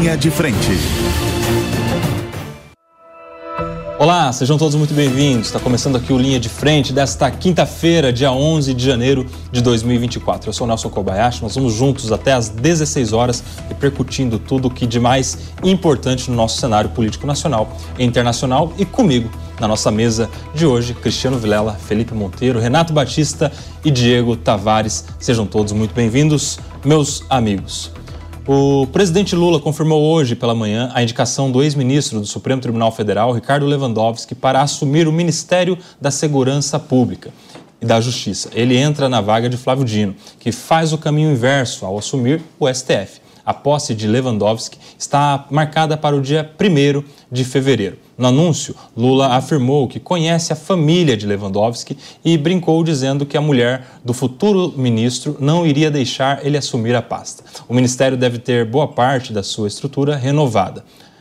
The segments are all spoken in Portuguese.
Linha de Frente. Olá, sejam todos muito bem-vindos. Está começando aqui o Linha de Frente desta quinta-feira, dia 11 de janeiro de 2024. Eu sou o Nelson Kobayashi, nós vamos juntos até às 16 horas, repercutindo tudo o que de mais importante no nosso cenário político nacional e internacional. E comigo, na nossa mesa de hoje, Cristiano Vilela, Felipe Monteiro, Renato Batista e Diego Tavares. Sejam todos muito bem-vindos, meus amigos. O presidente Lula confirmou hoje pela manhã a indicação do ex-ministro do Supremo Tribunal Federal, Ricardo Lewandowski, para assumir o Ministério da Segurança Pública e da Justiça. Ele entra na vaga de Flávio Dino, que faz o caminho inverso ao assumir o STF. A posse de Lewandowski está marcada para o dia 1º de fevereiro. No anúncio, Lula afirmou que conhece a família de Lewandowski e brincou dizendo que a mulher do futuro ministro não iria deixar ele assumir a pasta. O ministério deve ter boa parte da sua estrutura renovada.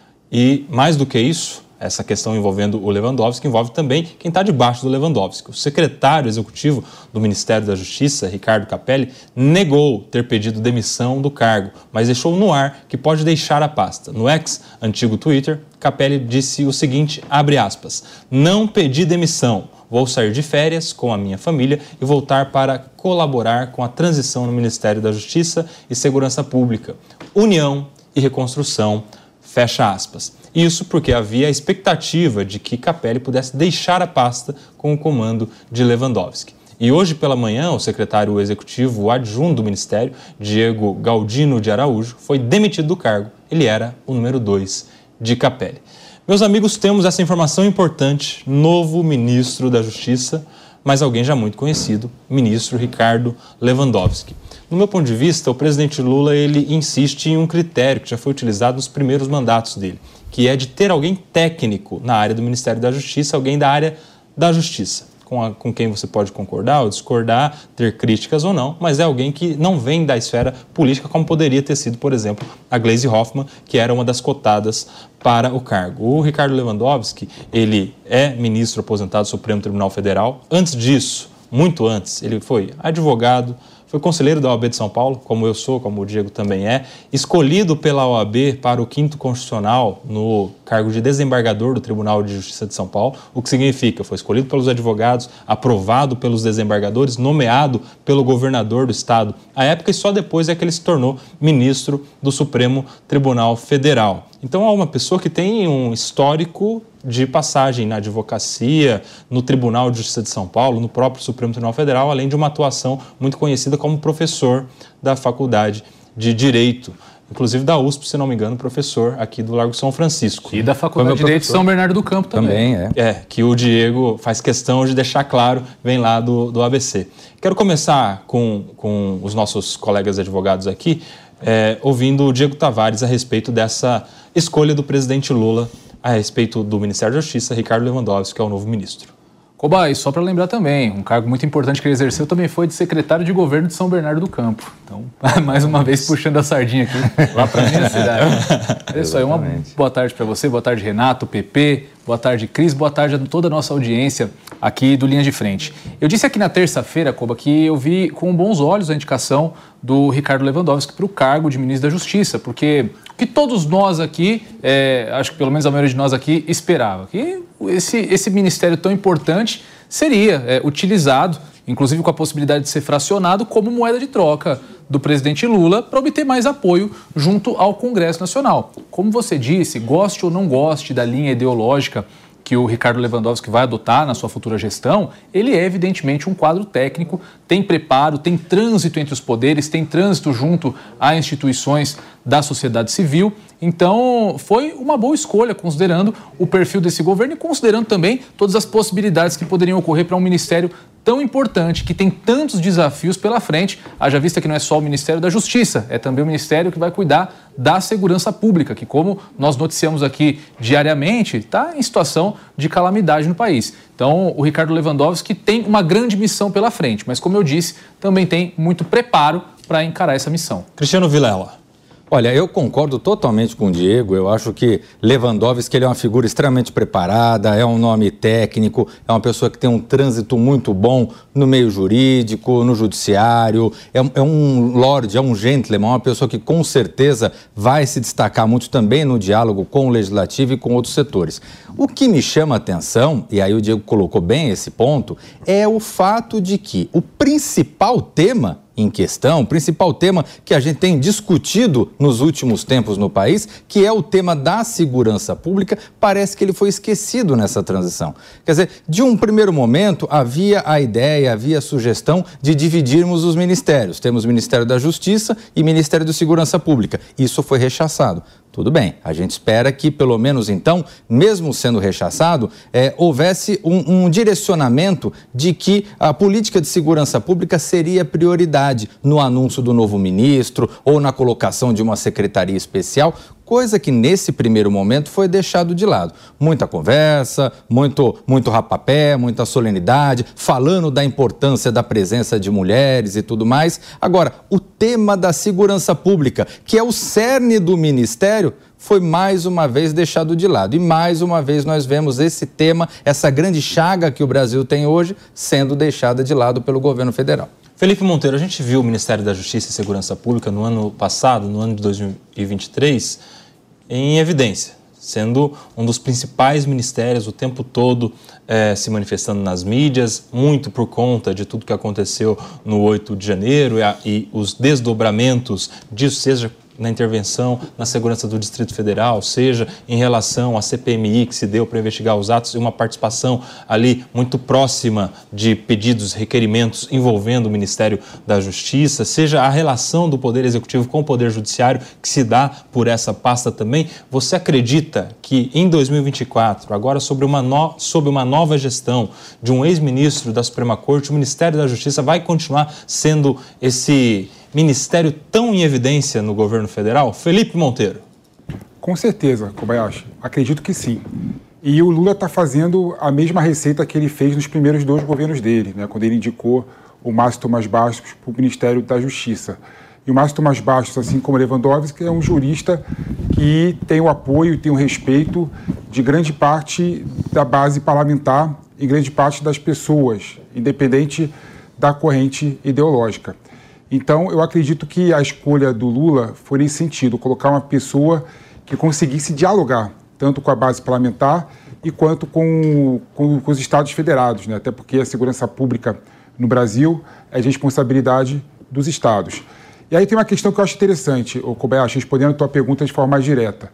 E, mais do que isso, essa questão envolvendo o Lewandowski envolve também quem está debaixo do Lewandowski. O secretário executivo do Ministério da Justiça, Ricardo Capelli, negou ter pedido demissão do cargo, mas deixou no ar que pode deixar a pasta. No ex, antigo Twitter, Capelli disse o seguinte, abre aspas, não pedi demissão, vou sair de férias com a minha família e voltar para colaborar com a transição no Ministério da Justiça e Segurança Pública, união e reconstrução, fecha aspas. Isso porque havia a expectativa de que Capelli pudesse deixar a pasta com o comando de Lewandowski. E hoje pela manhã, o secretário executivo adjunto do Ministério, Diego Galdino de Araújo, foi demitido do cargo. Ele era o número 2 de Capelli. Meus amigos, temos essa informação importante, novo ministro da Justiça, mas alguém já muito conhecido, ministro Ricardo Lewandowski. No meu ponto de vista, o presidente Lula ele insiste em um critério que já foi utilizado nos primeiros mandatos dele, que é de ter alguém técnico na área do Ministério da Justiça, alguém da área da Justiça, com quem você pode concordar ou discordar, ter críticas ou não, mas é alguém que não vem da esfera política, como poderia ter sido, por exemplo, a Gleisi Hoffmann, que era uma das cotadas para o cargo. O Ricardo Lewandowski, ele é ministro aposentado do Supremo Tribunal Federal. Antes disso, muito antes, ele foi advogado, foi conselheiro da OAB de São Paulo, como eu sou, como o Diego também é, escolhido pela OAB para o 5º Constitucional no cargo de desembargador do Tribunal de Justiça de São Paulo, o que significa, foi escolhido pelos advogados, aprovado pelos desembargadores, nomeado pelo governador do estado à época e só depois é que ele se tornou ministro do Supremo Tribunal Federal. Então é uma pessoa que tem um histórico de passagem na advocacia, no Tribunal de Justiça de São Paulo, no próprio Supremo Tribunal Federal, além de uma atuação muito conhecida como professor da Faculdade de Direito, inclusive da USP, se não me engano, professor aqui do Largo São Francisco. E da Faculdade de Direito de São Bernardo do Campo também. Que o Diego faz questão de deixar claro, vem lá do ABC. Quero começar com os nossos colegas advogados aqui, ouvindo o Diego Tavares a respeito dessa escolha do presidente Lula a respeito do Ministério da Justiça, Ricardo Lewandowski, que é o novo ministro. Cobai, só para lembrar também, um cargo muito importante que ele exerceu também foi de secretário de governo de São Bernardo do Campo. Então, mais uma vez puxando a sardinha aqui lá para a minha cidade. É isso aí, uma boa tarde para você, boa tarde Renato, PP, boa tarde Cris, boa tarde a toda a nossa audiência aqui do Linha de Frente. Eu disse aqui na terça-feira, Coba, que eu vi com bons olhos a indicação do Ricardo Lewandowski para o cargo de ministro da Justiça, porque o que todos nós aqui, acho que pelo menos a maioria de nós aqui, esperava, que esse ministério tão importante seria utilizado, inclusive com a possibilidade de ser fracionado como moeda de troca do presidente Lula para obter mais apoio junto ao Congresso Nacional. Como você disse, goste ou não goste da linha ideológica que o Ricardo Lewandowski vai adotar na sua futura gestão, ele é evidentemente um quadro técnico, tem preparo, tem trânsito entre os poderes, tem trânsito junto a instituições da sociedade civil. Então, foi uma boa escolha, considerando o perfil desse governo e considerando também todas as possibilidades que poderiam ocorrer para um ministério tão importante, que tem tantos desafios pela frente, haja vista que não é só o Ministério da Justiça, é também o Ministério que vai cuidar da segurança pública, que, como nós noticiamos aqui diariamente, está em situação de calamidade no país. Então, o Ricardo Lewandowski tem uma grande missão pela frente, mas, como eu disse, também tem muito preparo para encarar essa missão. Cristiano Vilela. Olha, eu concordo totalmente com o Diego. Eu acho que Lewandowski ele é uma figura extremamente preparada, é um nome técnico, é uma pessoa que tem um trânsito muito bom no meio jurídico, no judiciário, é um lorde, é um gentleman, uma pessoa que com certeza vai se destacar muito também no diálogo com o legislativo e com outros setores. O que me chama a atenção, e aí o Diego colocou bem esse ponto, é o fato de que o principal tema em questão, o principal tema que a gente tem discutido nos últimos tempos no país, que é o tema da segurança pública, parece que ele foi esquecido nessa transição. Quer dizer, de um primeiro momento havia a ideia, havia a sugestão de dividirmos os ministérios. Temos o Ministério da Justiça e Ministério da Segurança Pública. Isso foi rechaçado. Tudo bem, a gente espera que, pelo menos então, mesmo sendo rechaçado, houvesse um direcionamento de que a política de segurança pública seria prioridade no anúncio do novo ministro ou na colocação de uma secretaria especial, coisa que nesse primeiro momento foi deixado de lado. Muita conversa, muito rapapé, muita solenidade, falando da importância da presença de mulheres e tudo mais. Agora, o tema da segurança pública, que é o cerne do ministério, foi mais uma vez deixado de lado. E mais uma vez nós vemos esse tema, essa grande chaga que o Brasil tem hoje, sendo deixada de lado pelo governo federal. Felipe Monteiro, a gente viu o Ministério da Justiça e Segurança Pública no ano passado, no ano de 2023, em evidência, sendo um dos principais ministérios o tempo todo se manifestando nas mídias, muito por conta de tudo que aconteceu no 8 de janeiro e os desdobramentos disso, seja na intervenção na segurança do Distrito Federal, seja em relação à CPMI que se deu para investigar os atos e uma participação ali muito próxima de pedidos, requerimentos envolvendo o Ministério da Justiça, seja a relação do Poder Executivo com o Poder Judiciário que se dá por essa pasta também. Você acredita que em 2024, agora sob uma nova gestão de um ex-ministro da Suprema Corte, o Ministério da Justiça vai continuar sendo esse ministério tão em evidência no governo federal? Felipe Monteiro. Com certeza, Kobayashi. Acredito que sim. E o Lula está fazendo a mesma receita que ele fez nos primeiros 2 governos dele, né, quando ele indicou o Márcio Tomás Bastos para o Ministério da Justiça. E o Márcio Tomás Bastos, assim como Lewandowski, é um jurista que tem o apoio e tem o respeito de grande parte da base parlamentar e grande parte das pessoas, independente da corrente ideológica. Então, eu acredito que a escolha do Lula foi nesse sentido, colocar uma pessoa que conseguisse dialogar, tanto com a base parlamentar e quanto com os estados federados, né? Até porque a segurança pública no Brasil é de responsabilidade dos estados. E aí tem uma questão que eu acho interessante, Kobayashi, respondendo a tua pergunta de forma mais direta.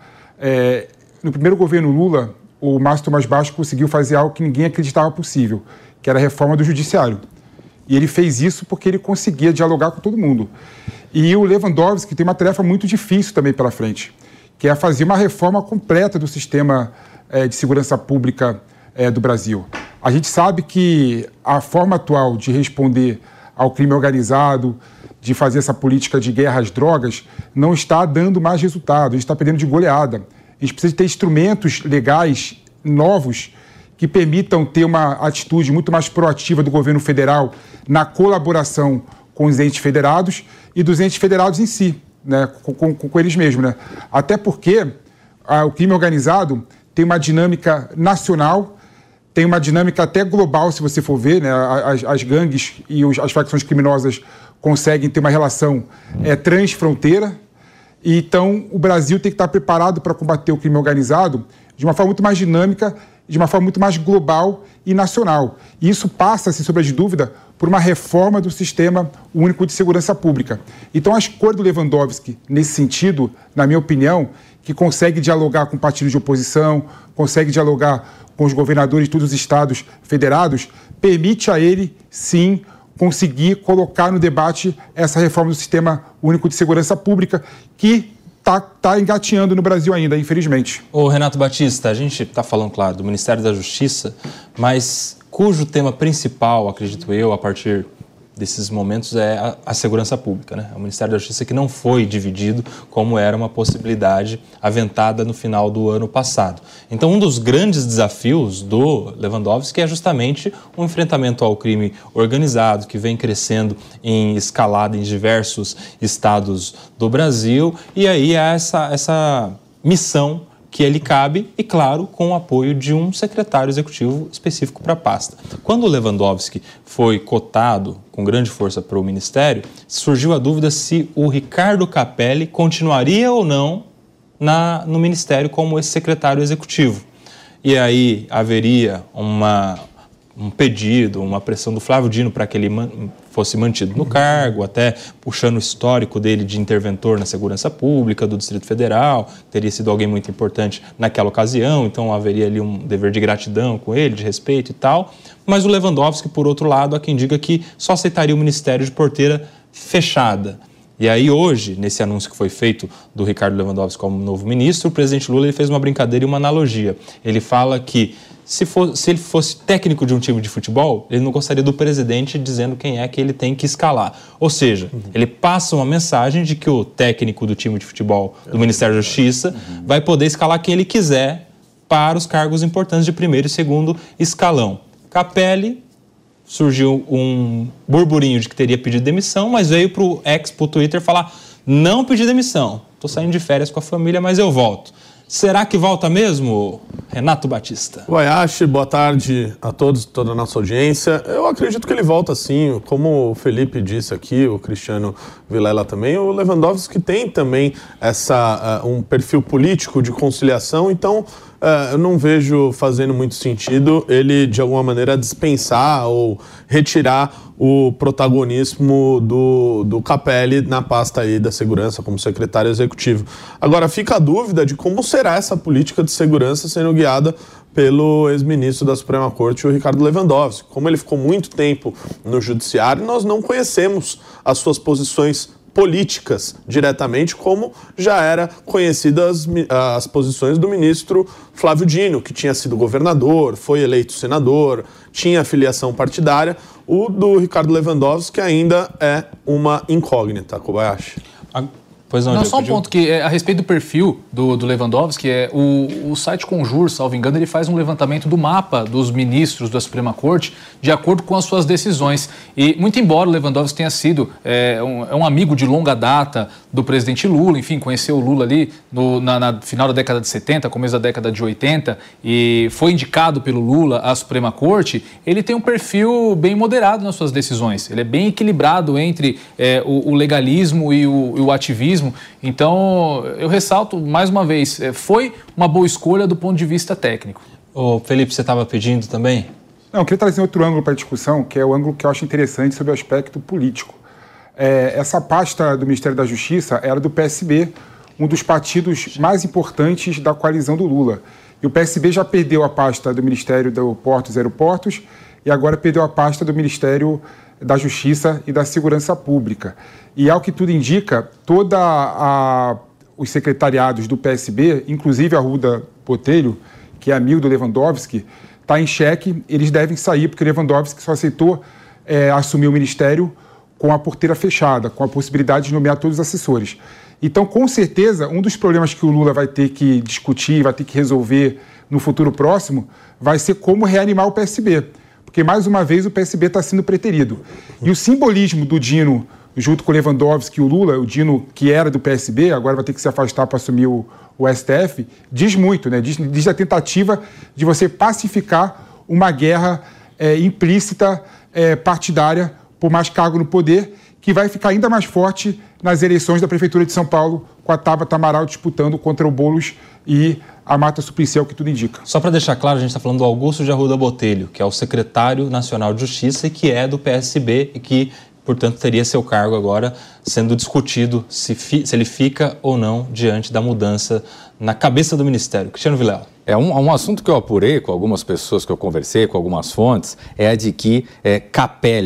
No primeiro governo Lula, o Márcio Tomás Bastos conseguiu fazer algo que ninguém acreditava possível, que era a reforma do judiciário. E ele fez isso porque ele conseguia dialogar com todo mundo. E o Lewandowski tem uma tarefa muito difícil também pela frente, que é fazer uma reforma completa do sistema de segurança pública do Brasil. A gente sabe que a forma atual de responder ao crime organizado, de fazer essa política de guerra às drogas, não está dando mais resultado, a gente está perdendo de goleada. A gente precisa ter instrumentos legais novos que permitam ter uma atitude muito mais proativa do governo federal na colaboração com os entes federados e dos entes federados em si, né, com eles mesmos, né? Até porque o crime organizado tem uma dinâmica nacional, tem uma dinâmica até global, se você for ver, né? As gangues e as facções criminosas conseguem ter uma relação transfronteira. E, então, o Brasil tem que estar preparado para combater o crime organizado de uma forma muito mais dinâmica, de uma forma muito mais global e nacional. E isso passa, sem sombra de dúvida, por uma reforma do Sistema Único de Segurança Pública. Então, a escolha do Lewandowski, nesse sentido, na minha opinião, que consegue dialogar com partidos de oposição, consegue dialogar com os governadores de todos os estados federados, permite a ele, sim, conseguir colocar no debate essa reforma do Sistema Único de Segurança Pública, que está engatinhando no Brasil ainda, infelizmente. Ô Renato Batista, a gente está falando, claro, do Ministério da Justiça, mas cujo tema principal, acredito eu, a partir desses momentos é a segurança pública, né? O Ministério da Justiça que não foi dividido como era uma possibilidade aventada no final do ano passado. Então, um dos grandes desafios do Lewandowski é justamente o enfrentamento ao crime organizado, que vem crescendo em escalada em diversos estados do Brasil, e aí há essa missão que ele cabe e, claro, com o apoio de um secretário executivo específico para a pasta. Quando o Lewandowski foi cotado com grande força para o Ministério, surgiu a dúvida se o Ricardo Capelli continuaria ou não no Ministério como esse secretário executivo. E aí haveria um pedido, uma pressão do Flávio Dino para que ele fosse mantido no cargo, até puxando o histórico dele de interventor na segurança pública do Distrito Federal, teria sido alguém muito importante naquela ocasião, então haveria ali um dever de gratidão com ele, de respeito e tal. Mas o Lewandowski, por outro lado, há quem diga que só aceitaria o ministério de porteira fechada. E aí hoje, nesse anúncio que foi feito do Ricardo Lewandowski como novo ministro, o presidente Lula ele fez uma brincadeira e uma analogia. Ele fala que se ele fosse técnico de um time de futebol, ele não gostaria do presidente dizendo quem é que ele tem que escalar. Ou seja, ele passa uma mensagem de que o técnico do time de futebol do Ministério da Justiça vai poder escalar quem ele quiser para os cargos importantes de primeiro e segundo escalão. Capelli, surgiu um burburinho de que teria pedido demissão, mas veio para o Twitter falar: não pedi demissão, estou saindo de férias com a família, mas eu volto. Será que volta mesmo, Renato Batista? Guaiache, boa tarde a todos, toda a nossa audiência. Eu acredito que ele volta sim, como o Felipe disse aqui, o Cristiano Vilela também. O Lewandowski tem também um perfil político de conciliação, então eu não vejo fazendo muito sentido ele, de alguma maneira, dispensar ou retirar o protagonismo do Capelli na pasta aí da segurança como secretário executivo. Agora, fica a dúvida de como será essa política de segurança sendo guiada pelo ex-ministro da Suprema Corte, o Ricardo Lewandowski. Como ele ficou muito tempo no judiciário, nós não conhecemos as suas posições políticas diretamente, como já era conhecidas as posições do ministro Flávio Dino, que tinha sido governador, foi eleito senador, tinha filiação partidária. O do Ricardo Lewandowski ainda é uma incógnita, Kobayashi. Pois não, só um ponto que a respeito do perfil do Lewandowski, o site Conjur, salvo engano, ele faz um levantamento do mapa dos ministros da Suprema Corte de acordo com as suas decisões. E muito embora o Lewandowski tenha sido um amigo de longa data do presidente Lula, enfim, conheceu o Lula ali na final da década de 70, começo da década de 80, e foi indicado pelo Lula à Suprema Corte, ele tem um perfil bem moderado nas suas decisões. Ele é bem equilibrado entre o legalismo e o ativismo. Então, eu ressalto mais uma vez, foi uma boa escolha do ponto de vista técnico. Ô, Felipe, você estava pedindo também? Não, eu queria trazer outro ângulo para a discussão, que é o ângulo que eu acho interessante sobre o aspecto político. Essa pasta do Ministério da Justiça era do PSB, um dos partidos mais importantes da coalizão do Lula. E o PSB já perdeu a pasta do Ministério do Portos e Aeroportos e agora perdeu a pasta do Ministério da Justiça e da Segurança Pública. E, ao que tudo indica, os secretariados do PSB, inclusive a Arruda Botelho, que é amigo do Lewandowski, está em xeque. Eles devem sair, porque o Lewandowski só aceitou assumir o ministério com a porteira fechada, com a possibilidade de nomear todos os assessores. Então, com certeza, um dos problemas que o Lula vai ter que discutir, vai ter que resolver no futuro próximo, vai ser como reanimar o PSB. Porque, mais uma vez, o PSB está sendo preterido. E o simbolismo do Dino, junto com o Lewandowski e o Lula, o Dino, que era do PSB, agora vai ter que se afastar para assumir o STF, diz muito, né? Diz a tentativa de você pacificar uma guerra implícita, partidária, por mais cargo no poder, que vai ficar ainda mais forte nas eleições da Prefeitura de São Paulo, com a Tabata Amaral disputando contra o Boulos e a Marta Suplicy, o que tudo indica. Só para deixar claro, a gente está falando do Augusto de Arruda Botelho, que é o secretário nacional de Justiça e que é do PSB e que, portanto, teria seu cargo agora sendo discutido se ele fica ou não diante da mudança na cabeça do Ministério. Cristiano Vilela. Um assunto que eu apurei com algumas pessoas que eu conversei, com algumas fontes, é a de que Capelli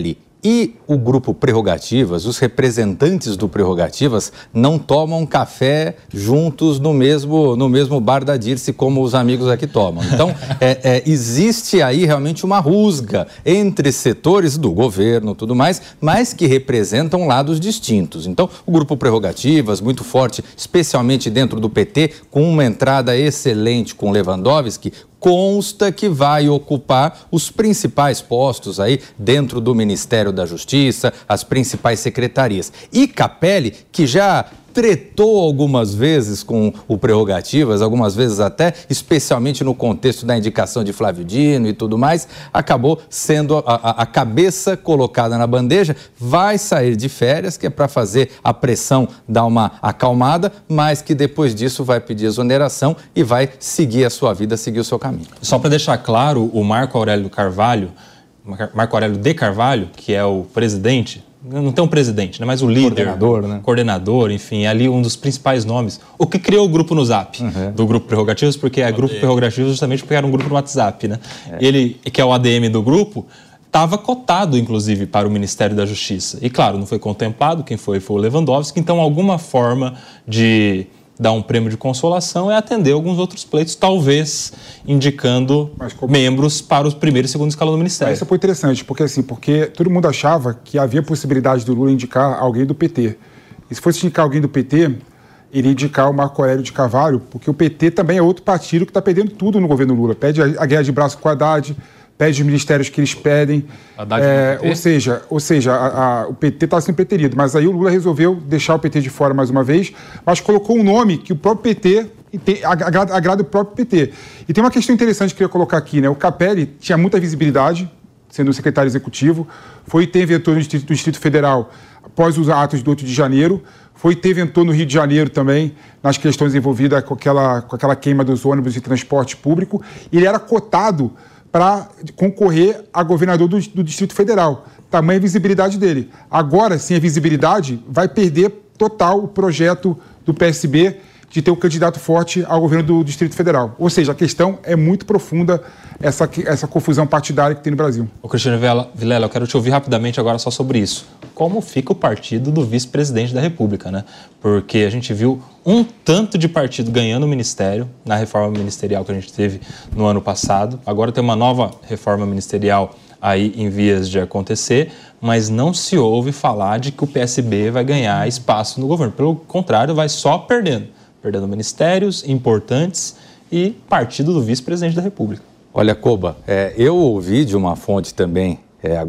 E o grupo Prerrogativas, os representantes do Prerrogativas não tomam café juntos no mesmo bar da Dirce como os amigos aqui tomam. Então, existe aí realmente uma rusga entre setores do governo e tudo mais, mas que representam lados distintos. Então, o grupo Prerrogativas, muito forte, especialmente dentro do PT, com uma entrada excelente com Lewandowski, consta que vai ocupar os principais postos aí dentro do Ministério da Justiça, as principais secretarias. E Capelli, que já tretou algumas vezes com o Prerrogativas, algumas vezes até, especialmente no contexto da indicação de Flávio Dino e tudo mais, acabou sendo a cabeça colocada na bandeja, vai sair de férias, que é para fazer a pressão dar uma acalmada, mas que depois disso vai pedir exoneração e vai seguir a sua vida, seguir o seu caminho. Só para deixar claro, o Marco Aurélio de Carvalho, que é o presidente, não tem um presidente, né, mas o líder, coordenador, enfim, ali um dos principais nomes. O que criou o grupo no Zap, do Grupo Prerrogativas, porque é Grupo Prerrogativas justamente porque era um grupo no WhatsApp, né? Ele, que é o ADM do grupo, estava cotado, inclusive, para o Ministério da Justiça. E, claro, não foi contemplado, quem foi o Lewandowski, então alguma forma de dar um prêmio de consolação é atender alguns outros pleitos, talvez indicando membros para o primeiro e segundo escalão do Ministério. Isso foi interessante, porque todo mundo achava que havia possibilidade do Lula indicar alguém do PT. E se fosse indicar alguém do PT, ele ia indicar o Marco Aurélio de Carvalho, porque o PT também é outro partido que está perdendo tudo no governo Lula. Pede a guerra de braço com o Haddad, pede os ministérios que eles pedem. Ou seja, o PT está sendo preterido. Mas aí o Lula resolveu deixar o PT de fora mais uma vez, mas colocou um nome que o próprio PT agrada o próprio PT. E tem uma questão interessante que eu queria colocar aqui, né? O Capelli tinha muita visibilidade, sendo secretário executivo, foi e teve vetor no Distrito Federal após os atos do 8 de janeiro, foi e teve vetor no Rio de Janeiro também, nas questões envolvidas com aquela queima dos ônibus e transporte público. E ele era cotado para concorrer a governador do Distrito Federal. Tamanha visibilidade dele. Agora, sem a visibilidade, vai perder total o projeto do PSB de ter um candidato forte ao governo do Distrito Federal. Ou seja, a questão é muito profunda, essa confusão partidária que tem no Brasil. Ô Cristiano Vilela, eu quero te ouvir rapidamente agora só sobre isso. Como fica o partido do vice-presidente da República, né? Porque a gente viu um tanto de partido ganhando o ministério na reforma ministerial que a gente teve no ano passado. Agora tem uma nova reforma ministerial aí em vias de acontecer, mas não se ouve falar de que o PSB vai ganhar espaço no governo. Pelo contrário, vai só perdendo ministérios importantes e partido do vice-presidente da República. Olha, Koba, eu ouvi de uma fonte também,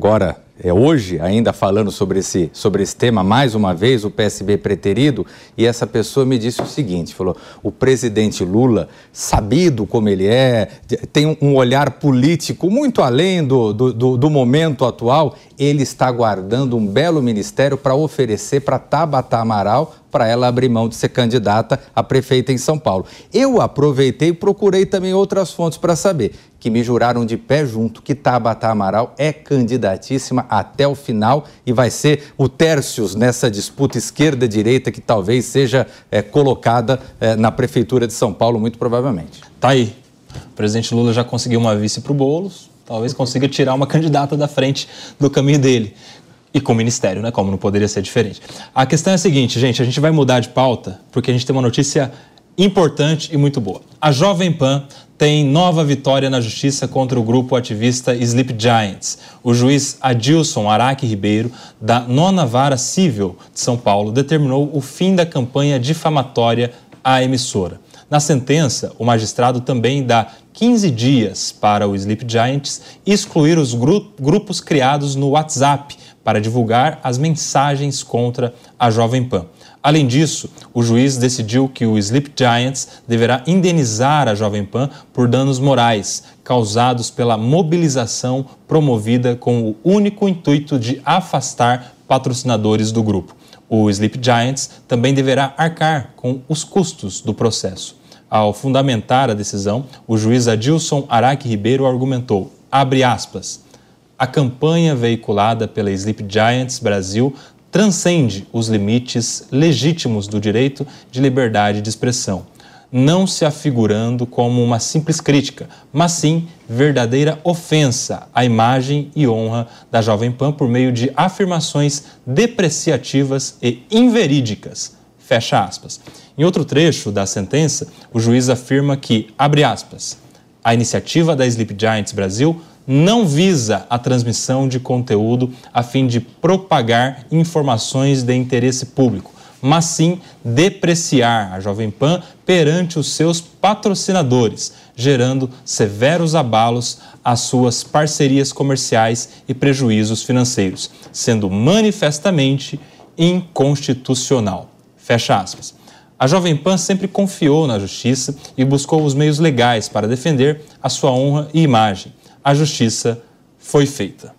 hoje, ainda falando sobre esse tema, mais uma vez, o PSB preterido, e essa pessoa me disse o seguinte, falou, o presidente Lula, sabido como ele é, tem um olhar político muito além do momento atual, ele está guardando um belo ministério para oferecer para Tabata Amaral, para ela abrir mão de ser candidata a prefeita em São Paulo. Eu aproveitei e procurei também outras fontes para saber, que me juraram de pé junto que Tabata Amaral é candidatíssima até o final e vai ser o tercios nessa disputa esquerda-direita que talvez seja colocada na prefeitura de São Paulo, muito provavelmente. Tá aí. O presidente Lula já conseguiu uma vice para o Boulos, talvez consiga tirar uma candidata da frente do caminho dele. E com o ministério, né? Como não poderia ser diferente. A questão é a seguinte, gente, a gente vai mudar de pauta porque a gente tem uma notícia importante e muito boa. A Jovem Pan tem nova vitória na justiça contra o grupo ativista Sleep Giants. O juiz Adilson Araque Ribeiro, da 9ª Vara Civil de São Paulo, determinou o fim da campanha difamatória à emissora. Na sentença, o magistrado também dá 15 dias para o Sleep Giants excluir os grupos criados no WhatsApp para divulgar as mensagens contra a Jovem Pan. Além disso, o juiz decidiu que o Sleep Giants deverá indenizar a Jovem Pan por danos morais causados pela mobilização promovida com o único intuito de afastar patrocinadores do grupo. O Sleep Giants também deverá arcar com os custos do processo. Ao fundamentar a decisão, o juiz Adilson Araque Ribeiro argumentou, abre aspas, a campanha veiculada pela Sleep Giants Brasil transcende os limites legítimos do direito de liberdade de expressão. não se afigurando como uma simples crítica, mas sim verdadeira ofensa à imagem e honra da Jovem Pan por meio de afirmações depreciativas e inverídicas. Fecha aspas. Em outro trecho da sentença, o juiz afirma que, abre aspas, a iniciativa da Sleep Giants Brasil não visa a transmissão de conteúdo a fim de propagar informações de interesse público, mas sim depreciar a Jovem Pan perante os seus patrocinadores, gerando severos abalos às suas parcerias comerciais e prejuízos financeiros, sendo manifestamente inconstitucional. Fecha aspas. A Jovem Pan sempre confiou na justiça e buscou os meios legais para defender a sua honra e imagem. A justiça foi feita.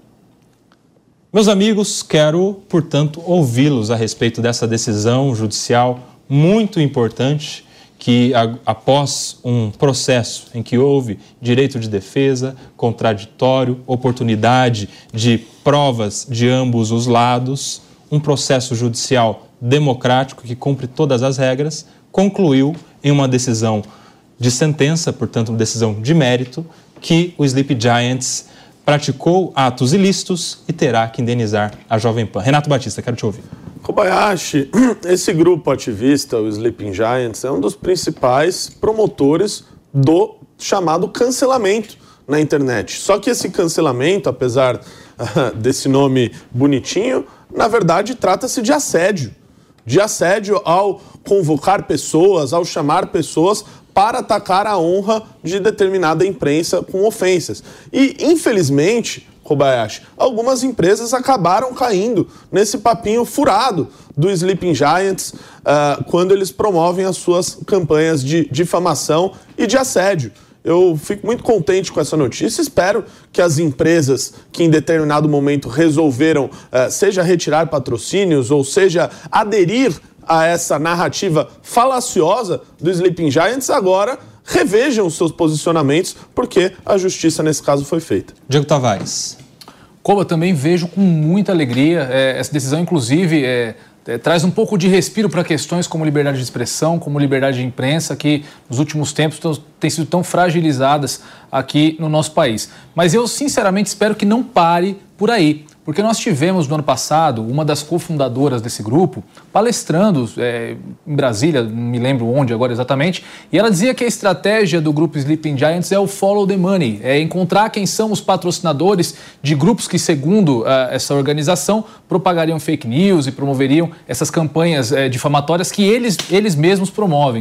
Meus amigos, quero, portanto, ouvi-los a respeito dessa decisão judicial muito importante que, após um processo em que houve direito de defesa, contraditório, oportunidade de provas de ambos os lados, um processo judicial democrático que cumpre todas as regras, concluiu em uma decisão de sentença, portanto, uma decisão de mérito, que o Sleep Giants praticou atos ilícitos e terá que indenizar a Jovem Pan. Renato Batista, quero te ouvir. Kobayashi, esse grupo ativista, o Sleeping Giants, é um dos principais promotores do chamado cancelamento na internet. Só que esse cancelamento, apesar desse nome bonitinho, na verdade trata-se de assédio. De assédio ao convocar pessoas, ao chamar pessoas para atacar a honra de determinada imprensa com ofensas. E, infelizmente, Kobayashi, algumas empresas acabaram caindo nesse papinho furado do Sleeping Giants quando eles promovem as suas campanhas de difamação e de assédio. Eu fico muito contente com essa notícia, espero que as empresas que em determinado momento resolveram, seja retirar patrocínios ou seja aderir a essa narrativa falaciosa do Sleeping Giants, agora revejam os seus posicionamentos, porque a justiça nesse caso foi feita. Diego Tavares. Como eu também vejo com muita alegria, essa decisão inclusive traz um pouco de respiro para questões como liberdade de expressão, como liberdade de imprensa, que nos últimos tempos têm sido tão fragilizadas aqui no nosso país. Mas eu sinceramente espero que não pare por aí, porque nós tivemos no ano passado uma das cofundadoras desse grupo palestrando em Brasília, não me lembro onde agora exatamente, e ela dizia que a estratégia do grupo Sleeping Giants é o follow the money, é encontrar quem são os patrocinadores de grupos que, segundo essa organização, propagariam fake news e promoveriam essas campanhas difamatórias que eles mesmos promovem.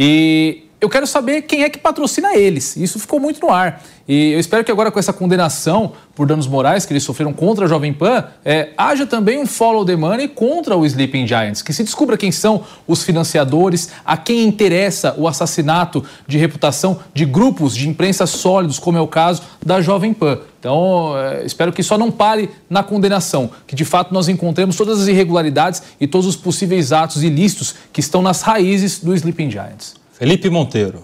E eu quero saber quem é que patrocina eles. Isso ficou muito no ar. E eu espero que agora, com essa condenação por danos morais que eles sofreram contra a Jovem Pan, haja também um follow the money contra o Sleeping Giants, que se descubra quem são os financiadores, a quem interessa o assassinato de reputação de grupos de imprensa sólidos, como é o caso da Jovem Pan. Então, espero que só não pare na condenação, que de fato nós encontremos todas as irregularidades e todos os possíveis atos ilícitos que estão nas raízes do Sleeping Giants. Felipe Monteiro.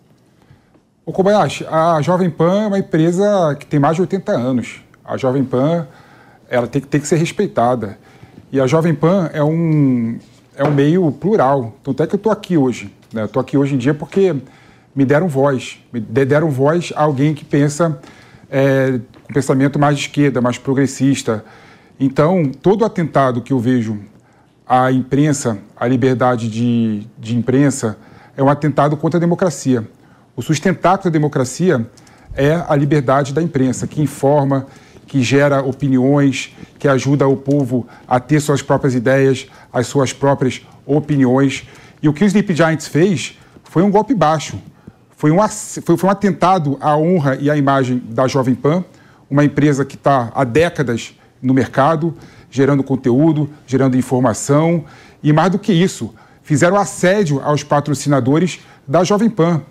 Ô Kobayashi, a Jovem Pan é uma empresa que tem mais de 80 anos. A Jovem Pan, ela tem que ser respeitada. E a Jovem Pan é um meio plural. Tanto é que eu estou aqui hoje. Né? Estou aqui hoje em dia porque me deram voz. Deram voz a alguém que pensa com pensamento mais de esquerda, mais progressista. Então, todo atentado que eu vejo à imprensa, à liberdade de imprensa, é um atentado contra a democracia. O sustentáculo da democracia é a liberdade da imprensa, que informa, que gera opiniões, que ajuda o povo a ter suas próprias ideias, as suas próprias opiniões. E o que o Sleep Giants fez foi um golpe baixo. Foi um atentado à honra e à imagem da Jovem Pan, uma empresa que está há décadas no mercado, gerando conteúdo, gerando informação. E mais do que isso, fizeram assédio aos patrocinadores da Jovem Pan,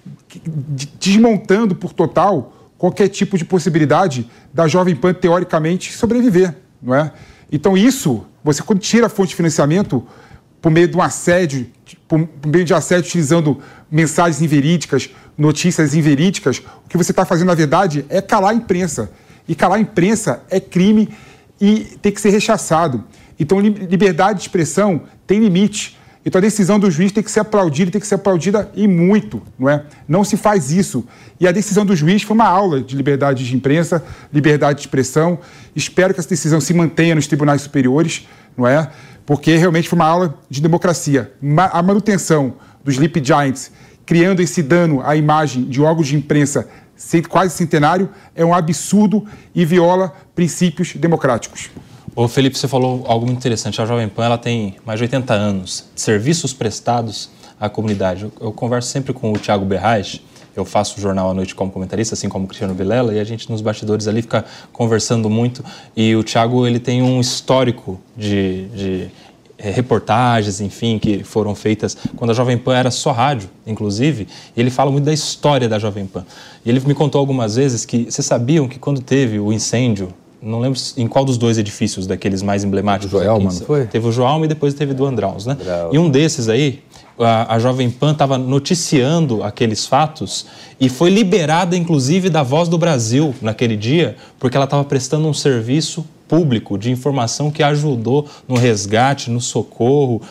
desmontando por total qualquer tipo de possibilidade da Jovem Pan, teoricamente, sobreviver, não é? Então isso, você quando tira a fonte de financiamento por meio de um assédio, por meio de assédio utilizando mensagens inverídicas, notícias inverídicas, o que você está fazendo, na verdade, é calar a imprensa. E calar a imprensa é crime e tem que ser rechaçado. Então, liberdade de expressão tem limite. Então a decisão do juiz tem que ser aplaudida, tem que ser aplaudida e muito, não é? Não se faz isso. E a decisão do juiz foi uma aula de liberdade de imprensa, liberdade de expressão. Espero que essa decisão se mantenha nos tribunais superiores, não é? Porque realmente foi uma aula de democracia. A manutenção dos Sleep Giants, criando esse dano à imagem de órgãos de imprensa quase centenário, é um absurdo e viola princípios democráticos. Ô Felipe, você falou algo muito interessante. A Jovem Pan ela tem mais de 80 anos de serviços prestados à comunidade. Eu converso sempre com o Thiago Berrais, eu faço o Jornal à Noite como comentarista, assim como o Cristiano Vilela, e a gente nos bastidores ali fica conversando muito. E o Thiago ele tem um histórico de reportagens, enfim, que foram feitas quando a Jovem Pan era só rádio, inclusive, e ele fala muito da história da Jovem Pan. E ele me contou algumas vezes que, vocês sabiam que quando teve o incêndio, não lembro em qual dos dois edifícios, daqueles mais emblemáticos. O Joelma, não foi? Teve o Joelma e depois teve do Andraus, né? E um desses aí, a Jovem Pan estava noticiando aqueles fatos e foi liberada, inclusive, da Voz do Brasil naquele dia, porque ela estava prestando um serviço público de informação que ajudou no resgate, no socorro,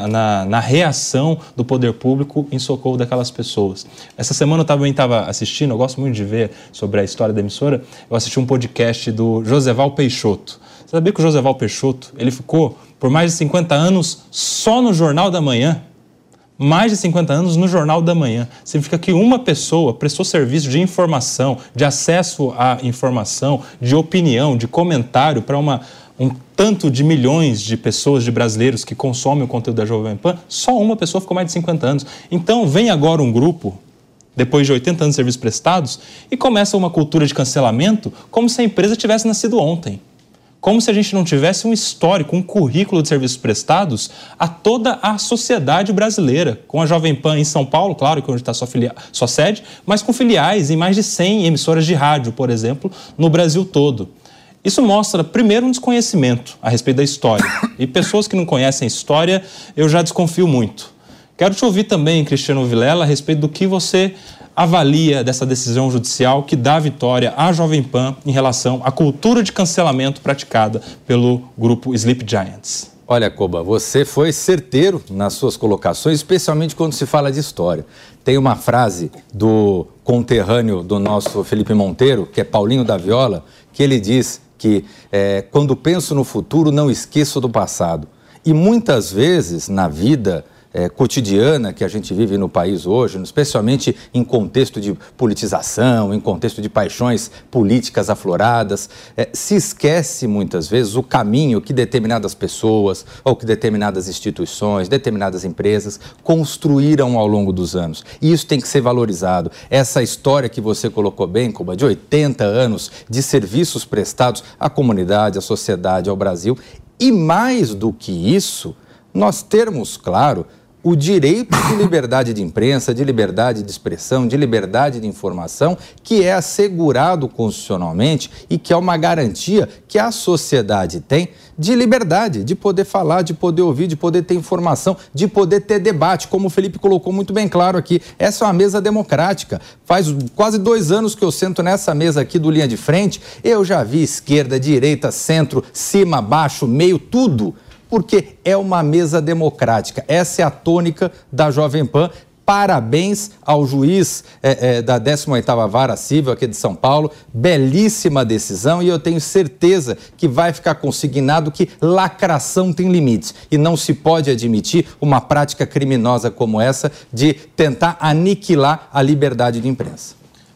na reação do poder público em socorro daquelas pessoas. Essa semana eu também estava assistindo, eu gosto muito de ver sobre a história da emissora, eu assisti um podcast do Joseval Peixoto. Você sabia que o Joseval Peixoto, ele ficou por mais de 50 anos só no Jornal da Manhã? Mais de 50 anos no Jornal da Manhã. Significa que uma pessoa prestou serviço de informação, de acesso à informação, de opinião, de comentário para um tanto de milhões de pessoas, de brasileiros que consomem o conteúdo da Jovem Pan. Só uma pessoa ficou mais de 50 anos. Então vem agora um grupo, depois de 80 anos de serviços prestados, e começa uma cultura de cancelamento como se a empresa tivesse nascido ontem. Como se a gente não tivesse um histórico, um currículo de serviços prestados a toda a sociedade brasileira, com a Jovem Pan em São Paulo, claro que onde está sua sede, mas com filiais em mais de 100 emissoras de rádio, por exemplo, no Brasil todo. Isso mostra, primeiro, um desconhecimento a respeito da história. E pessoas que não conhecem a história, eu já desconfio muito. Quero te ouvir também, Cristiano Vilela, a respeito do que você avalia dessa decisão judicial que dá vitória à Jovem Pan em relação à cultura de cancelamento praticada pelo grupo Sleep Giants. Olha, Koba, você foi certeiro nas suas colocações, especialmente quando se fala de história. Tem uma frase do conterrâneo do nosso Felipe Monteiro, que é Paulinho da Viola, que ele diz que quando penso no futuro, não esqueço do passado. E muitas vezes na vida cotidiana que a gente vive no país hoje, especialmente em contexto de politização, em contexto de paixões políticas afloradas, se esquece muitas vezes o caminho que determinadas pessoas ou que determinadas instituições, determinadas empresas construíram ao longo dos anos. E isso tem que ser valorizado. Essa história que você colocou bem, Koba, de 80 anos de serviços prestados à comunidade, à sociedade, ao Brasil, e mais do que isso, nós termos, claro, o direito de liberdade de imprensa, de liberdade de expressão, de liberdade de informação, que é assegurado constitucionalmente e que é uma garantia que a sociedade tem de liberdade, de poder falar, de poder ouvir, de poder ter informação, de poder ter debate, como o Felipe colocou muito bem claro aqui. Essa é uma mesa democrática. Faz quase 2 anos que eu sento nessa mesa aqui do Linha de Frente, eu já vi esquerda, direita, centro, cima, baixo, meio, tudo. Porque é uma mesa democrática. Essa é a tônica da Jovem Pan. Parabéns ao juiz da 18ª Vara Civil aqui de São Paulo. Belíssima decisão e eu tenho certeza que vai ficar consignado que lacração tem limites. E não se pode admitir uma prática criminosa como essa de tentar aniquilar a liberdade de imprensa.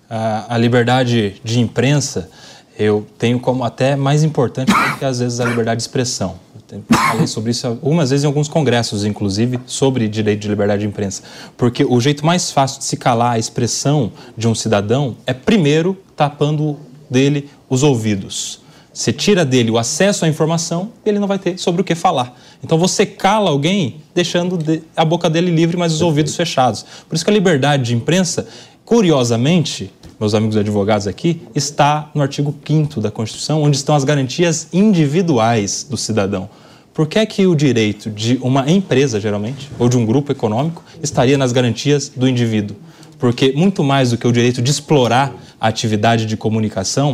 A liberdade de imprensa eu tenho como até mais importante do que às vezes a liberdade de expressão. Falei sobre isso algumas vezes em alguns congressos, inclusive, sobre direito de liberdade de imprensa. Porque o jeito mais fácil de se calar a expressão de um cidadão é, primeiro, tapando dele os ouvidos. Você tira dele o acesso à informação e ele não vai ter sobre o que falar. Então você cala alguém deixando a boca dele livre, mas os ouvidos fechados. Por isso que a liberdade de imprensa, curiosamente, meus amigos advogados aqui, está no artigo 5º da Constituição, onde estão as garantias individuais do cidadão. Por que é que o direito de uma empresa, geralmente, ou de um grupo econômico, estaria nas garantias do indivíduo? Porque muito mais do que o direito de explorar a atividade de comunicação,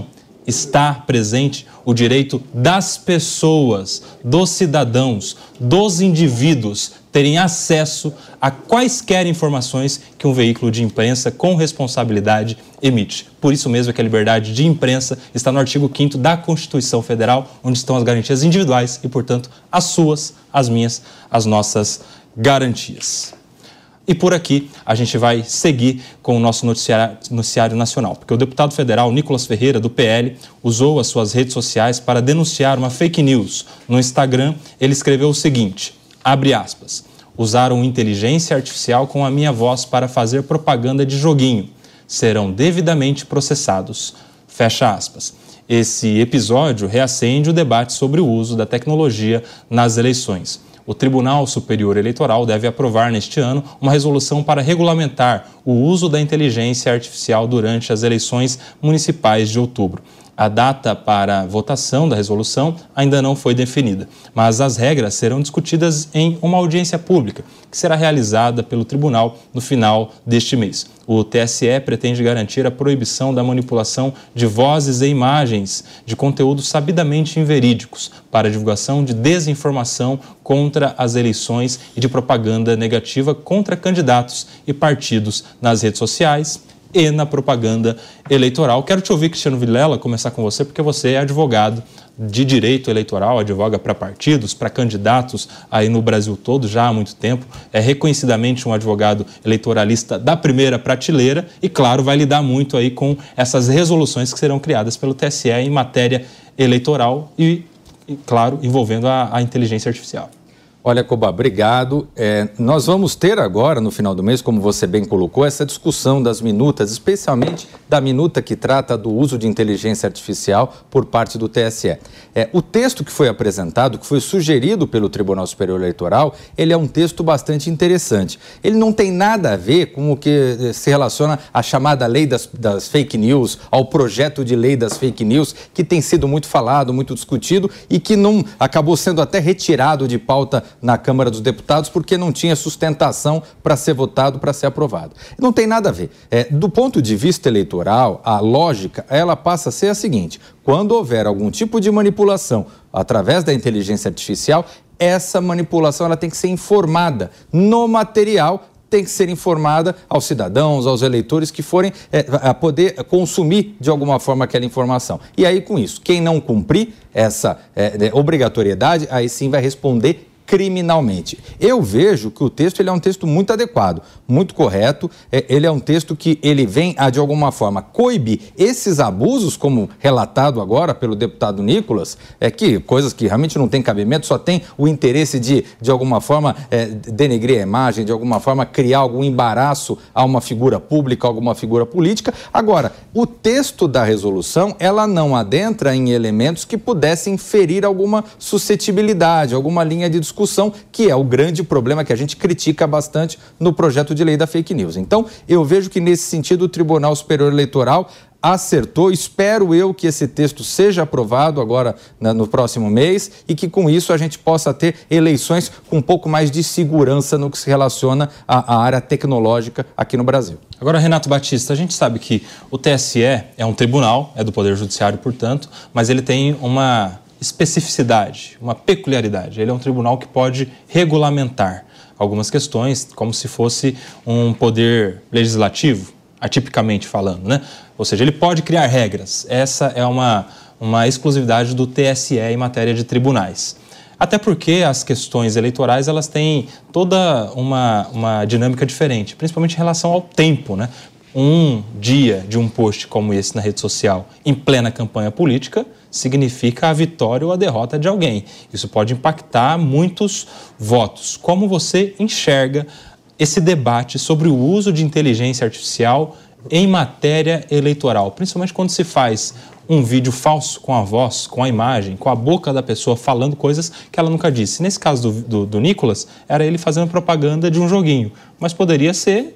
está presente o direito das pessoas, dos cidadãos, dos indivíduos terem acesso a quaisquer informações que um veículo de imprensa com responsabilidade emite. Por isso mesmo é que a liberdade de imprensa está no artigo 5º da Constituição Federal, onde estão as garantias individuais e, portanto, as suas, as minhas, as nossas garantias. E por aqui a gente vai seguir com o nosso noticiário nacional, porque o deputado federal Nicolas Ferreira, do PL, usou as suas redes sociais para denunciar uma fake news. No Instagram, ele escreveu o seguinte, abre aspas, usaram inteligência artificial com a minha voz para fazer propaganda de joguinho. Serão devidamente processados. Fecha aspas. Esse episódio reacende o debate sobre o uso da tecnologia nas eleições. O Tribunal Superior Eleitoral deve aprovar neste ano uma resolução para regulamentar o uso da inteligência artificial durante as eleições municipais de outubro. A data para a votação da resolução ainda não foi definida, mas as regras serão discutidas em uma audiência pública, que será realizada pelo tribunal no final deste mês. O TSE pretende garantir a proibição da manipulação de vozes e imagens de conteúdos sabidamente inverídicos para divulgação de desinformação contra as eleições e de propaganda negativa contra candidatos e partidos nas redes sociais e na propaganda eleitoral. Quero te ouvir, Cristiano Vilela, começar com você, porque você é advogado de direito eleitoral, advoga para partidos, para candidatos aí no Brasil todo já há muito tempo, é reconhecidamente um advogado eleitoralista da primeira prateleira e, claro, vai lidar muito aí com essas resoluções que serão criadas pelo TSE em matéria eleitoral e claro, envolvendo a inteligência artificial. Olha, Koba, obrigado. Nós vamos ter agora, no final do mês, como você bem colocou, essa discussão das minutas, especialmente da minuta que trata do uso de inteligência artificial por parte do TSE. O texto que foi apresentado, que foi sugerido pelo Tribunal Superior Eleitoral, ele é um texto bastante interessante. Ele não tem nada a ver com o que se relaciona à chamada lei das fake news, ao projeto de lei das fake news, que tem sido muito falado, muito discutido e que não acabou sendo até retirado de pauta na Câmara dos Deputados porque não tinha sustentação para ser votado, para ser aprovado. Não tem nada a ver. Do ponto de vista eleitoral, a lógica, ela passa a ser a seguinte, quando houver algum tipo de manipulação através da inteligência artificial, essa manipulação ela tem que ser informada no material, tem que ser informada aos cidadãos, aos eleitores que forem a poder consumir de alguma forma aquela informação. E aí, com isso, quem não cumprir essa obrigatoriedade, aí sim vai responder criminalmente. Eu vejo que o texto ele é um texto muito adequado, muito correto, ele é um texto que ele vem a, de alguma forma, coibir esses abusos, como relatado agora pelo deputado Nicolas, que coisas que realmente não tem cabimento, só tem o interesse de alguma forma, denegrir a imagem, de alguma forma, criar algum embaraço a uma figura pública, a alguma figura política. Agora, o texto da resolução, ela não adentra em elementos que pudessem ferir alguma suscetibilidade, alguma linha de discussão, que é o grande problema que a gente critica bastante no projeto de lei da fake news. Então, eu vejo que nesse sentido o Tribunal Superior Eleitoral acertou, espero eu que esse texto seja aprovado agora no próximo mês e que com isso a gente possa ter eleições com um pouco mais de segurança no que se relaciona à área tecnológica aqui no Brasil. Agora, Renato Batista, a gente sabe que o TSE é um tribunal, é do Poder Judiciário, portanto, mas ele tem uma especificidade, uma peculiaridade. Ele é um tribunal que pode regulamentar algumas questões como se fosse um poder legislativo, atipicamente falando, né? Ou seja, ele pode criar regras. Essa é uma exclusividade do TSE em matéria de tribunais. Até porque as questões eleitorais elas têm toda uma dinâmica diferente, principalmente em relação ao tempo, né? Um dia de um post como esse na rede social em plena campanha política significa a vitória ou a derrota de alguém. Isso pode impactar muitos votos. Como você enxerga esse debate sobre o uso de inteligência artificial em matéria eleitoral, principalmente quando se faz um vídeo falso com a voz, com a imagem, com a boca da pessoa falando coisas que ela nunca disse. Nesse caso do Nicolas, era ele fazendo propaganda de um joguinho, mas poderia ser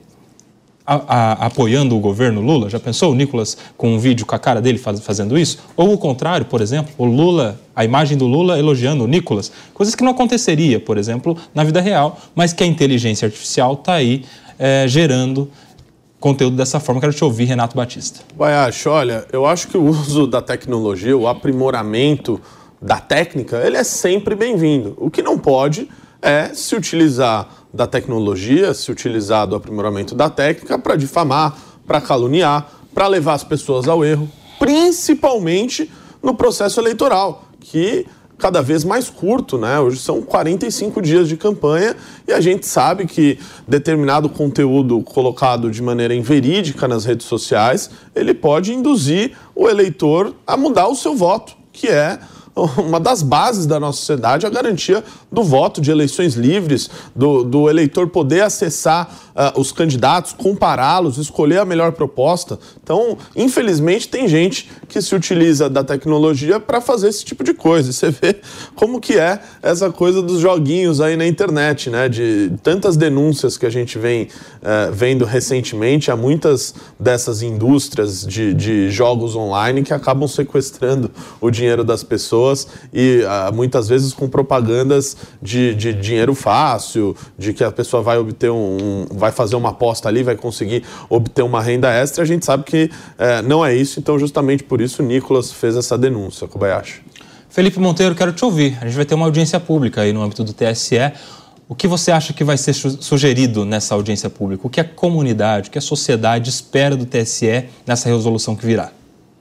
apoiando o governo Lula. Já pensou o Nicolas com um vídeo com a cara dele fazendo isso? Ou o contrário, por exemplo, o Lula, a imagem do Lula elogiando o Nicolas. Coisas que não aconteceria, por exemplo, na vida real, mas que a inteligência artificial está aí gerando conteúdo dessa forma. Quero te ouvir, Renato Batista. Baiacho, olha, eu acho que o uso da tecnologia, o aprimoramento da técnica, ele é sempre bem-vindo. O que não pode é se utilizar da tecnologia, se utilizar do aprimoramento da técnica para difamar, para caluniar, para levar as pessoas ao erro, principalmente no processo eleitoral, que cada vez mais curto, né? Hoje são 45 dias de campanha e a gente sabe que determinado conteúdo colocado de maneira inverídica nas redes sociais, ele pode induzir o eleitor a mudar o seu voto, que é uma das bases da nossa sociedade, a garantia do voto, de eleições livres, do eleitor poder acessar os candidatos, compará-los, escolher a melhor proposta. Então, infelizmente, tem gente que se utiliza da tecnologia para fazer esse tipo de coisa. E você vê como que é essa coisa dos joguinhos aí na internet, né? De tantas denúncias que a gente vem vendo recentemente, há muitas dessas indústrias de jogos online que acabam sequestrando o dinheiro das pessoas e muitas vezes com propagandas de dinheiro fácil, de que a pessoa vai obter vai fazer uma aposta ali, vai conseguir obter uma renda extra. A gente sabe que não é isso, então justamente por isso o Nicolas fez essa denúncia, Kobayashi. Felipe Monteiro, quero te ouvir. A gente vai ter uma audiência pública aí no âmbito do TSE. O que você acha que vai ser sugerido nessa audiência pública? O que a comunidade, o que a sociedade espera do TSE nessa resolução que virá?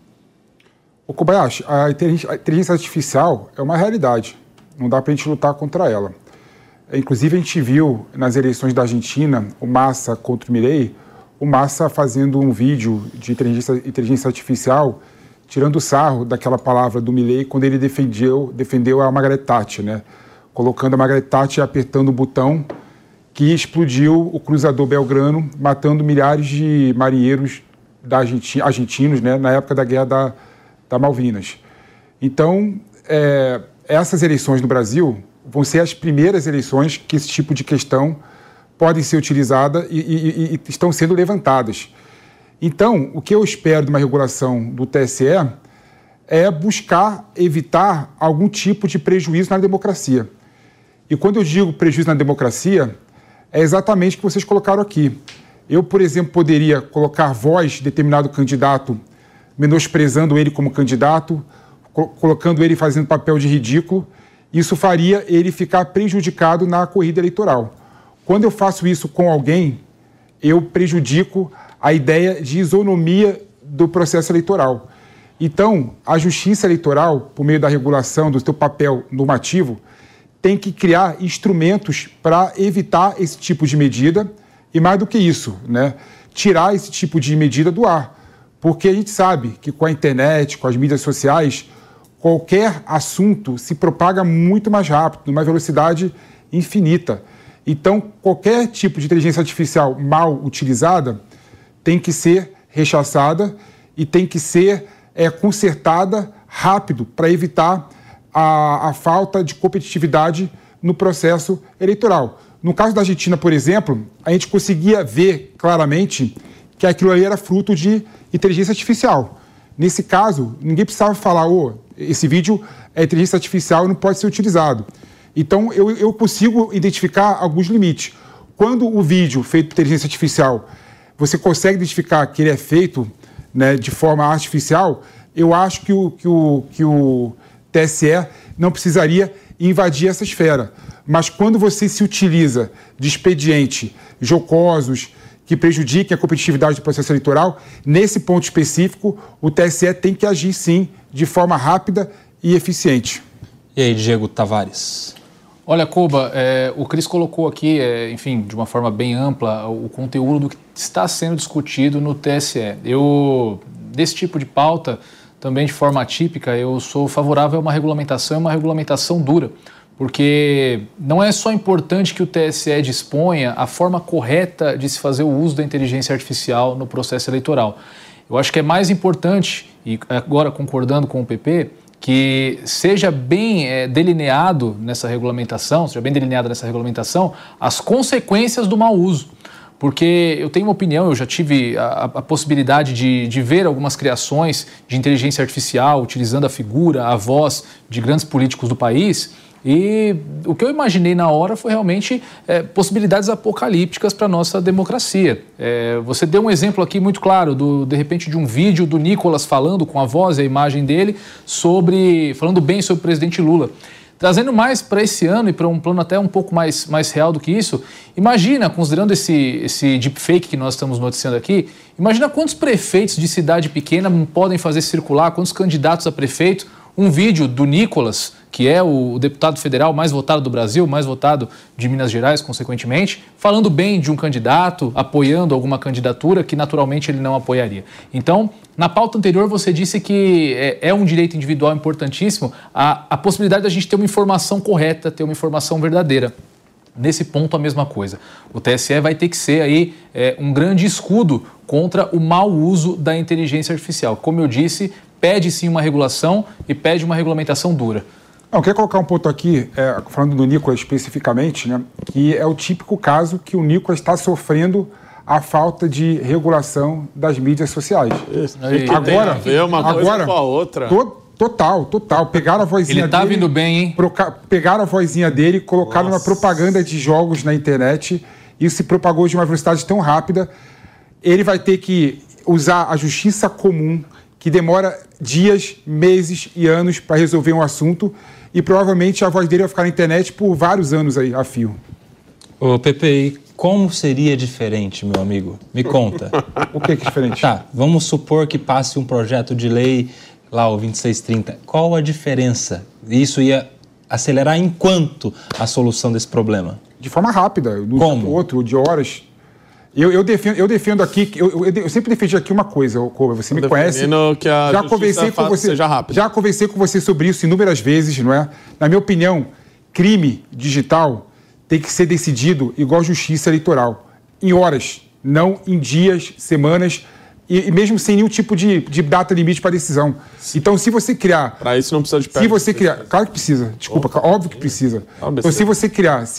O Kobayashi, a inteligência artificial é uma realidade. Não dá para a gente lutar contra ela. Inclusive, a gente viu nas eleições da Argentina, o Massa contra o Milei, o Massa fazendo um vídeo de inteligência artificial, tirando sarro daquela palavra do Milei quando ele defendeu a Margaret Thatcher, né? Colocando a Margaret Thatcher apertando o botão que explodiu o cruzador Belgrano, matando milhares de marinheiros argentinos, né, na época da Guerra da Malvinas. Então, essas eleições no Brasil vão ser as primeiras eleições que esse tipo de questão podem ser utilizadas e estão sendo levantadas. Então, o que eu espero de uma regulação do TSE é buscar evitar algum tipo de prejuízo na democracia. E quando eu digo prejuízo na democracia, é exatamente o que vocês colocaram aqui. Eu, por exemplo, poderia colocar voz de determinado candidato, menosprezando ele como candidato, colocando ele fazendo papel de ridículo. Isso faria ele ficar prejudicado na corrida eleitoral. Quando eu faço isso com alguém, eu prejudico a ideia de isonomia do processo eleitoral. Então, a Justiça Eleitoral, por meio da regulação do seu papel normativo, tem que criar instrumentos para evitar esse tipo de medida e, mais do que isso, né, tirar esse tipo de medida do ar. Porque a gente sabe que com a internet, com as mídias sociais, qualquer assunto se propaga muito mais rápido, numa velocidade infinita. Então, qualquer tipo de inteligência artificial mal utilizada tem que ser rechaçada e tem que ser consertada rápido para evitar a falta de competitividade no processo eleitoral. No caso da Argentina, por exemplo, a gente conseguia ver claramente que aquilo ali era fruto de inteligência artificial. Nesse caso, ninguém precisava falar, esse vídeo é inteligência artificial e não pode ser utilizado. Então, eu consigo identificar alguns limites. Quando o vídeo feito por inteligência artificial, você consegue identificar que ele é feito, né, de forma artificial, eu acho que o TSE não precisaria invadir essa esfera. Mas quando você se utiliza de expedientes jocosos que prejudiquem a competitividade do processo eleitoral, nesse ponto específico, o TSE tem que agir, sim, de forma rápida e eficiente. E aí, Diego Tavares? Olha, Koba, o Cris colocou aqui, enfim, de uma forma bem ampla, o conteúdo do que está sendo discutido no TSE. Desse tipo de pauta, também de forma atípica, eu sou favorável a uma regulamentação dura, porque não é só importante que o TSE disponha a forma correta de se fazer o uso da inteligência artificial no processo eleitoral. Eu acho que é mais importante, e agora concordando com o PP, que seja bem delineada nessa regulamentação, as consequências do mau uso. Porque eu tenho uma opinião, eu já tive a possibilidade de ver algumas criações de inteligência artificial utilizando a figura, a voz de grandes políticos do país, E o que eu imaginei na hora foi realmente possibilidades apocalípticas para a nossa democracia. Você deu um exemplo aqui muito claro, de repente, de um vídeo do Nicolas falando com a voz e a imagem dele, falando bem sobre o presidente Lula. Trazendo mais para esse ano e para um plano até um pouco mais real do que isso, imagina, considerando esse deepfake que nós estamos noticiando aqui, imagina quantos prefeitos de cidade pequena podem fazer circular, quantos candidatos a prefeito, um vídeo do Nicolas, que é o deputado federal mais votado do Brasil, mais votado de Minas Gerais, consequentemente, falando bem de um candidato, apoiando alguma candidatura que naturalmente ele não apoiaria. Então, na pauta anterior você disse que é um direito individual importantíssimo a possibilidade da gente ter uma informação correta, ter uma informação verdadeira. Nesse ponto, a mesma coisa. O TSE vai ter que ser aí um grande escudo contra o mau uso da inteligência artificial. Como eu disse, pede sim uma regulação e pede uma regulamentação dura. Eu queria colocar um ponto aqui, falando do Nicolas especificamente, né, que é o típico caso que o Nicolas está sofrendo a falta de regulação das mídias sociais. Agora, ver uma coisa com a outra. Total. Pegaram a vozinha dele... Ele tá vindo bem, hein? Pegaram a vozinha dele e colocaram uma propaganda de jogos na internet. Isso se propagou de uma velocidade tão rápida. Ele vai ter que usar a justiça comum, que demora dias, meses e anos para resolver um assunto. E provavelmente a voz dele vai ficar na internet por vários anos aí, a fio. Ô, Pepe, como seria diferente, meu amigo? Me conta. O que é diferente? Tá, vamos supor que passe um projeto de lei, lá o 2630. Qual a diferença? Isso ia acelerar em quanto a solução desse problema? De forma rápida. Como? Outro, de horas. Eu defendo aqui, eu sempre defendi aqui uma coisa, Koba, você me conhece. Que a já conversei com você, seja rápido. Já conversei com você sobre isso inúmeras vezes, não é? Na minha opinião, crime digital tem que ser decidido igual justiça eleitoral, em horas, não em dias, semanas e mesmo sem nenhum tipo de data limite para decisão. Então, se você criar... Para isso não precisa de perto. Se você criar... Claro que precisa. Desculpa, óbvio que precisa. Então, se você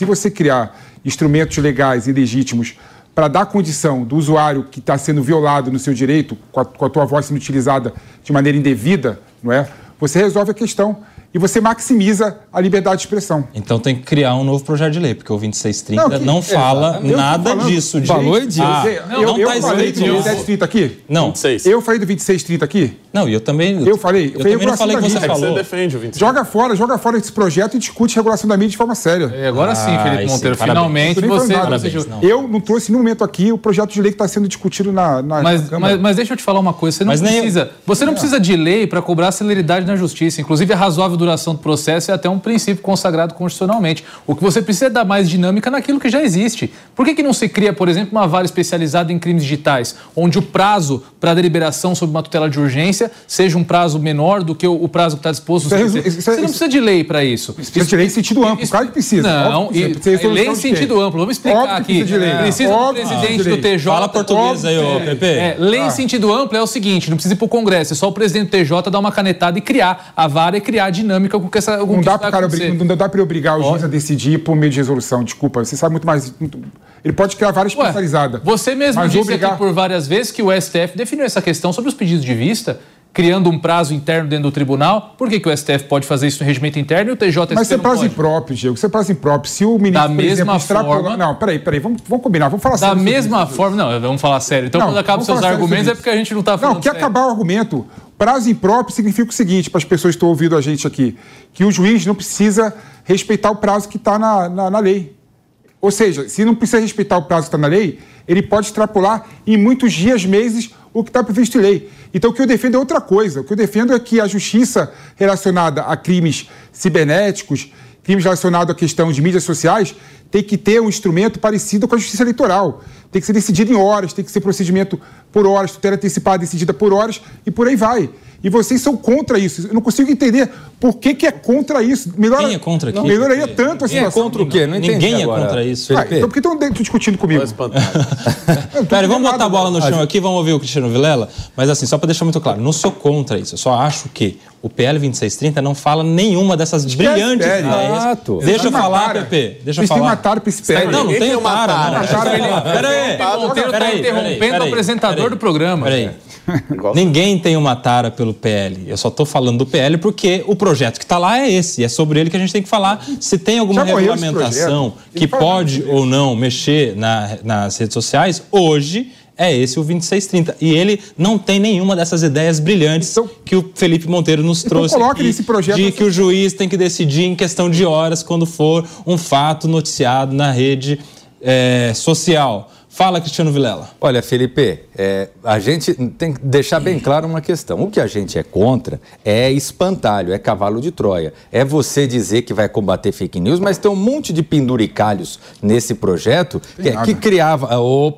criar instrumentos legais e legítimos para dar condição do usuário que está sendo violado no seu direito, com a tua voz sendo utilizada de maneira indevida, não é? Você resolve a questão e você maximiza a liberdade de expressão. Então tem que criar um novo projeto de lei, porque o 2630 não fala nada disso. Falou disso. Não está falei do 2730 aqui? Não. 26. Eu falei do 2630 aqui? Não, e eu também... Eu falei. Eu também não falei que você falou. Você defende o 26. Joga fora esse projeto e discute regulação da mídia de forma séria. Agora sim, Felipe Monteiro, sim, finalmente você... Eu não trouxe no momento aqui o projeto de lei que está sendo discutido na Câmara. Mas deixa eu te falar uma coisa, você não precisa de lei para cobrar celeridade na justiça. Inclusive, a razoável duração do processo é até um princípio consagrado constitucionalmente. O que você precisa é dar mais dinâmica naquilo que já existe. Por que não se cria, por exemplo, uma vara especializada em crimes digitais, onde o prazo para a deliberação sobre uma tutela de urgência seja um prazo menor do que o prazo que está disposto? Você não precisa de lei para isso. Precisa de lei em sentido amplo, claro que precisa. Não, lei em sentido amplo. Vamos explicar aqui. Precisa do presidente do TJ... Fala português aí, ô Pepe. Lei em sentido amplo é o seguinte, não precisa ir para o Congresso, é só o presidente do TJ dar uma canetada e criar a vara e criar a dinâmica com que essa... Não dá para ele obrigar o juiz a decidir por meio de resolução. Desculpa, você sabe muito mais. Ele pode criar vara especializada. Você mesmo disse aqui por várias vezes que o STF definiu essa questão sobre os pedidos de vista, criando um prazo interno dentro do tribunal. Por que o STF pode fazer isso no regimento interno e o TJSP Mas isso é prazo impróprio, Diego. Isso é prazo impróprio. Se o ministro, da mesma forma... Não, peraí. Vamos combinar. Vamos falar sério. Da mesma forma... Não, vamos falar sério. Então, quando acabam os seus argumentos, é porque a gente não está falando sério. Não, quer acabar o argumento. Prazo impróprio significa o seguinte, para as pessoas que estão ouvindo a gente aqui, que o juiz não precisa respeitar o prazo que está na lei. Ou seja, se não precisa respeitar o prazo que está na lei, ele pode extrapolar em muitos dias, meses, o que está previsto em lei. Então, o que eu defendo é outra coisa. O que eu defendo é que a justiça relacionada a crimes cibernéticos, crimes relacionados à questão de mídias sociais, tem que ter um instrumento parecido com a justiça eleitoral. Tem que ser decidido em horas, tem que ser procedimento por horas, tutela antecipada decidida por horas e por aí vai. E vocês são contra isso. Eu não consigo entender por que é contra isso. Quem é contra aqui? Melhoraria tanto a situação. Quem é contra o quê? Não entendi. Ninguém agora. É contra isso. Então por que estão discutindo comigo? Pera, vamos botar a bola no chão aqui, vamos ouvir o Cristiano Vilela. Mas assim, só para deixar muito claro, não sou contra isso. Eu só acho que o PL 2630 não fala nenhuma dessas brilhantes ideias. Exato. Deixa eu falar, Pepe. Deixa eu falar. Vocês têm uma tara para esse PL. Não tem tara. Peraí. O Monteiro está interrompendo o apresentador do programa. Peraí. Ninguém tem uma tara pelo pelo PL. Eu só estou falando do PL porque o projeto que está lá é esse. É sobre ele que a gente tem que falar. Se tem alguma regulamentação que pode ou não mexer nas redes sociais, hoje é esse o 2630. E ele não tem nenhuma dessas ideias brilhantes que o Felipe Monteiro nos trouxe aqui, nesse projeto de que o juiz tem que decidir em questão de horas quando for um fato noticiado na rede social. Fala, Cristiano Vilela. Olha, Felipe, a gente tem que deixar bem claro uma questão. O que a gente é contra é espantalho, é cavalo de Troia. É você dizer que vai combater fake news, mas tem um monte de penduricalhos nesse projeto que criava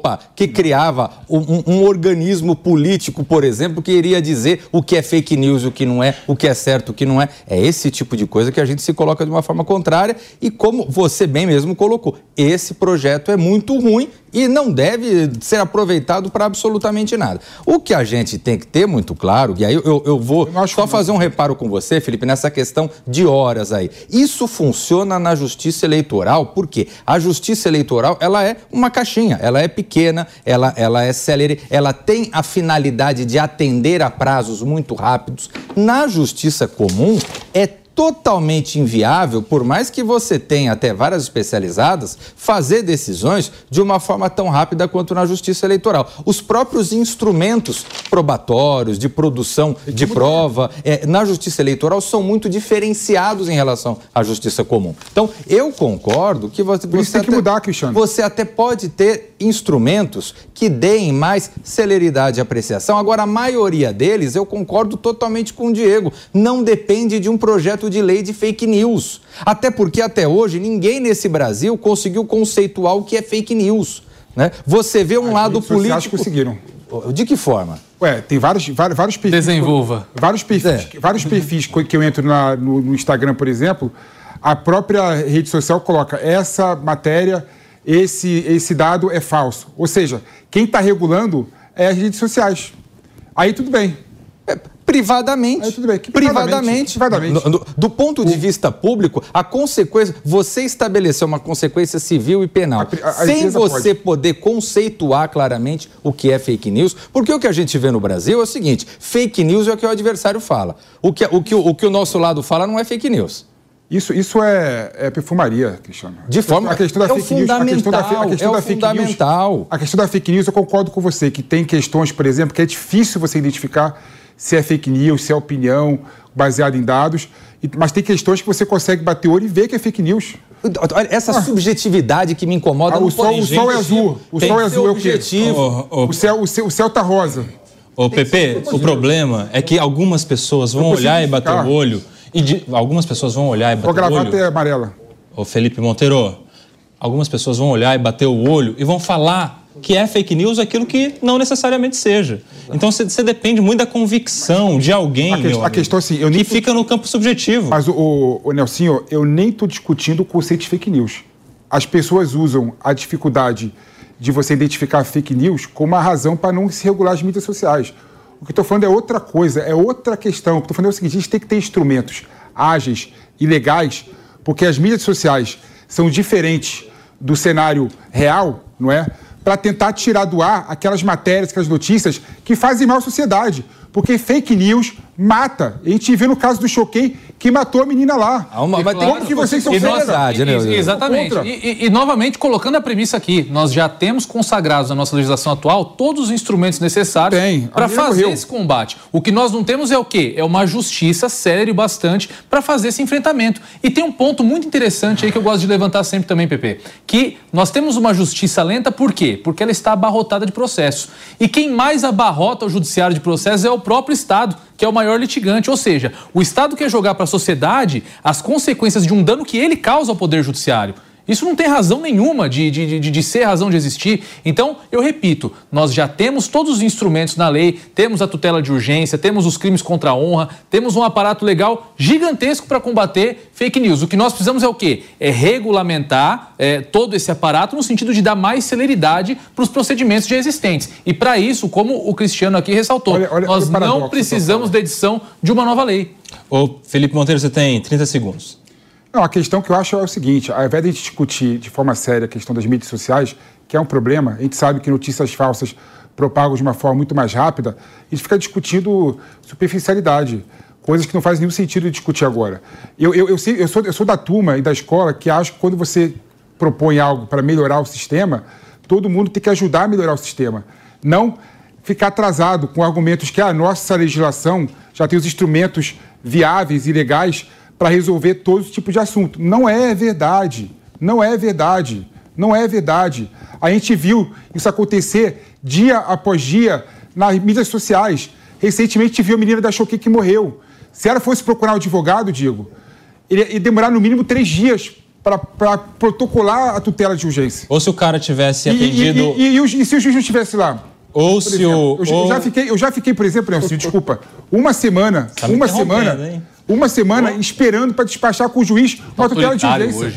um organismo político, por exemplo, que iria dizer o que é fake news, o que não é, o que é certo, o que não é. É esse tipo de coisa que a gente se coloca de uma forma contrária e, como você bem mesmo colocou, esse projeto é muito ruim e não deve ser aproveitado para absolutamente nada. O que a gente tem que ter muito claro, e aí eu vou só fazer um reparo com você, Felipe, nessa questão de horas aí. Isso funciona na justiça eleitoral, porque a justiça eleitoral, ela é uma caixinha, ela é pequena, ela é célere, ela tem a finalidade de atender a prazos muito rápidos. Na justiça comum, é totalmente inviável, por mais que você tenha até várias especializadas, fazer decisões de uma forma tão rápida quanto na justiça eleitoral. Os próprios instrumentos probatórios, de produção de prova, na justiça eleitoral são muito diferenciados em relação à justiça comum. Então, eu concordo que você tem que mudar, Cristiano. Você até pode ter instrumentos que deem mais celeridade de apreciação. Agora, a maioria deles, eu concordo totalmente com o Diego, não depende de um projeto de lei de fake news. Até porque, até hoje, ninguém nesse Brasil conseguiu conceituar o que é fake news, né? Você vê um lado político... Acho que conseguiram. De que forma? Tem vários perfis... Desenvolva. Vários perfis que eu entro no Instagram, por exemplo, a própria rede social coloca essa matéria, esse dado é falso. Ou seja, quem está regulando é as redes sociais. Aí tudo bem. Privadamente. Tudo bem. Privadamente. Do ponto de vista público, a consequência, você estabeleceu uma consequência civil e penal, sem você poder conceituar claramente o que é fake news, porque o que a gente vê no Brasil é o seguinte: fake news é o que o adversário fala. O que o nosso lado fala não é fake news. Isso é perfumaria, Cristiano. De forma... A questão da fake news, a questão da fake news, eu concordo com você, que tem questões, por exemplo, que é difícil você identificar se é fake news, se é opinião baseada em dados, mas tem questões que você consegue bater o olho e ver que é fake news. Olha, essa subjetividade que me incomoda. O sol é azul. O sol é azul é o quê? O céu tá rosa. Ô, Pepe, o problema é que algumas pessoas vão olhar e bater o olho. Algumas pessoas vão olhar e bater o olho. A gravata é amarela. Ô, Felipe Monteiro, algumas pessoas vão olhar e bater o olho e vão falar que é fake news aquilo que não necessariamente seja. Então, você depende muito da convicção de alguém, a questão, assim, que fica no campo subjetivo. Mas, o Nelsinho, eu nem estou discutindo o conceito de fake news. As pessoas usam a dificuldade de você identificar fake news como uma razão para não se regular as mídias sociais. O que eu estou falando é outra coisa, é outra questão. O que eu estou falando é o seguinte: a gente tem que ter instrumentos ágeis e legais, porque as mídias sociais são diferentes do cenário real, não é? Para tentar tirar do ar aquelas matérias, aquelas notícias que fazem mal à sociedade. Porque fake news mata. A gente vê no caso do Choquei que matou a menina lá. Como que vocês são verdade, né? Exatamente. E novamente, colocando a premissa aqui, nós já temos consagrados na nossa legislação atual todos os instrumentos necessários para fazer esse combate. O que nós não temos é o quê? É uma justiça séria bastante para fazer esse enfrentamento. E tem um ponto muito interessante aí que eu gosto de levantar sempre também, Pepe, que nós temos uma justiça lenta, por quê? Porque ela está abarrotada de processos. E quem mais abarrota o judiciário de processos é o próprio Estado, que é o maior litigante. Ou seja, o Estado quer jogar para a sociedade as consequências de um dano que ele causa ao Poder Judiciário. Isso não tem razão nenhuma de ser razão de existir. Então, eu repito, nós já temos todos os instrumentos na lei, temos a tutela de urgência, temos os crimes contra a honra, temos um aparato legal gigantesco para combater fake news. O que nós precisamos é o quê? É regulamentar todo esse aparato no sentido de dar mais celeridade para os procedimentos já existentes. E para isso, como o Cristiano aqui ressaltou, nós não precisamos da edição de uma nova lei. Ô, Felipe Monteiro, você tem 30 segundos. Não, a questão que eu acho é o seguinte: ao invés de a gente discutir de forma séria a questão das mídias sociais, que é um problema, a gente sabe que notícias falsas propagam de uma forma muito mais rápida, a gente fica discutindo superficialidade, coisas que não fazem nenhum sentido discutir agora. Eu sou da turma e da escola que acho que quando você propõe algo para melhorar o sistema, todo mundo tem que ajudar a melhorar o sistema. Não ficar atrasado com argumentos que a nossa legislação já tem os instrumentos viáveis e legais para resolver todos os tipos de assunto. Não é verdade. Não é verdade. Não é verdade. A gente viu isso acontecer dia após dia nas mídias sociais. Recentemente, a gente viu a menina da Choquei que morreu. Se ela fosse procurar um advogado, Diego, ele ia demorar no mínimo 3 dias para protocolar a tutela de urgência. Ou se o cara tivesse atendido... E se o juiz não estivesse lá? Ou se exemplo, eu já fiquei, por exemplo, Nelson, desculpa, uma semana esperando para despachar com o juiz uma tutela de urgência.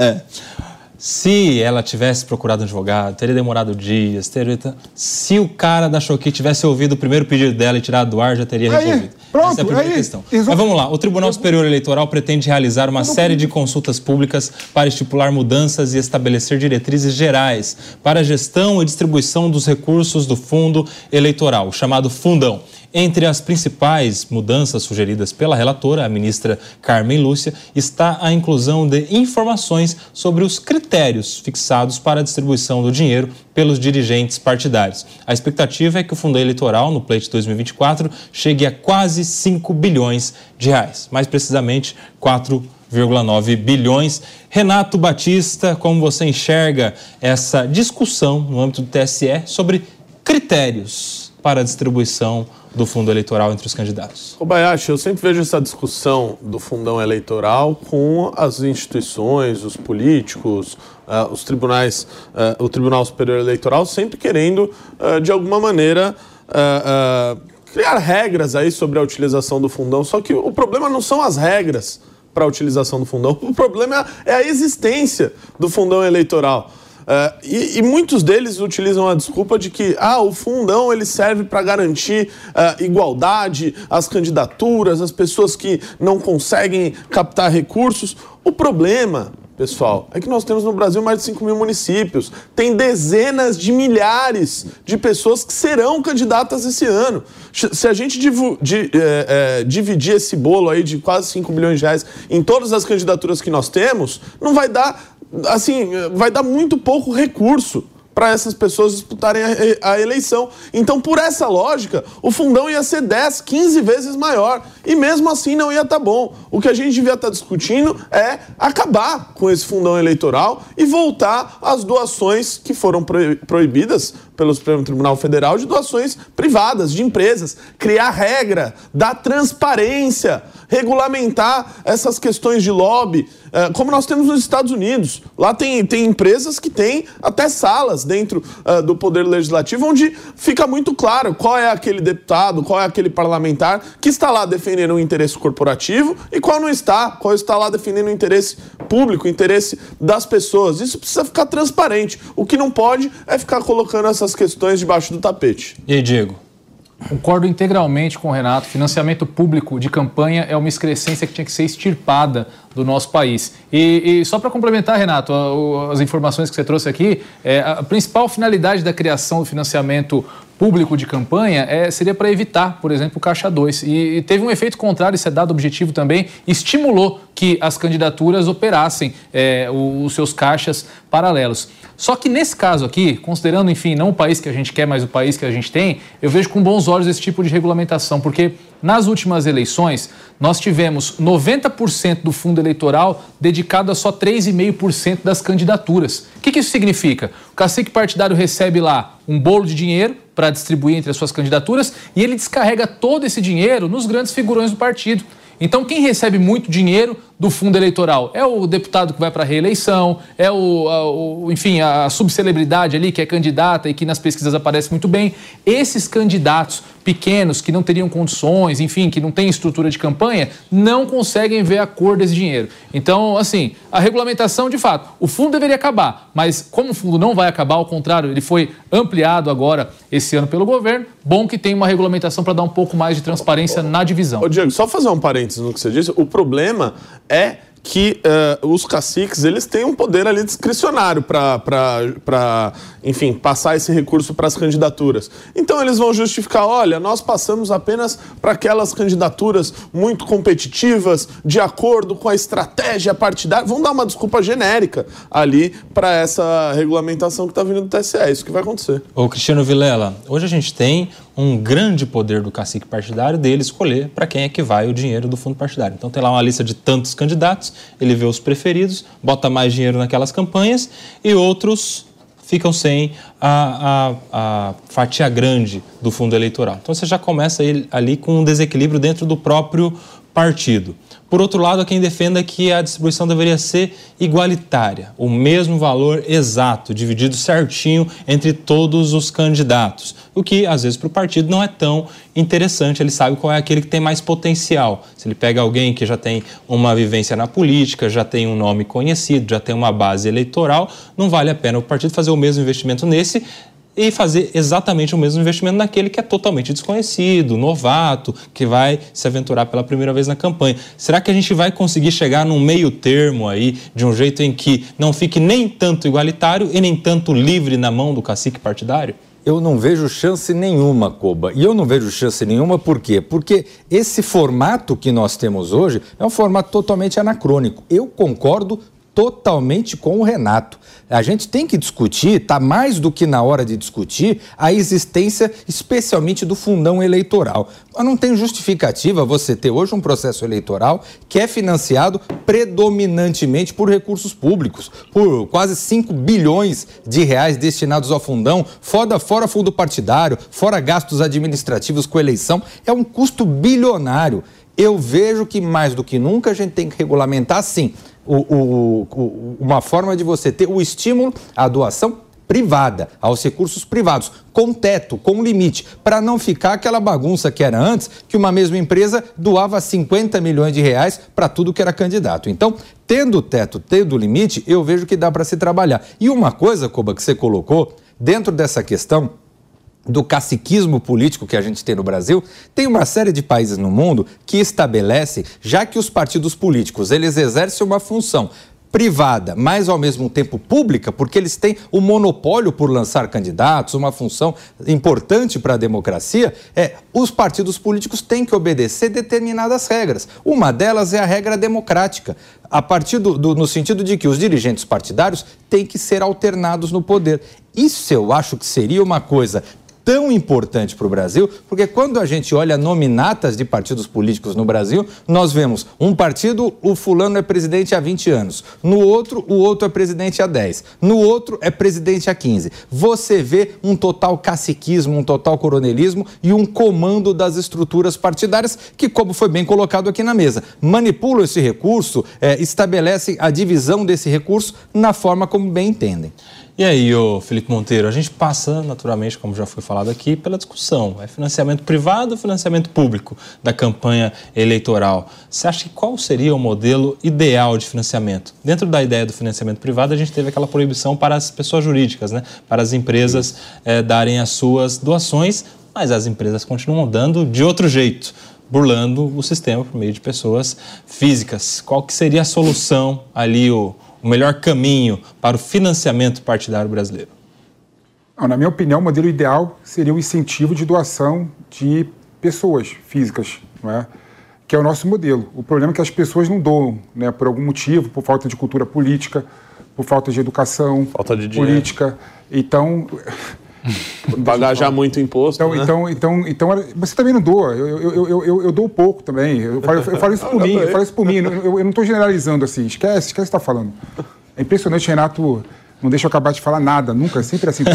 Se ela tivesse procurado um advogado, teria demorado dias. Se o cara da Choquei tivesse ouvido o primeiro pedido dela e tirado do ar, já teria resolvido. Pronto, essa é a primeira questão. Mas vamos lá. O Tribunal Superior Eleitoral pretende realizar uma série de consultas públicas para estipular mudanças e estabelecer diretrizes gerais para a gestão e distribuição dos recursos do Fundo Eleitoral, o chamado Fundão. Entre as principais mudanças sugeridas pela relatora, a ministra Carmen Lúcia, está a inclusão de informações sobre os critérios fixados para a distribuição do dinheiro pelos dirigentes partidários. A expectativa é que o Fundo Eleitoral, no pleito de 2024, chegue a quase 5 bilhões de reais. Mais precisamente, 4,9 bilhões. Renato Batista, como você enxerga essa discussão no âmbito do TSE sobre critérios para a distribuição do fundo eleitoral entre os candidatos? Kobayashi, eu sempre vejo essa discussão do fundão eleitoral com as instituições, os políticos, os tribunais, o Tribunal Superior Eleitoral sempre querendo, de alguma maneira, criar regras aí sobre a utilização do fundão. Só que o problema não são as regras para a utilização do fundão, o problema é a existência do fundão eleitoral. E muitos deles utilizam a desculpa de que o fundão ele serve para garantir igualdade às candidaturas, às pessoas que não conseguem captar recursos. O problema, pessoal, é que nós temos no Brasil mais de 5 mil municípios. Tem dezenas de milhares de pessoas que serão candidatas esse ano. Se a gente dividir esse bolo aí de quase 5 bilhões de reais em todas as candidaturas que nós temos, não vai dar... Assim, vai dar muito pouco recurso para essas pessoas disputarem a eleição. Então, por essa lógica, o fundão ia ser 10, 15 vezes maior. E mesmo assim não ia estar bom. O que a gente devia estar discutindo é acabar com esse fundão eleitoral e voltar às doações que foram proibidas pelo Supremo Tribunal Federal, de doações privadas, de empresas. Criar regra, dar transparência, regulamentar essas questões de lobby, como nós temos nos Estados Unidos. Lá tem empresas que têm até salas dentro do Poder Legislativo, onde fica muito claro qual é aquele deputado, qual é aquele parlamentar que está lá defendendo o interesse corporativo e qual não está, qual está lá defendendo o interesse público, o interesse das pessoas. Isso precisa ficar transparente. O que não pode é ficar colocando essas questões debaixo do tapete. E aí, Diego? Concordo integralmente com o Renato. Financiamento público de campanha é uma excrescência que tinha que ser extirpada do nosso país. E só para complementar, Renato, as informações que você trouxe aqui, a principal finalidade da criação do financiamento público de campanha seria para evitar, por exemplo, o Caixa 2. E teve um efeito contrário, esse é dado objetivo também, estimulou que as candidaturas operassem os seus caixas paralelos. Só que nesse caso aqui, considerando, enfim, não o país que a gente quer, mas o país que a gente tem, eu vejo com bons olhos esse tipo de regulamentação, porque nas últimas eleições, nós tivemos 90% do fundo eleitoral dedicado a só 3,5% das candidaturas. O que isso significa? O cacique partidário recebe lá um bolo de dinheiro para distribuir entre as suas candidaturas e ele descarrega todo esse dinheiro nos grandes figurões do partido. Então, quem recebe muito dinheiro do fundo eleitoral é o deputado que vai para a reeleição, enfim, a subcelebridade ali que é candidata e que nas pesquisas aparece muito bem. Esses candidatos pequenos que não teriam condições, enfim, que não têm estrutura de campanha, não conseguem ver a cor desse dinheiro. Então, assim, a regulamentação, de fato, o fundo deveria acabar, mas como o fundo não vai acabar, ao contrário, ele foi ampliado agora esse ano pelo governo, bom que tem uma regulamentação para dar um pouco mais de transparência na divisão. Diego, só fazer um parênteses no que você disse, o problema é que os caciques, eles têm um poder ali discricionário para, enfim, passar esse recurso para as candidaturas. Então eles vão justificar, olha, nós passamos apenas para aquelas candidaturas muito competitivas, de acordo com a estratégia partidária. Vão dar uma desculpa genérica ali para essa regulamentação que está vindo do TSE. É isso que vai acontecer. Ô, Cristiano Vilela, hoje a gente tem um grande poder do cacique partidário dele escolher para quem é que vai o dinheiro do fundo partidário. Então tem lá uma lista de tantos candidatos, ele vê os preferidos, bota mais dinheiro naquelas campanhas e outros ficam sem a fatia grande do fundo eleitoral. Então você já começa ali com um desequilíbrio dentro do próprio partido. Por outro lado, há quem defenda que a distribuição deveria ser igualitária, o mesmo valor exato, dividido certinho entre todos os candidatos, o que, às vezes, para o partido não é tão interessante, ele sabe qual é aquele que tem mais potencial. Se ele pega alguém que já tem uma vivência na política, já tem um nome conhecido, já tem uma base eleitoral, não vale a pena o partido fazer o mesmo investimento nesse e fazer exatamente o mesmo investimento naquele que é totalmente desconhecido, novato, que vai se aventurar pela primeira vez na campanha. Será que a gente vai conseguir chegar num meio termo aí, de um jeito em que não fique nem tanto igualitário e nem tanto livre na mão do cacique partidário? Eu não vejo chance nenhuma, Koba. E eu não vejo chance nenhuma por quê? Porque esse formato que nós temos hoje é um formato totalmente anacrônico. Eu concordo totalmente com o Renato. A gente tem que discutir, está mais do que na hora de discutir, a existência especialmente do fundão eleitoral. Mas não tem justificativa você ter hoje um processo eleitoral que é financiado predominantemente por recursos públicos, por quase 5 bilhões de reais destinados ao fundão, fora fundo partidário, fora gastos administrativos com eleição. É um custo bilionário. Eu vejo que mais do que nunca a gente tem que regulamentar, sim, uma forma de você ter o estímulo à doação privada, aos recursos privados, com teto, com limite, para não ficar aquela bagunça que era antes, que uma mesma empresa doava 50 milhões de reais para tudo que era candidato. Então, tendo teto, tendo limite, eu vejo que dá para se trabalhar. E uma coisa, Koba, que você colocou, dentro dessa questão do caciquismo político que a gente tem no Brasil, tem uma série de países no mundo que estabelecem, já que os partidos políticos, eles exercem uma função privada, mas ao mesmo tempo pública, porque eles têm o monopólio por lançar candidatos, uma função importante para a democracia, os partidos políticos têm que obedecer determinadas regras. Uma delas é a regra democrática, a partir no sentido de que os dirigentes partidários têm que ser alternados no poder. Isso eu acho que seria uma coisa tão importante para o Brasil, porque quando a gente olha nominatas de partidos políticos no Brasil, nós vemos um partido, o fulano é presidente há 20 anos, no outro, o outro é presidente há 10, no outro é presidente há 15. Você vê um total caciquismo, um total coronelismo e um comando das estruturas partidárias que, como foi bem colocado aqui na mesa, manipulam esse recurso, estabelecem a divisão desse recurso na forma como bem entendem. E aí, Felipe Monteiro, a gente passa, naturalmente, como já foi falado aqui, pela discussão. É financiamento privado ou financiamento público da campanha eleitoral? Você acha que qual seria o modelo ideal de financiamento? Dentro da ideia do financiamento privado, a gente teve aquela proibição para as pessoas jurídicas, né? Para as empresas darem as suas doações, mas as empresas continuam dando de outro jeito, burlando o sistema por meio de pessoas físicas. Qual que seria a solução ali, o melhor caminho para o financiamento partidário brasileiro? Na minha opinião, o modelo ideal seria o incentivo de doação de pessoas físicas, não é? Que é o nosso modelo. O problema é que as pessoas não doam, né? Por algum motivo, por falta de cultura política, por falta de educação falta de política. Então... pagar já muito imposto, né? Então, você também não doa. Eu dou pouco também. Eu falo isso por mim. Eu não estou generalizando assim. Esquece o que você está falando. É impressionante, Renato não deixa eu acabar de falar nada, nunca, sempre assim.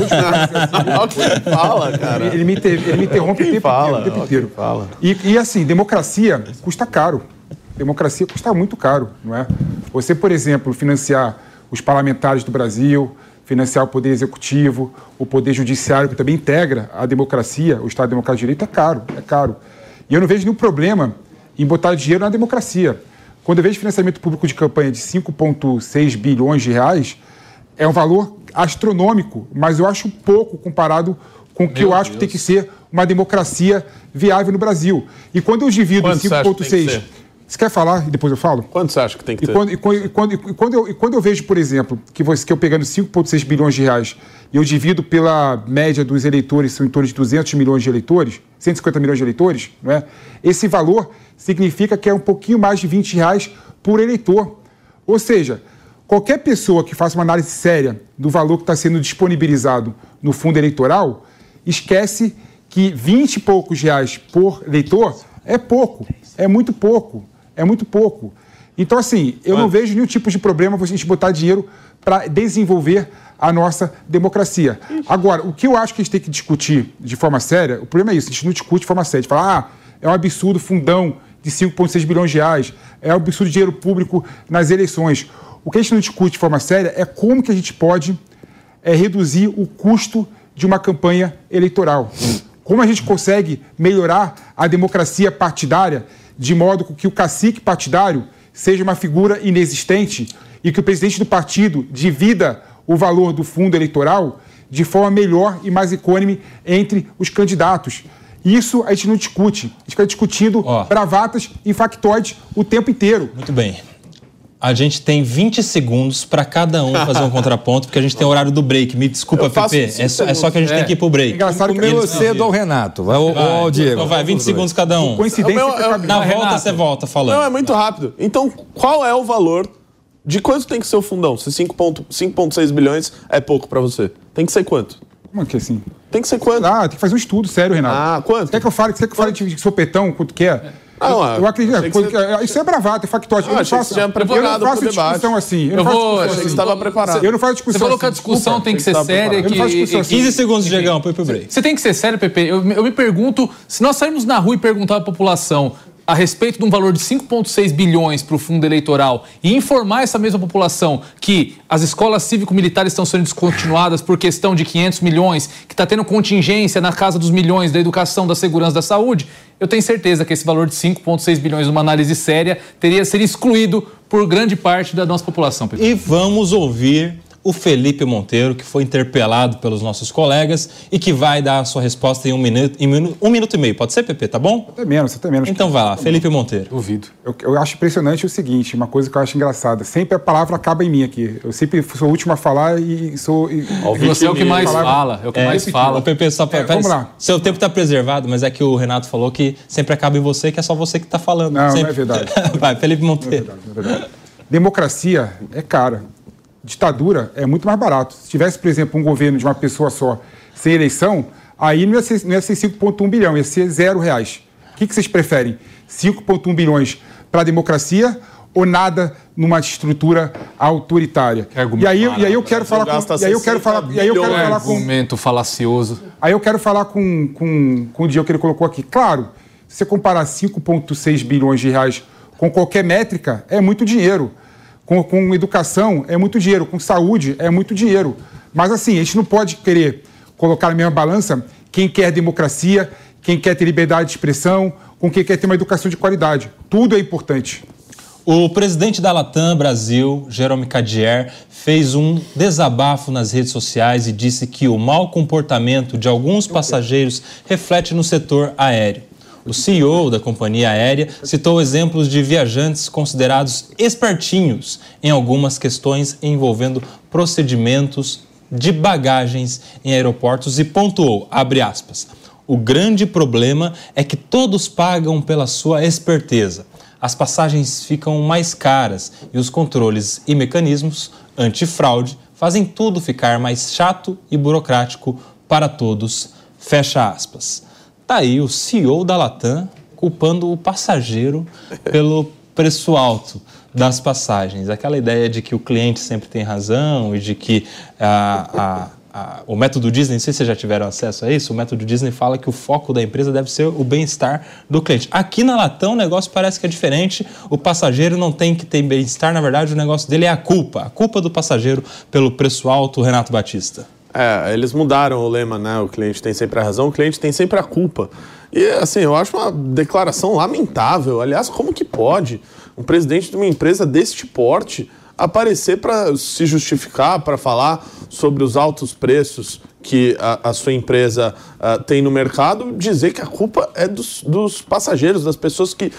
Fala, cara. Ele me interrompe o tempo inteiro. E assim, democracia custa caro. Democracia custa muito caro, não é? Você, por exemplo, financiar os parlamentares do Brasil, financiar o poder executivo, o poder judiciário, que também integra a democracia, o Estado Democrático de Direito, é caro. E eu não vejo nenhum problema em botar dinheiro na democracia. Quando eu vejo financiamento público de campanha de 5,6 bilhões de reais, é um valor astronômico, mas eu acho pouco comparado com o que eu acho que tem que ser uma democracia viável no Brasil. E quando eu divido 5,6... Você quer falar e depois eu falo? Quanto você acha que tem que ter? Quando eu vejo, por exemplo, que eu pegando 5,6 bilhões de reais e eu divido pela média dos eleitores, são em torno de 200 milhões de eleitores, 150 milhões de eleitores, não é? Esse valor significa que é um pouquinho mais de R$20 por eleitor. Ou seja, qualquer pessoa que faça uma análise séria do valor que está sendo disponibilizado no fundo eleitoral, esquece que 20 e poucos reais por eleitor é pouco, é muito pouco. É muito pouco. Então, assim, eu não vejo nenhum tipo de problema a gente botar dinheiro para desenvolver a nossa democracia. Agora, o que eu acho que a gente tem que discutir de forma séria, o problema é isso, a gente não discute de forma séria. A gente fala, é um absurdo fundão de 5,6 bilhões de reais, é um absurdo dinheiro público nas eleições. O que a gente não discute de forma séria é como que a gente pode reduzir o custo de uma campanha eleitoral. Como a gente consegue melhorar a democracia partidária de modo que o cacique partidário seja uma figura inexistente e que o presidente do partido divida o valor do fundo eleitoral de forma melhor e mais econômica entre os candidatos. Isso a gente não discute. A gente fica discutindo bravatas e factoides o tempo inteiro. Muito bem. A gente tem 20 segundos para cada um fazer um contraponto, porque a gente tem o horário do break. Me desculpa, Pepe, é só que a gente tem que ir pro break. Engraçado que meio cedo ao Renato. Vai, o Diego. Então vai, 20 segundos cada um. Coincidência. Na volta você volta falando. Não, é muito rápido. Então, qual é o valor de quanto tem que ser o fundão? Se 5,6 bilhões é pouco para você. Tem que ser quanto? Como que assim? Tem que ser quanto? Tem que fazer um estudo sério, Renato. Quanto? Quer que eu fale de sopetão, quanto que é? Eu acredito. Isso é bravata, é factual. Eu não faço discussão assim. Eu achei que você estava preparado. Eu não faço discussão. Você falou que a discussão tem que ser séria. 15 segundos, Diegão, põe pro break. Você tem que ser sério, Pepe. Eu me pergunto, se nós sairmos na rua e perguntar à população a respeito de um valor de 5,6 bilhões para o fundo eleitoral e informar essa mesma população que as escolas cívico-militares estão sendo descontinuadas por questão de 500 milhões, que está tendo contingência na casa dos milhões da educação, da segurança, da saúde, eu tenho certeza que esse valor de 5,6 bilhões numa análise séria seria excluído por grande parte da nossa população. Pepe. E vamos ouvir o Felipe Monteiro, que foi interpelado pelos nossos colegas e que vai dar a sua resposta em um minuto e meio. Pode ser, Pepe? Tá bom? Até menos. Então vai lá, Felipe Monteiro. Duvido. Eu acho impressionante o seguinte, uma coisa que eu acho engraçada. Sempre a palavra acaba em mim aqui. Eu sempre sou o último a falar e sou... Você é o que mais fala. É o que mais fala. O Pepe, vamos lá. Seu tempo tá preservado, mas é que o Renato falou que sempre acaba em você, que é só você que tá falando. Não sempre. é verdade. Vai, Felipe Monteiro. Não é verdade. Democracia é cara. Ditadura é muito mais barato. Se tivesse, por exemplo, um governo de uma pessoa só, sem eleição, aí não ia ser 5,1 bilhão, ia ser R$0. O que vocês preferem? 5,1 bilhões para a democracia ou nada numa estrutura autoritária? E aí eu quero falar com... Argumento falacioso. Aí eu quero falar com o Diego que ele colocou aqui. Claro, se você comparar 5,6 bilhões de reais com qualquer métrica, é muito dinheiro. Com educação é muito dinheiro, com saúde é muito dinheiro. Mas assim, a gente não pode querer colocar na mesma balança quem quer democracia, quem quer ter liberdade de expressão, com quem quer ter uma educação de qualidade. Tudo é importante. O presidente da Latam Brasil, Jérôme Cadier, fez um desabafo nas redes sociais e disse que o mau comportamento de alguns passageiros reflete no setor aéreo. O CEO da companhia aérea citou exemplos de viajantes considerados espertinhos em algumas questões envolvendo procedimentos de bagagens em aeroportos e pontuou, abre aspas, o grande problema é que todos pagam pela sua esperteza. As passagens ficam mais caras e os controles e mecanismos antifraude fazem tudo ficar mais chato e burocrático para todos, fecha aspas. Tá aí o CEO da Latam culpando o passageiro pelo preço alto das passagens. Aquela ideia de que o cliente sempre tem razão e de que o método Disney, não sei se vocês já tiveram acesso a isso, o método Disney fala que o foco da empresa deve ser o bem-estar do cliente. Aqui na Latam o negócio parece que é diferente, o passageiro não tem que ter bem-estar, na verdade o negócio dele é a culpa do passageiro pelo preço alto, Renato Batista. Eles mudaram o lema, né? O cliente tem sempre a razão, o cliente tem sempre a culpa. E, assim, eu acho uma declaração lamentável. Aliás, como que pode um presidente de uma empresa deste porte aparecer para se justificar, para falar sobre os altos preços que a sua empresa tem no mercado, dizer que a culpa é dos passageiros, das pessoas que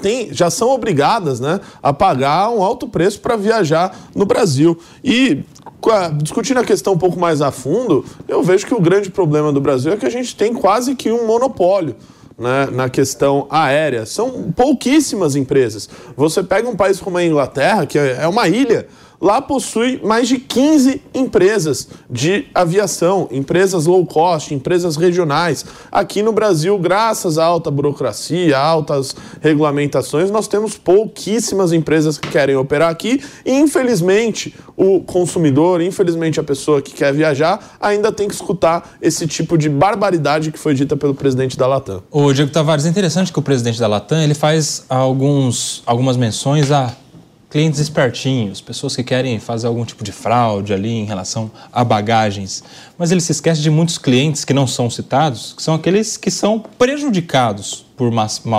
já são obrigadas, né, a pagar um alto preço para viajar no Brasil. E discutindo a questão um pouco mais a fundo, eu vejo que o grande problema do Brasil é que a gente tem quase que um monopólio, né, na questão aérea. São pouquíssimas empresas. Você pega um país como a Inglaterra, que é uma ilha, lá possui mais de 15 empresas de aviação, empresas low cost, empresas regionais. Aqui no Brasil, graças à alta burocracia, altas regulamentações, nós temos pouquíssimas empresas que querem operar aqui e, infelizmente, o consumidor, infelizmente a pessoa que quer viajar, ainda tem que escutar esse tipo de barbaridade que foi dita pelo presidente da Latam. Ô, Diego Tavares, é interessante que o presidente da Latam ele faz algumas menções a clientes espertinhos, pessoas que querem fazer algum tipo de fraude ali em relação a bagagens. Mas ele se esquece de muitos clientes que não são citados, que são aqueles que são prejudicados por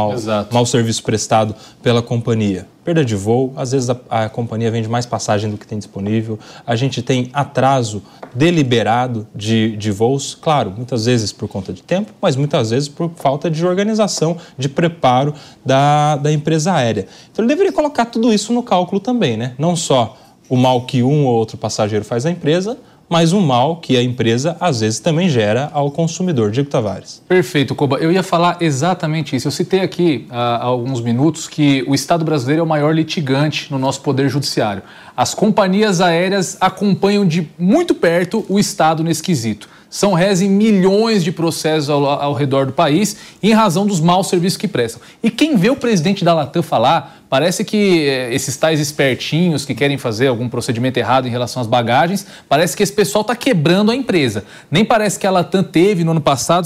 mau serviço prestado pela companhia. Perda de voo, às vezes a companhia vende mais passagem do que tem disponível. A gente tem atraso deliberado de voos, claro, muitas vezes por conta de tempo, mas muitas vezes por falta de organização, de preparo da empresa aérea. Então ele deveria colocar tudo isso no cálculo também, né? Não só o mal que um ou outro passageiro faz à empresa, mas um mal que a empresa, às vezes, também gera ao consumidor. Diego Tavares. Perfeito, Koba. Eu ia falar exatamente isso. Eu citei aqui há alguns minutos que o Estado brasileiro é o maior litigante no nosso poder judiciário. As companhias aéreas acompanham de muito perto o Estado nesse quesito. São réis em milhões de processos ao redor do país em razão dos maus serviços que prestam. E quem vê o presidente da Latam falar, parece que esses tais espertinhos que querem fazer algum procedimento errado em relação às bagagens, parece que esse pessoal está quebrando a empresa. Nem parece que a Latam teve no ano passado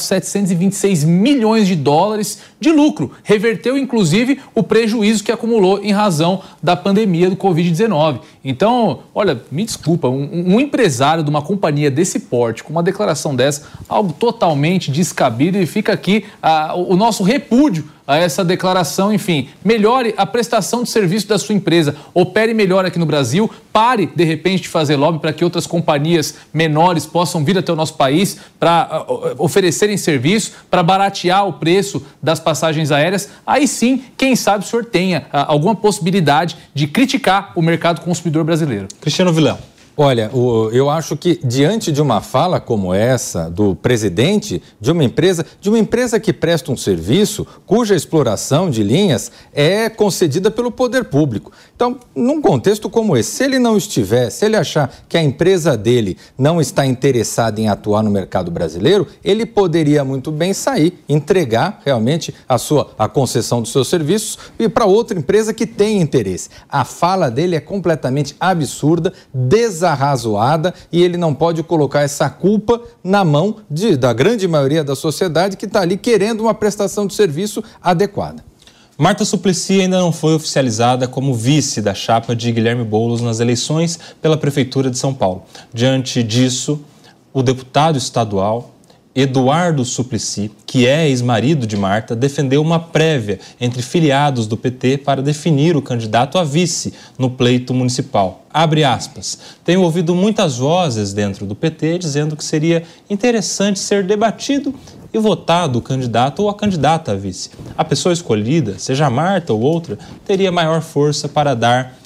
726 milhões de dólares de lucro. Reverteu, inclusive, o prejuízo que acumulou em razão da pandemia do Covid-19. Então, olha, me desculpa, um empresário de uma companhia desse porte, com uma declaração dessa, algo totalmente descabido, e fica aqui o nosso repúdio a essa declaração. Enfim, melhore a prestação de serviço da sua empresa, opere melhor aqui no Brasil, pare de repente de fazer lobby para que outras companhias menores possam vir até o nosso país para oferecerem serviço, para baratear o preço das passagens aéreas. Aí sim, quem sabe o senhor tenha alguma possibilidade de criticar o mercado consumidor brasileiro. Cristiano Vilela. Olha, eu acho que diante de uma fala como essa do presidente de uma empresa que presta um serviço cuja exploração de linhas é concedida pelo poder público. Então, num contexto como esse, se ele achar que a empresa dele não está interessada em atuar no mercado brasileiro, ele poderia muito bem sair, entregar realmente a concessão dos seus serviços e para outra empresa que tem interesse. A fala dele é completamente absurda, desarrazoada, e ele não pode colocar essa culpa na mão da grande maioria da sociedade que está ali querendo uma prestação de serviço adequada. Marta Suplicy ainda não foi oficializada como vice da chapa de Guilherme Boulos nas eleições pela Prefeitura de São Paulo. Diante disso, o deputado estadual Eduardo Suplicy, que é ex-marido de Marta, defendeu uma prévia entre filiados do PT para definir o candidato a vice no pleito municipal. Abre aspas. Tenho ouvido muitas vozes dentro do PT dizendo que seria interessante ser debatido e votado o candidato ou a candidata a vice. A pessoa escolhida, seja Marta ou outra, teria maior força para dar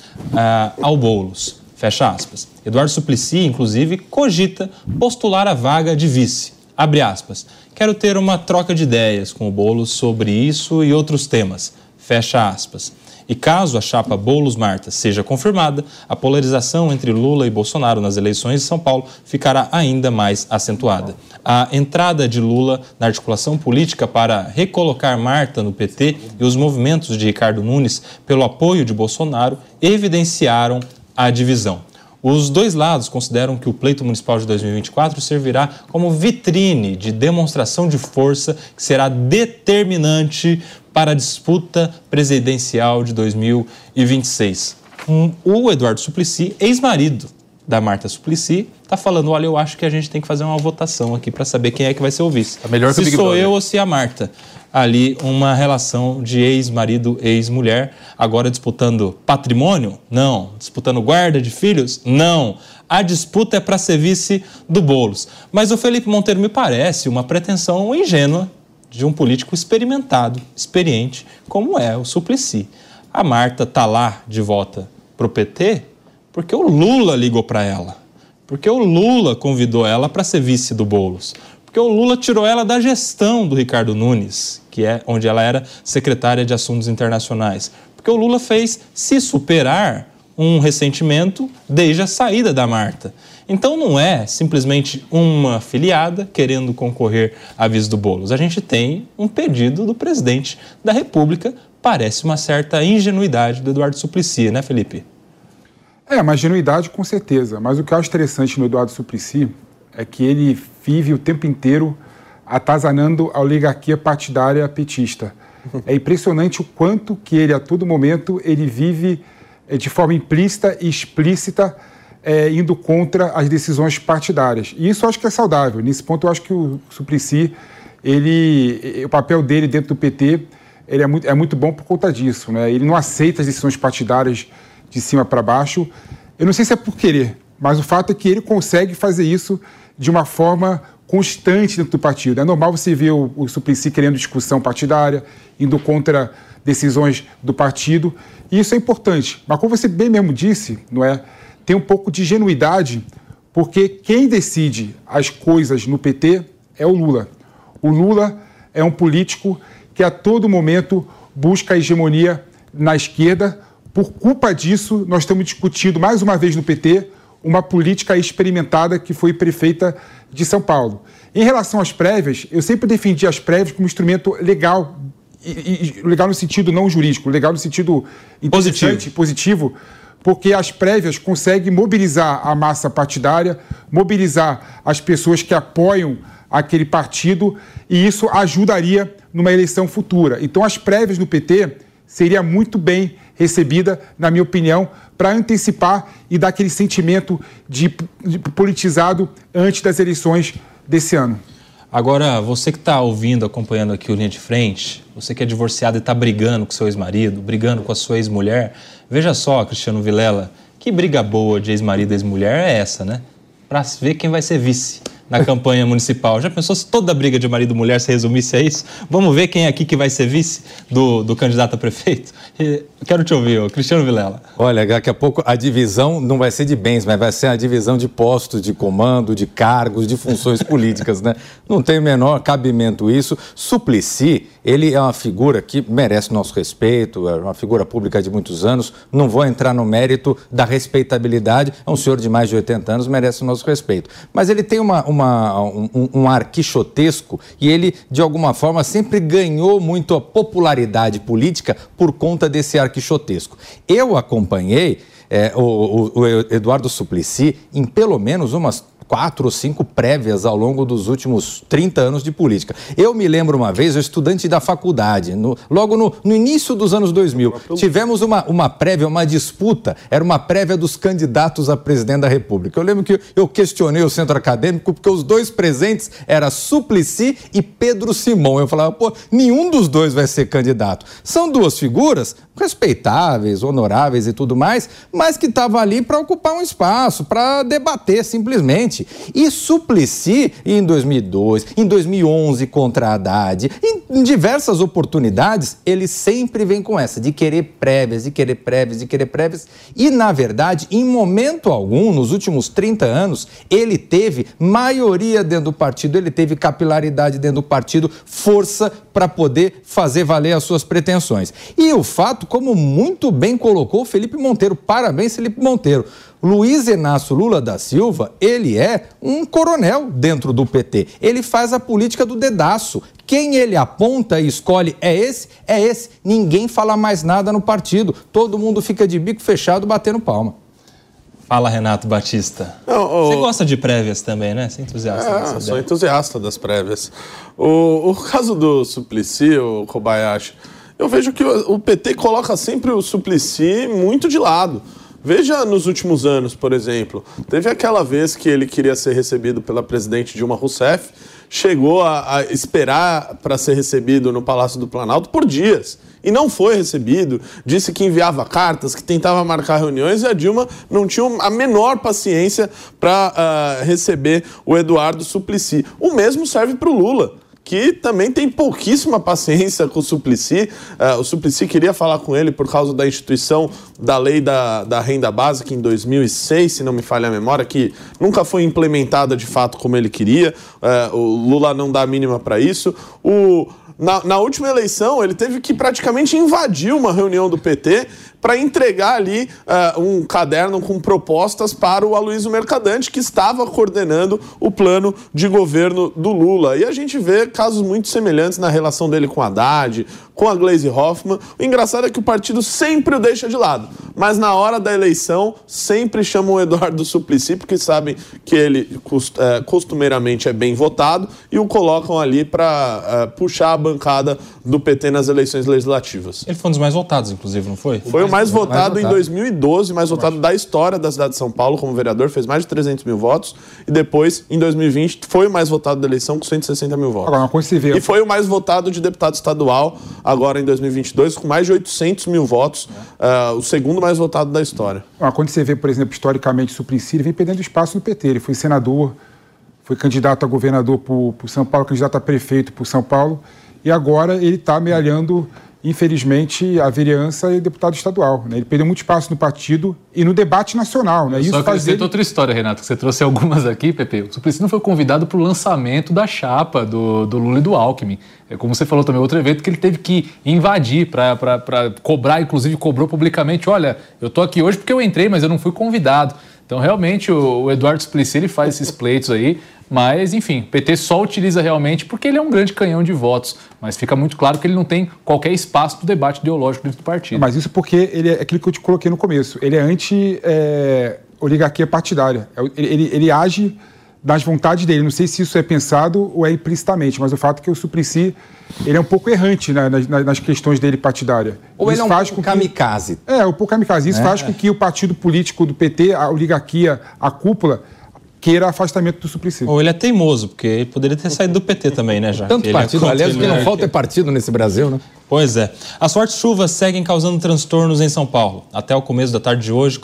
ao Boulos. Fecha aspas. Eduardo Suplicy, inclusive, cogita postular a vaga de vice. Abre aspas. Quero ter uma troca de ideias com o Boulos sobre isso e outros temas. Fecha aspas. E caso a chapa Boulos-Marta seja confirmada, a polarização entre Lula e Bolsonaro nas eleições de São Paulo ficará ainda mais acentuada. A entrada de Lula na articulação política para recolocar Marta no PT e os movimentos de Ricardo Nunes pelo apoio de Bolsonaro evidenciaram a divisão. Os dois lados consideram que o pleito municipal de 2024 servirá como vitrine de demonstração de força que será determinante para a disputa presidencial de 2026. O Eduardo Suplicy, ex-marido da Marta Suplicy, está falando, olha, eu acho que a gente tem que fazer uma votação aqui para saber quem é que vai ser o vice. Tá melhor que o Big Brother. Brother. Eu ou se a Marta. ali uma relação de ex-marido, ex-mulher, agora disputando patrimônio? Não. Disputando guarda de filhos? Não. A disputa é para ser vice do Boulos. Mas o Felipe Monteiro me parece uma pretensão ingênua de um político experimentado, experiente, como é o Suplicy. A Marta está lá de volta para o PT porque o Lula ligou para ela, porque o Lula convidou ela para ser vice do Boulos, porque o Lula tirou ela da gestão do Ricardo Nunes, que é onde ela era secretária de Assuntos Internacionais, porque o Lula fez se superar um ressentimento desde a saída da Marta. Então não é simplesmente uma filiada querendo concorrer à vice do Boulos. A gente tem um pedido do presidente da República. Parece uma certa ingenuidade do Eduardo Suplicy, né, Felipe? Uma ingenuidade com certeza. Mas o que eu acho interessante no Eduardo Suplicy é que ele vive o tempo inteiro atazanando a oligarquia partidária petista. É impressionante o quanto que ele, a todo momento, ele vive de forma implícita e explícita, indo contra as decisões partidárias. E isso eu acho que é saudável. Nesse ponto, eu acho que o Suplicy, o papel dele dentro do PT, ele é muito bom por conta disso, né? Ele não aceita as decisões partidárias de cima para baixo. Eu não sei se é por querer, mas o fato é que ele consegue fazer isso de uma forma constante dentro do partido. É normal você ver o Suplicy querendo discussão partidária, indo contra decisões do partido, e isso é importante. Mas como você bem mesmo disse, não é? Tem um pouco de ingenuidade, porque quem decide as coisas no PT é o Lula. O Lula é um político que a todo momento busca a hegemonia na esquerda. Por culpa disso, nós estamos discutindo mais uma vez no PT uma política experimentada que foi prefeita de São Paulo. Em relação às prévias, eu sempre defendi as prévias como instrumento legal, e legal no sentido não jurídico, legal no sentido interessante, positivo, porque as prévias conseguem mobilizar a massa partidária, mobilizar as pessoas que apoiam aquele partido, e isso ajudaria numa eleição futura. Então, as prévias no PT seria muito bem recebida, na minha opinião, para antecipar e dar aquele sentimento de politizado antes das eleições desse ano. Agora, você que está ouvindo, acompanhando aqui o Linha de Frente, você que é divorciado e está brigando com seu ex-marido, brigando com a sua ex-mulher, veja só, Cristiano Vilela, que briga boa de ex-marido e ex-mulher é essa, né? Para ver quem vai ser vice na campanha municipal. Já pensou se toda briga de marido e mulher se resumisse a isso? Vamos ver quem é aqui que vai ser vice do candidato a prefeito? Quero te ouvir, Cristiano Vilela. Olha, daqui a pouco a divisão não vai ser de bens, mas vai ser a divisão de postos, de comando, de cargos, de funções políticas, né? Não tem o menor cabimento isso. Suplicy, ele é uma figura que merece nosso respeito, é uma figura pública de muitos anos. Não vou entrar no mérito da respeitabilidade. É um senhor de mais de 80 anos, merece o nosso respeito. Mas ele tem um ar quixotesco e ele, de alguma forma, sempre ganhou muito a popularidade política por conta desse ar quixotesco. Eu acompanhei o Eduardo Suplicy em pelo menos umas 4 ou 5 prévias ao longo dos últimos 30 anos de política. Eu me lembro uma vez, eu estudante da faculdade, logo no início dos anos 2000, tivemos uma prévia, uma disputa, era uma prévia dos candidatos a presidente da República. Eu lembro que eu questionei o centro acadêmico porque os dois presentes eram Suplicy e Pedro Simão. Eu falava, nenhum dos dois vai ser candidato. São duas figuras respeitáveis, honoráveis e tudo mais, mas que estavam ali para ocupar um espaço, para debater simplesmente. E Suplicy, em 2002, em 2011 contra Haddad, em diversas oportunidades, ele sempre vem com essa de querer prévias, de querer prévias, de querer prévias. E, na verdade, em momento algum, nos últimos 30 anos, ele teve maioria dentro do partido, ele teve capilaridade dentro do partido, força para poder fazer valer as suas pretensões. E o fato, como muito bem colocou o Felipe Monteiro, parabéns, Felipe Monteiro, Luiz Inácio Lula da Silva, ele é um coronel dentro do PT. Ele faz a política do dedaço. Quem ele aponta e escolhe é esse. Ninguém fala mais nada no partido. Todo mundo fica de bico fechado batendo palma. Fala, Renato Batista. Você gosta de prévias também, né? Você é entusiasta. Sou entusiasta das prévias. O caso do Suplicy, o Kobayashi, eu vejo que o PT coloca sempre o Suplicy muito de lado. Veja nos últimos anos, por exemplo, teve aquela vez que ele queria ser recebido pela presidente Dilma Rousseff, chegou a esperar para ser recebido no Palácio do Planalto por dias. E não foi recebido, disse que enviava cartas, que tentava marcar reuniões, e a Dilma não tinha a menor paciência para receber o Eduardo Suplicy. O mesmo serve para o Lula, que também tem pouquíssima paciência com o Suplicy. O Suplicy queria falar com ele por causa da instituição da lei da renda básica em 2006, se não me falha a memória, que nunca foi implementada de fato como ele queria. O Lula não dá a mínima para isso. Na última eleição, ele teve que praticamente invadir uma reunião do PT para entregar ali um caderno com propostas para o Aloysio Mercadante, que estava coordenando o plano de governo do Lula. E a gente vê casos muito semelhantes na relação dele com Haddad, com a Gleisi Hoffmann. O engraçado é que o partido sempre o deixa de lado, mas na hora da eleição sempre chamam o Eduardo Suplicy, porque sabem que ele costumeiramente é bem votado, e o colocam ali para puxar a bancada do PT nas eleições legislativas. Ele foi um dos mais votados, inclusive, não foi? Foi o mais votado em 2012, mais votado da história da cidade de São Paulo como vereador, fez mais de 300 mil votos, e depois, em 2020, foi o mais votado da eleição com 160 mil votos. Agora, uma coisa se vê. E foi o mais votado de deputado estadual, agora em 2022, com mais de 800 mil votos, o segundo mais votado da história. Quando você vê, por exemplo, historicamente, Suplicy, ele vem perdendo espaço no PT. Ele foi senador, foi candidato a governador por São Paulo, candidato a prefeito por São Paulo, e agora ele está amealhando, infelizmente, a vereança e deputado estadual. Né? Ele perdeu muito espaço no partido e no debate nacional. Né? Isso só acrescenta outra história, Renato, que você trouxe algumas aqui, Pepe. O Suplicy não foi convidado para o lançamento da chapa do Lula e do Alckmin. É como você falou também, outro evento que ele teve que invadir para cobrar, inclusive cobrou publicamente, olha, eu estou aqui hoje porque eu entrei, mas eu não fui convidado. Então, realmente, o Eduardo Suplicy, ele faz esses pleitos aí, mas, enfim, o PT só utiliza realmente porque ele é um grande canhão de votos, mas fica muito claro que ele não tem qualquer espaço do debate ideológico dentro do partido. Mas isso porque ele é aquilo que eu te coloquei no começo, ele é anti-oligarquia partidária, ele age das vontades dele, não sei se isso é pensado ou é implicitamente, mas o fato é que o Suplicy, ele é um pouco errante, né, nas questões dele partidárias. Ou ele é um pouco kamikaze. Um pouco kamikaze. Isso faz com que o partido político do PT, a oligarquia, a cúpula, queira afastamento do Suplicy. Ou ele é teimoso, porque ele poderia ter saído do PT também, né, já? Tanto partido, aliás, que não falta é partido nesse Brasil, né? Pois é. As fortes chuvas seguem causando transtornos em São Paulo. Até o começo da tarde de hoje,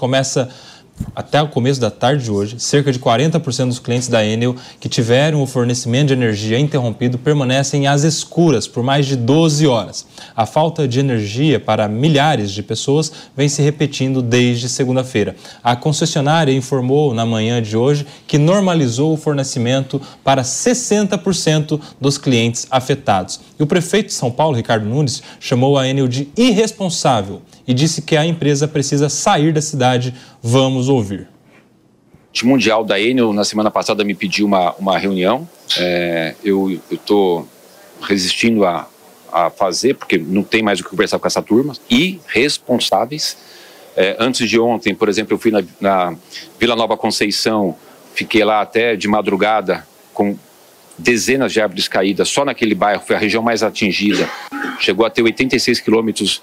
cerca de 40% dos clientes da Enel que tiveram o fornecimento de energia interrompido permanecem às escuras por mais de 12 horas. A falta de energia para milhares de pessoas vem se repetindo desde segunda-feira. A concessionária informou na manhã de hoje que normalizou o fornecimento para 60% dos clientes afetados. E o prefeito de São Paulo, Ricardo Nunes, chamou a Enel de irresponsável e disse que a empresa precisa sair da cidade. Vamos ouvir. O time mundial da Enel, na semana passada, me pediu uma reunião. Eu estou resistindo a fazer, porque não tem mais o que conversar com essa turma. Irresponsáveis. Antes de ontem, por exemplo, eu fui na Vila Nova Conceição, fiquei lá até de madrugada com dezenas de árvores caídas só naquele bairro, foi a região mais atingida. Chegou a ter 86 quilômetros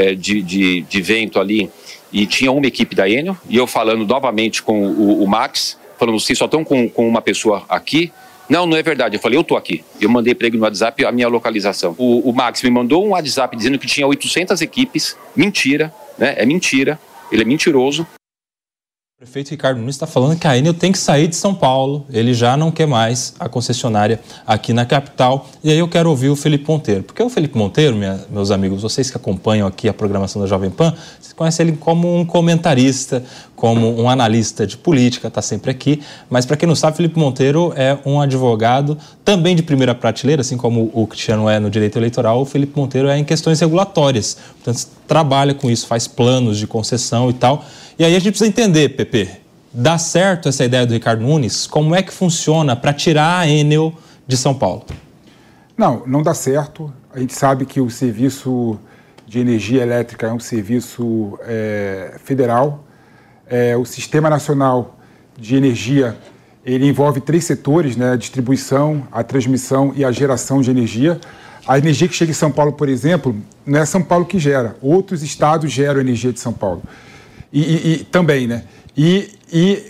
de vento ali, e tinha uma equipe da Enel, e eu falando novamente com o Max, falando, vocês só estão com uma pessoa aqui? Não é verdade. Eu falei, eu estou aqui. Eu mandei para ele no WhatsApp a minha localização. O Max me mandou um WhatsApp dizendo que tinha 800 equipes. Mentira, né? É mentira. Ele é mentiroso. O prefeito Ricardo Nunes está falando que a Enel tem que sair de São Paulo, ele já não quer mais a concessionária aqui na capital. E aí eu quero ouvir o Felipe Monteiro, porque o Felipe Monteiro, meus amigos, vocês que acompanham aqui a programação da Jovem Pan, vocês conhecem ele como um comentarista, como um analista de política, está sempre aqui. Mas para quem não sabe, Felipe Monteiro é um advogado também de primeira prateleira, assim como o Cristiano é no direito eleitoral, o Felipe Monteiro é em questões regulatórias. Portanto, trabalha com isso, faz planos de concessão e tal. E aí a gente precisa entender, Pepe, dá certo essa ideia do Ricardo Nunes? Como é que funciona para tirar a Enel de São Paulo? Não dá certo. A gente sabe que o serviço de energia elétrica é um serviço federal. O Sistema Nacional de Energia, ele envolve 3 setores, né? A distribuição, a transmissão e a geração de energia. A energia que chega em São Paulo, por exemplo, não é São Paulo que gera. Outros estados geram energia de São Paulo. E também, né? E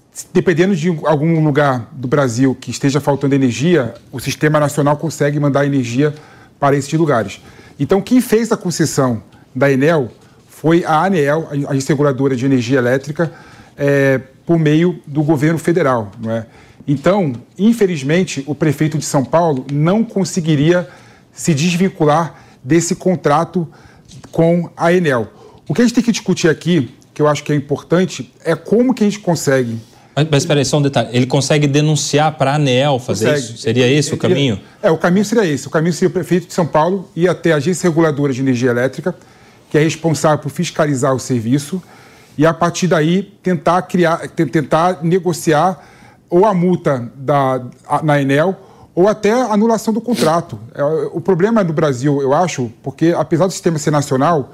dependendo de algum lugar do Brasil que esteja faltando energia, o Sistema Nacional consegue mandar energia para esses lugares. Então, quem fez a concessão da Enel foi a ANEEL, a Agência Reguladora de Energia Elétrica, por meio do governo federal, não é? Então, infelizmente, o prefeito de São Paulo não conseguiria se desvincular desse contrato com a Enel. O que a gente tem que discutir aqui, que eu acho que é importante, é como que a gente consegue... Mas espera aí, só um detalhe. Ele consegue denunciar para a ANEEL fazer isso? Seria esse o caminho? O caminho seria esse. O caminho seria o prefeito de São Paulo ir até a Agência Reguladora de Energia Elétrica, que é responsável por fiscalizar o serviço, e a partir daí tentar negociar ou a multa na Enel ou até a anulação do contrato. O problema no Brasil, eu acho, porque apesar do sistema ser nacional,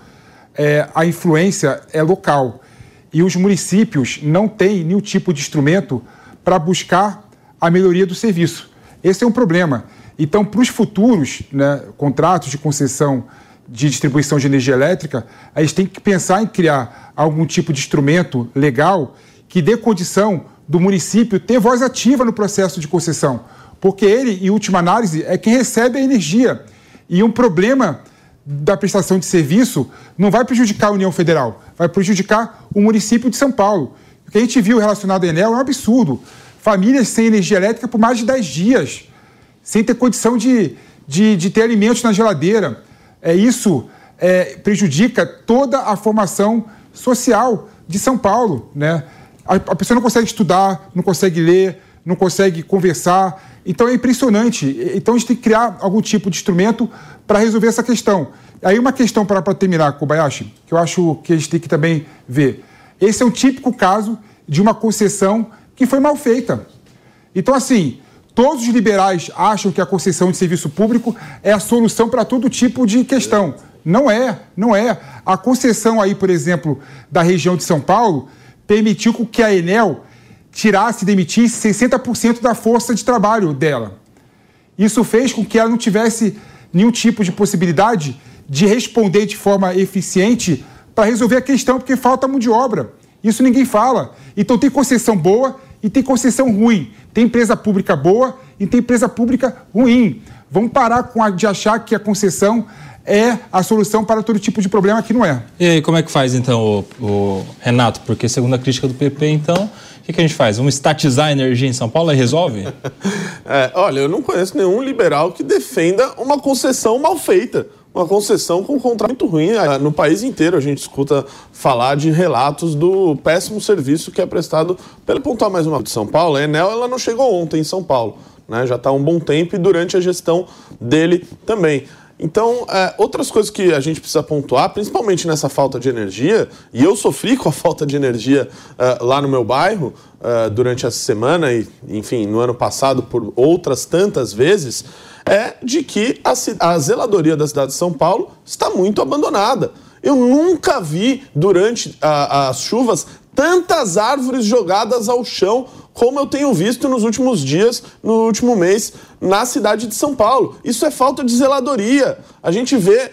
a influência é local. E os municípios não têm nenhum tipo de instrumento para buscar a melhoria do serviço. Esse é um problema. Então, para os futuros, né, contratos de concessão de distribuição de energia elétrica, a gente tem que pensar em criar algum tipo de instrumento legal que dê condição do município ter voz ativa no processo de concessão. Porque ele, em última análise, é quem recebe a energia. E um problema da prestação de serviço não vai prejudicar a União Federal, vai prejudicar o município de São Paulo. O que a gente viu relacionado à Enel é um absurdo. Famílias sem energia elétrica por mais de 10 dias, sem ter condição de ter alimentos na geladeira. Isso prejudica toda a formação social de São Paulo, né? A pessoa não consegue estudar, não consegue ler, não consegue conversar. Então é impressionante. Então a gente tem que criar algum tipo de instrumento para resolver essa questão. Aí uma questão para terminar, Kobayashi, que eu acho que a gente tem que também ver. Esse é um típico caso de uma concessão que foi mal feita. Então, assim, todos os liberais acham que a concessão de serviço público é a solução para todo tipo de questão. Não é. A concessão aí, por exemplo, da região de São Paulo, permitiu que a Enel tirasse e demitisse 60% da força de trabalho dela. Isso fez com que ela não tivesse nenhum tipo de possibilidade de responder de forma eficiente para resolver a questão, porque falta mão de obra. Isso ninguém fala. Então tem concessão boa e tem concessão ruim. Tem empresa pública boa e tem empresa pública ruim. Vamos parar de achar que a concessão é a solução para todo tipo de problema, que não é. E aí, como é que faz, então, o Renato? Porque, segundo a crítica do PP, então, o que a gente faz? Vamos estatizar a energia em São Paulo e resolve? Olha, eu não conheço nenhum liberal que defenda uma concessão mal feita. Uma concessão com um contrato muito ruim. No país inteiro a gente escuta falar de relatos do péssimo serviço que é prestado pelo pontuar mais uma de São Paulo. A Enel, ela não chegou ontem em São Paulo, né? Já está há um bom tempo e durante a gestão dele também. Então, outras coisas que a gente precisa pontuar, principalmente nessa falta de energia, e eu sofri com a falta de energia lá no meu bairro durante essa semana e, enfim, no ano passado por outras tantas vezes, é de que a zeladoria da cidade de São Paulo está muito abandonada. Eu nunca vi, durante as chuvas, tantas árvores jogadas ao chão como eu tenho visto nos últimos dias, no último mês, na cidade de São Paulo. Isso é falta de zeladoria. A gente vê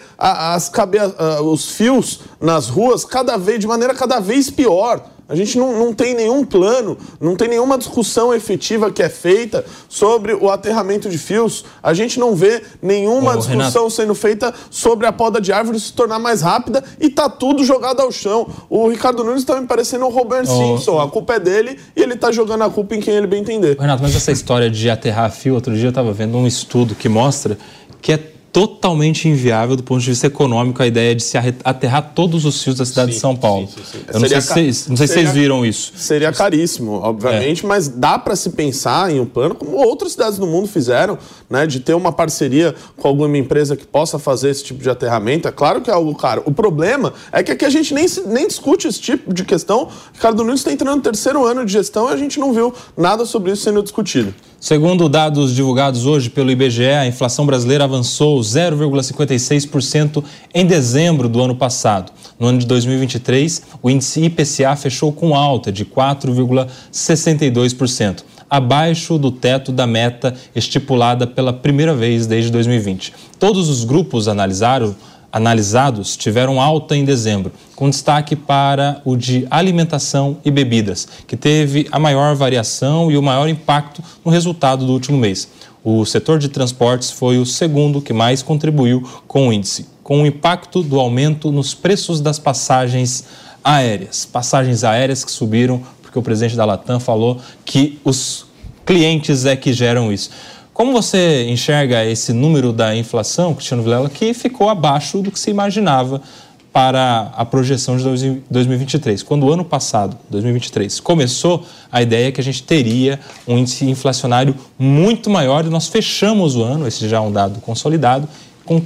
os fios nas ruas de maneira cada vez pior. A gente não tem nenhum plano, não tem nenhuma discussão efetiva que é feita sobre o aterramento de fios. A gente não vê nenhuma discussão sendo feita sobre a poda de árvores se tornar mais rápida e tá tudo jogado ao chão. O Ricardo Nunes tá me parecendo o Robert Simpson. A culpa é dele e ele tá jogando a culpa em quem ele bem entender. Renato, mas essa história de aterrar fio, outro dia eu estava vendo um estudo que mostra que é totalmente inviável do ponto de vista econômico a ideia de se aterrar todos os fios da cidade de São Paulo. Sim. Eu não sei se vocês viram isso. Seria caríssimo, obviamente, mas dá para se pensar em um plano, como outras cidades do mundo fizeram, né, de ter uma parceria com alguma empresa que possa fazer esse tipo de aterramento. É claro que é algo caro. O problema é que aqui a gente nem discute esse tipo de questão. Ricardo Nunes está entrando no 3º ano de gestão e a gente não viu nada sobre isso sendo discutido. Segundo dados divulgados hoje pelo IBGE, a inflação brasileira avançou 0,56% em dezembro do ano passado. No ano de 2023, o índice IPCA fechou com alta de 4,62%, abaixo do teto da meta estipulada pela primeira vez desde 2020. Todos os grupos analisados analisados tiveram alta em dezembro, com destaque para o de alimentação e bebidas, que teve a maior variação e o maior impacto no resultado do último mês. O setor de transportes foi o segundo que mais contribuiu com o índice, com o impacto do aumento nos preços das passagens aéreas. Passagens aéreas que subiram porque o presidente da Latam falou que os clientes é que geram isso. Como você enxerga esse número da inflação, Cristiano Vilela, que ficou abaixo do que se imaginava para a projeção de 2023? Quando o ano passado, 2023, começou, a ideia é que a gente teria um índice inflacionário muito maior e nós fechamos o ano, esse já é um dado consolidado, com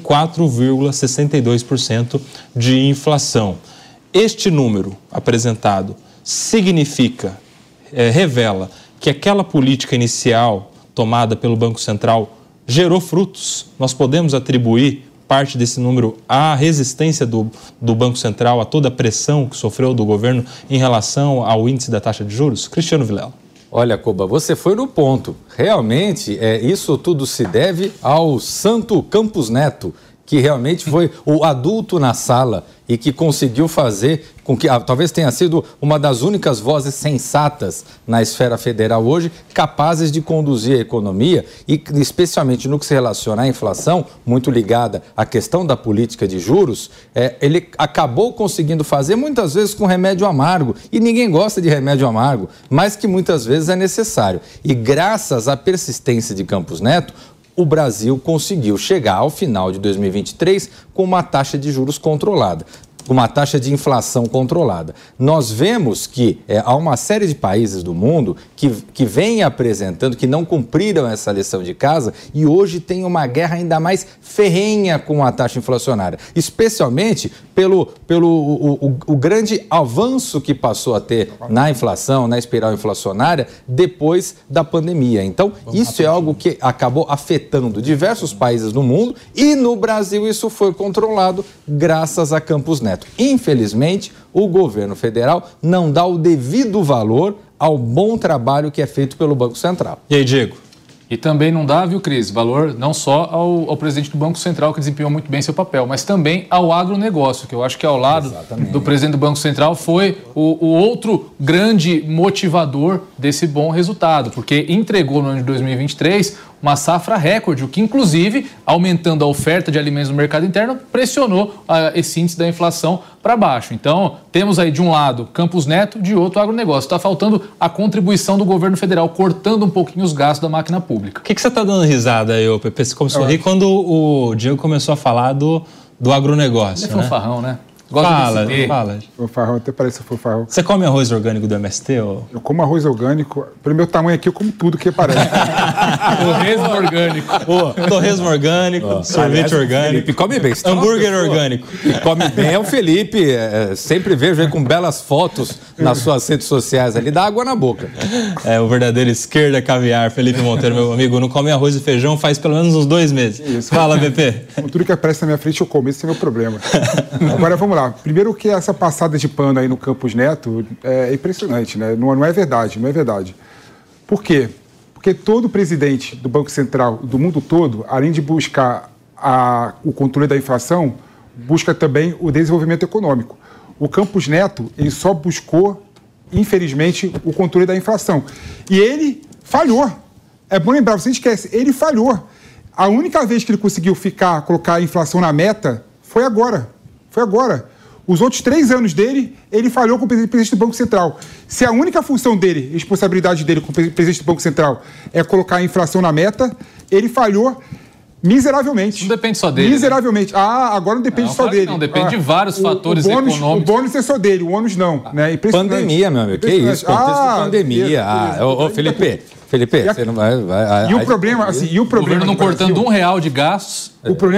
4,62% de inflação. Este número apresentado significa, revela que aquela política inicial tomada pelo Banco Central gerou frutos. Nós podemos atribuir parte desse número à resistência do Banco Central, a toda a pressão que sofreu do governo em relação ao índice da taxa de juros? Cristiano Vilela. Olha, Koba, você foi no ponto. Realmente, isso tudo se deve ao Santo Campos Neto, que realmente foi o adulto na sala e que conseguiu fazer com que, talvez tenha sido uma das únicas vozes sensatas na esfera federal hoje, capazes de conduzir a economia e, especialmente no que se relaciona à inflação, muito ligada à questão da política de juros, ele acabou conseguindo fazer muitas vezes com remédio amargo, e ninguém gosta de remédio amargo, mas que muitas vezes é necessário. E graças à persistência de Campos Neto, o Brasil conseguiu chegar ao final de 2023 com uma taxa de juros controlada, uma taxa de inflação controlada. Nós vemos que há uma série de países do mundo que vêm apresentando, que não cumpriram essa lição de casa e hoje tem uma guerra ainda mais ferrenha com a taxa inflacionária, especialmente pelo grande avanço que passou a ter na inflação, na espiral inflacionária, depois da pandemia. Então, isso é algo que acabou afetando diversos países do mundo e no Brasil isso foi controlado graças a Campos Neto. Infelizmente, o governo federal não dá o devido valor ao bom trabalho que é feito pelo Banco Central. E aí, Diego? E também não dá, viu, Cris, valor não só ao presidente do Banco Central, que desempenhou muito bem seu papel, mas também ao agronegócio, que eu acho que ao lado do presidente do Banco Central foi o outro grande motivador desse bom resultado, porque entregou no ano de 2023 uma safra recorde, o que inclusive, aumentando a oferta de alimentos no mercado interno, pressionou esse índice da inflação para baixo. Então, temos aí de um lado Campos Neto, de outro agronegócio. Está faltando a contribuição do governo federal, cortando um pouquinho os gastos da máquina pública. O que você está dando risada aí, ô Pepe? Você começou a rir quando o Diego começou a falar do agronegócio. Ele é fanfarrão, né? Fala. Fanfarrão, até parece fanfarrão. Você come arroz orgânico do MST? Ou... Eu como arroz orgânico. Pelo meu tamanho aqui, eu como tudo que parece. Torresmo orgânico. Torresmo orgânico, sorvete orgânico. Felipe come bem. Hambúrguer orgânico. Que come bem é o Felipe. Sempre vejo ele com belas fotos nas suas redes sociais ali, dá água na boca. É o verdadeiro esquerda caviar, Felipe Monteiro, meu amigo. Não come arroz e feijão faz pelo menos uns 2 meses. Isso. Fala, BP. Tudo que aparece na minha frente eu como, esse é o meu problema. Agora vamos lá. Primeiro que essa passada de pano aí no Campos Neto é impressionante, né? Não é verdade, não é verdade. Por quê? Porque todo presidente do Banco Central do mundo todo, além de buscar o controle da inflação, busca também o desenvolvimento econômico. O Campos Neto, ele só buscou, infelizmente, o controle da inflação. E ele falhou. É bom lembrar, você esquece, ele falhou. A única vez que ele conseguiu colocar a inflação na meta foi agora. Foi agora. Os outros 3 anos dele, ele falhou com o presidente do Banco Central. Se a única função dele, responsabilidade dele com o presidente do Banco Central é colocar a inflação na meta, ele falhou miseravelmente. Não depende só dele. Miseravelmente. Né? Agora não depende só dele. Não, depende de vários fatores econômicos. O bônus é só dele, o ônus não. Né? Pandemia, meu amigo. Que isso? Contexto de pandemia. Ô, Felipe, você não vai... E o problema, assim... O governo não cortando R$1 de gastos.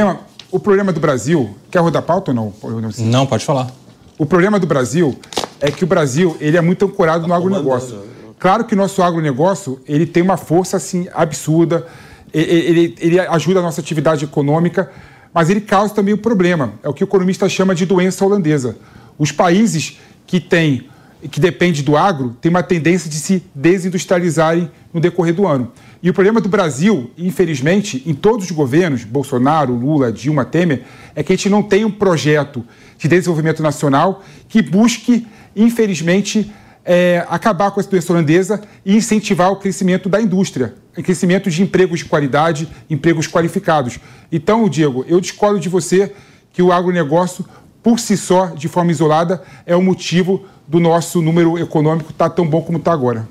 O problema do Brasil... Quer rodar pauta ou não? Não, pode falar. O problema do Brasil é que o Brasil ele é muito ancorado no agronegócio. Claro que o nosso agronegócio ele tem uma força assim, absurda, ele ajuda a nossa atividade econômica, mas ele causa também o problema. É o que o economista chama de doença holandesa. Os países que têm que depende do agro tem uma tendência de se desindustrializarem no decorrer do ano. E o problema do Brasil, infelizmente, em todos os governos, Bolsonaro, Lula, Dilma, Temer, é que a gente não tem um projeto de desenvolvimento nacional que busque, infelizmente, acabar com a experiência holandesa e incentivar o crescimento da indústria, o crescimento de empregos de qualidade, empregos qualificados. Então, Diego, eu discordo de você que o agronegócio, por si só, de forma isolada, é o motivo do nosso número econômico estar tão bom como está agora.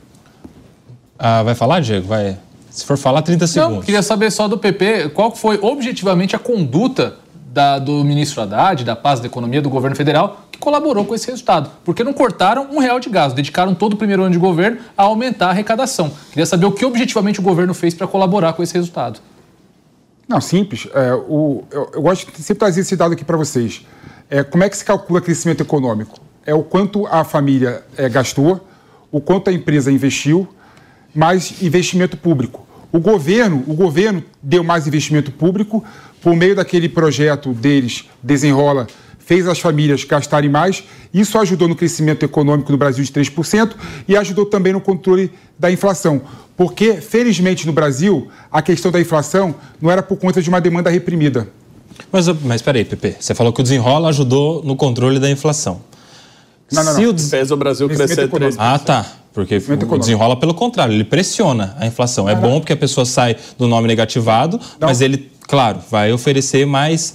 Vai falar, Diego? Vai. Se for falar, 30 segundos. Não, queria saber só do PP, qual foi objetivamente a conduta do ministro Haddad, da Paz da Economia do governo federal, que colaborou com esse resultado. Porque não cortaram R$1 de gasto, dedicaram todo o primeiro ano de governo a aumentar a arrecadação. Queria saber o que objetivamente o governo fez para colaborar com esse resultado. Não, simples. Eu gosto de sempre trazer esse dado aqui para vocês. Como é que se calcula crescimento econômico? É o quanto a família gastou, o quanto a empresa investiu, mais investimento público. O governo deu mais investimento público por meio daquele projeto deles, Desenrola, fez as famílias gastarem mais. Isso ajudou no crescimento econômico do Brasil de 3% e ajudou também no controle da inflação. Porque, felizmente, no Brasil, a questão da inflação não era por conta de uma demanda reprimida. Mas espera aí, Pepe. Você falou que o Desenrola ajudou no controle da inflação. Não. Fez o Brasil crescer 3%. Tá. Porque o Desenrola, pelo contrário, ele pressiona a inflação. É bom porque a pessoa sai do nome negativado, mas ele, claro, vai oferecer mais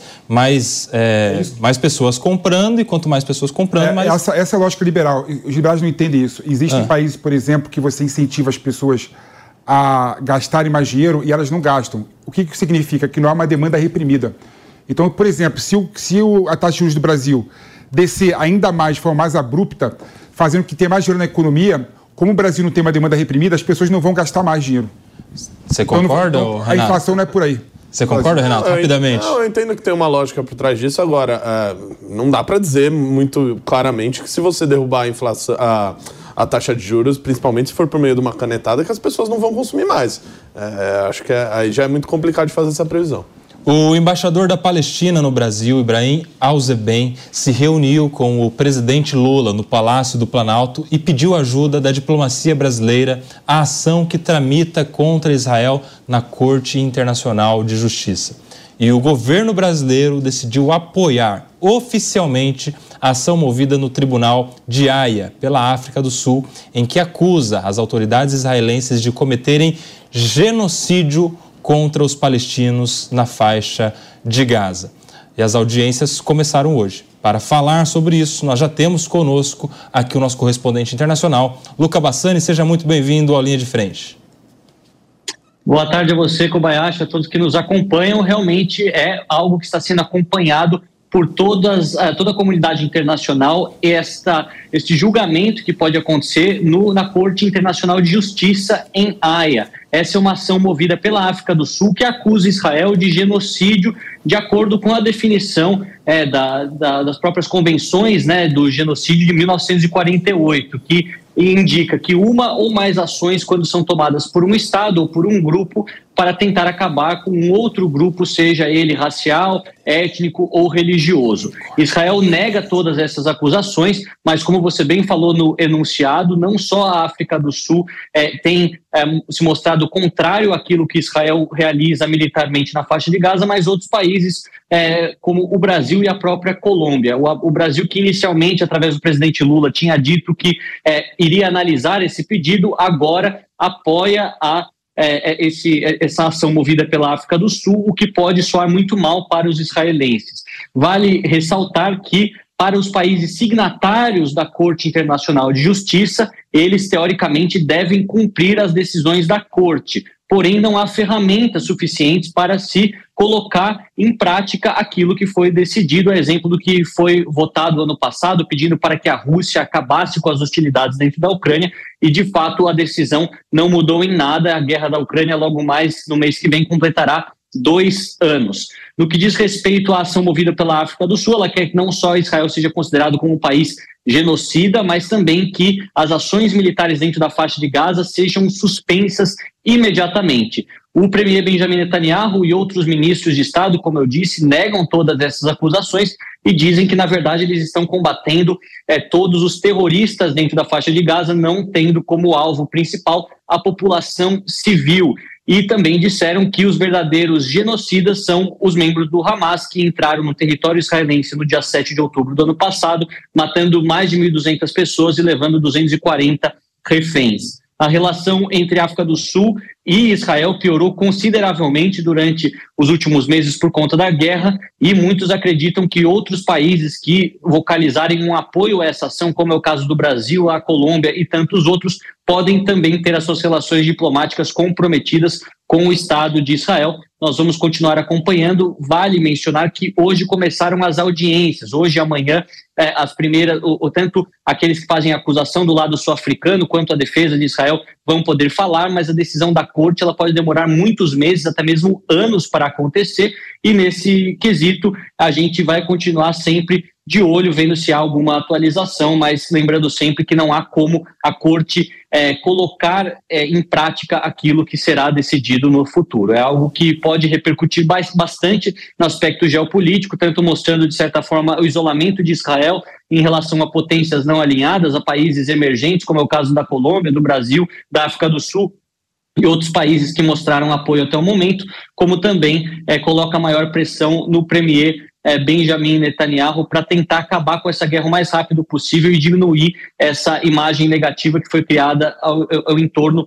pessoas comprando, e quanto mais pessoas comprando, mais... Essa é a lógica liberal. Os liberais não entendem isso. Existem países, por exemplo, que você incentiva as pessoas a gastarem mais dinheiro e elas não gastam. O que significa? Que não há uma demanda reprimida. Então, por exemplo, se a taxa de juros do Brasil descer ainda mais, de forma mais abrupta, fazendo que tenha mais dinheiro na economia, como o Brasil não tem uma demanda reprimida, as pessoas não vão gastar mais dinheiro. Você concorda, então, Renato? A inflação não é por aí. Você concorda, Renato? Rapidamente. Eu entendo que tem uma lógica por trás disso. Agora, não dá para dizer muito claramente que se você derrubar a inflação, a taxa de juros, principalmente se for por meio de uma canetada, que as pessoas não vão consumir mais. Acho que aí já é muito complicado de fazer essa previsão. O embaixador da Palestina no Brasil, Ibrahim Al-Zeben, se reuniu com o presidente Lula no Palácio do Planalto e pediu ajuda da diplomacia brasileira à ação que tramita contra Israel na Corte Internacional de Justiça. E o governo brasileiro decidiu apoiar oficialmente a ação movida no Tribunal de Haia, pela África do Sul, em que acusa as autoridades israelenses de cometerem genocídio contra os palestinos na faixa de Gaza. E as audiências começaram hoje. Para falar sobre isso, nós já temos conosco aqui o nosso correspondente internacional, Luca Bassani. Seja muito bem-vindo ao Linha de Frente. Boa tarde a você, Kobayashi, a todos que nos acompanham. Realmente é algo que está sendo acompanhado por toda a comunidade internacional, este julgamento que pode acontecer na Corte Internacional de Justiça em Haia. Essa é uma ação movida pela África do Sul que acusa Israel de genocídio, de acordo com a definição das próprias convenções, do genocídio de 1948, que indica que uma ou mais ações, quando são tomadas por um Estado ou por um grupo, para tentar acabar com um outro grupo, seja ele racial, étnico ou religioso. Israel nega todas essas acusações, mas como você bem falou no enunciado, não só a África do Sul tem se mostrado contrário àquilo que Israel realiza militarmente na faixa de Gaza, mas outros países como o Brasil e a própria Colômbia. O Brasil, que inicialmente, através do presidente Lula, tinha dito que iria analisar esse pedido, agora apoia essa ação movida pela África do Sul, o que pode soar muito mal para os israelenses. Vale ressaltar que, para os países signatários da Corte Internacional de Justiça, eles, teoricamente, devem cumprir as decisões da Corte. Porém, não há ferramentas suficientes para se colocar em prática aquilo que foi decidido, a exemplo do que foi votado ano passado, pedindo para que a Rússia acabasse com as hostilidades dentro da Ucrânia, e de fato a decisão não mudou em nada. A guerra da Ucrânia, logo mais no mês que vem, completará 2 anos. No que diz respeito à ação movida pela África do Sul, ela quer que não só Israel seja considerado como um país genocida, mas também que as ações militares dentro da faixa de Gaza sejam suspensas imediatamente. O premier Benjamin Netanyahu e outros ministros de Estado, como eu disse, negam todas essas acusações e dizem que, na verdade, eles estão combatendo todos os terroristas dentro da faixa de Gaza, não tendo como alvo principal a população civil. E também disseram que os verdadeiros genocidas são os membros do Hamas, que entraram no território israelense no dia 7 de outubro do ano passado, matando mais de 1.200 pessoas e levando 240 reféns. A relação entre a África do Sul e Israel piorou consideravelmente durante os últimos meses por conta da guerra, e muitos acreditam que outros países que vocalizarem um apoio a essa ação, como é o caso do Brasil, a Colômbia e tantos outros, podem também ter as suas relações diplomáticas comprometidas com o Estado de Israel. Nós vamos continuar acompanhando. Vale mencionar que hoje começaram as audiências, hoje e amanhã, as primeiras, tanto aqueles que fazem a acusação do lado sul-africano quanto a defesa de Israel vão poder falar, mas a decisão da corte ela pode demorar muitos meses, até mesmo anos para acontecer, e nesse quesito a gente vai continuar sempre de olho, vendo se há alguma atualização, mas lembrando sempre que não há como a corte colocar em prática aquilo que será decidido no futuro. É algo que pode repercutir bastante no aspecto geopolítico, tanto mostrando, de certa forma, o isolamento de Israel em relação a potências não alinhadas, a países emergentes, como é o caso da Colômbia, do Brasil, da África do Sul e outros países que mostraram apoio até o momento, como também coloca maior pressão no premier Benjamin Netanyahu para tentar acabar com essa guerra o mais rápido possível e diminuir essa imagem negativa que foi criada ao entorno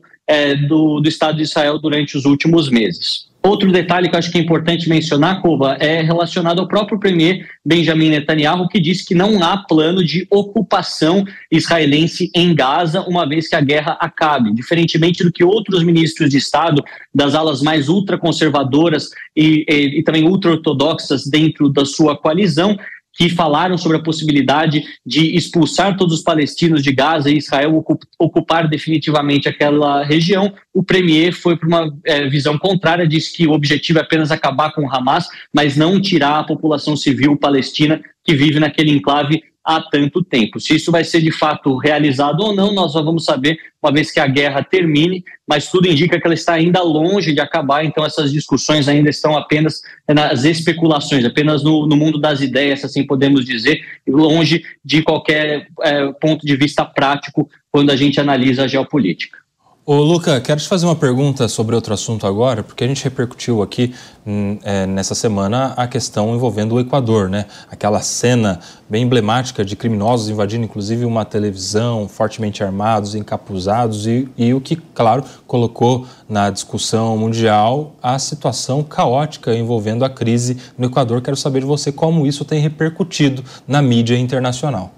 do Estado de Israel durante os últimos meses. Outro detalhe que eu acho que é importante mencionar, Koba, é relacionado ao próprio premier Benjamin Netanyahu, que disse que não há plano de ocupação israelense em Gaza, uma vez que a guerra acabe. Diferentemente do que outros ministros de Estado das alas mais ultraconservadoras e também ultra-ortodoxas dentro da sua coalizão, que falaram sobre a possibilidade de expulsar todos os palestinos de Gaza e Israel ocupar definitivamente aquela região, o premier foi para uma visão contrária, disse que o objetivo é apenas acabar com o Hamas, mas não tirar a população civil palestina que vive naquele enclave há tanto tempo. Se isso vai ser de fato realizado ou não, nós só vamos saber uma vez que a guerra termine, mas tudo indica que ela está ainda longe de acabar, então essas discussões ainda estão apenas nas especulações, apenas no mundo das ideias, assim podemos dizer, longe de qualquer ponto de vista prático quando a gente analisa a geopolítica. Ô Luca, quero te fazer uma pergunta sobre outro assunto agora, porque a gente repercutiu aqui nessa semana a questão envolvendo o Equador, né? Aquela cena bem emblemática de criminosos invadindo inclusive uma televisão, fortemente armados, encapuzados e o que, claro, colocou na discussão mundial a situação caótica envolvendo a crise no Equador. Quero saber de você como isso tem repercutido na mídia internacional.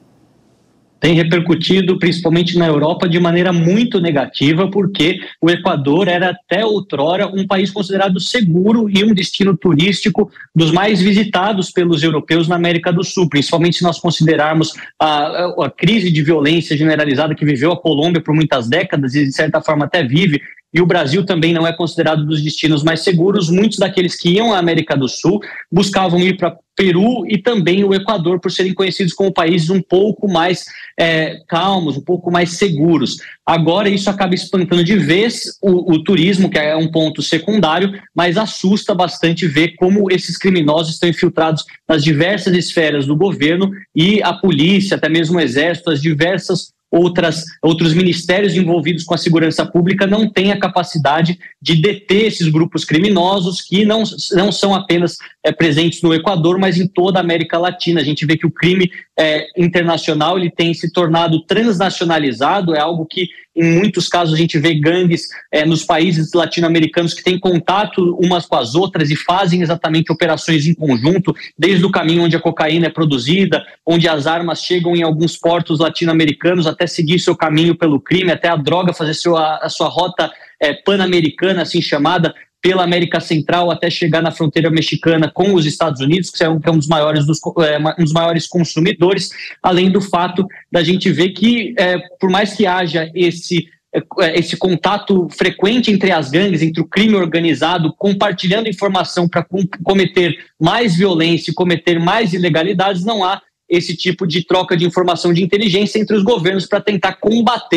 Tem repercutido principalmente na Europa de maneira muito negativa, porque o Equador era até outrora um país considerado seguro e um destino turístico dos mais visitados pelos europeus na América do Sul, principalmente se nós considerarmos a crise de violência generalizada que viveu a Colômbia por muitas décadas e de certa forma até vive, e o Brasil também não é considerado dos destinos mais seguros. Muitos daqueles que iam à América do Sul buscavam ir para Peru e também o Equador por serem conhecidos como países um pouco mais calmos, um pouco mais seguros. Agora isso acaba espantando de vez o turismo, que é um ponto secundário, mas assusta bastante ver como esses criminosos estão infiltrados nas diversas esferas do governo e a polícia, até mesmo o exército, as diversas outros ministérios envolvidos com a segurança pública não têm a capacidade de deter esses grupos criminosos que não são apenas presentes no Equador, mas em toda a América Latina. A gente vê que o crime internacional ele tem se tornado transnacionalizado, é algo que em muitos casos a gente vê gangues nos países latino-americanos que têm contato umas com as outras e fazem exatamente operações em conjunto, desde o caminho onde a cocaína é produzida, onde as armas chegam em alguns portos latino-americanos, até seguir seu caminho pelo crime, até a droga fazer a sua rota pan-americana, assim chamada, pela América Central até chegar na fronteira mexicana com os Estados Unidos, que é um dos maiores consumidores, além do fato da gente ver que, por mais que haja esse contato frequente entre as gangues, entre o crime organizado, compartilhando informação para cometer mais violência e cometer mais ilegalidades, não há esse tipo de troca de informação de inteligência entre os governos para tentar combater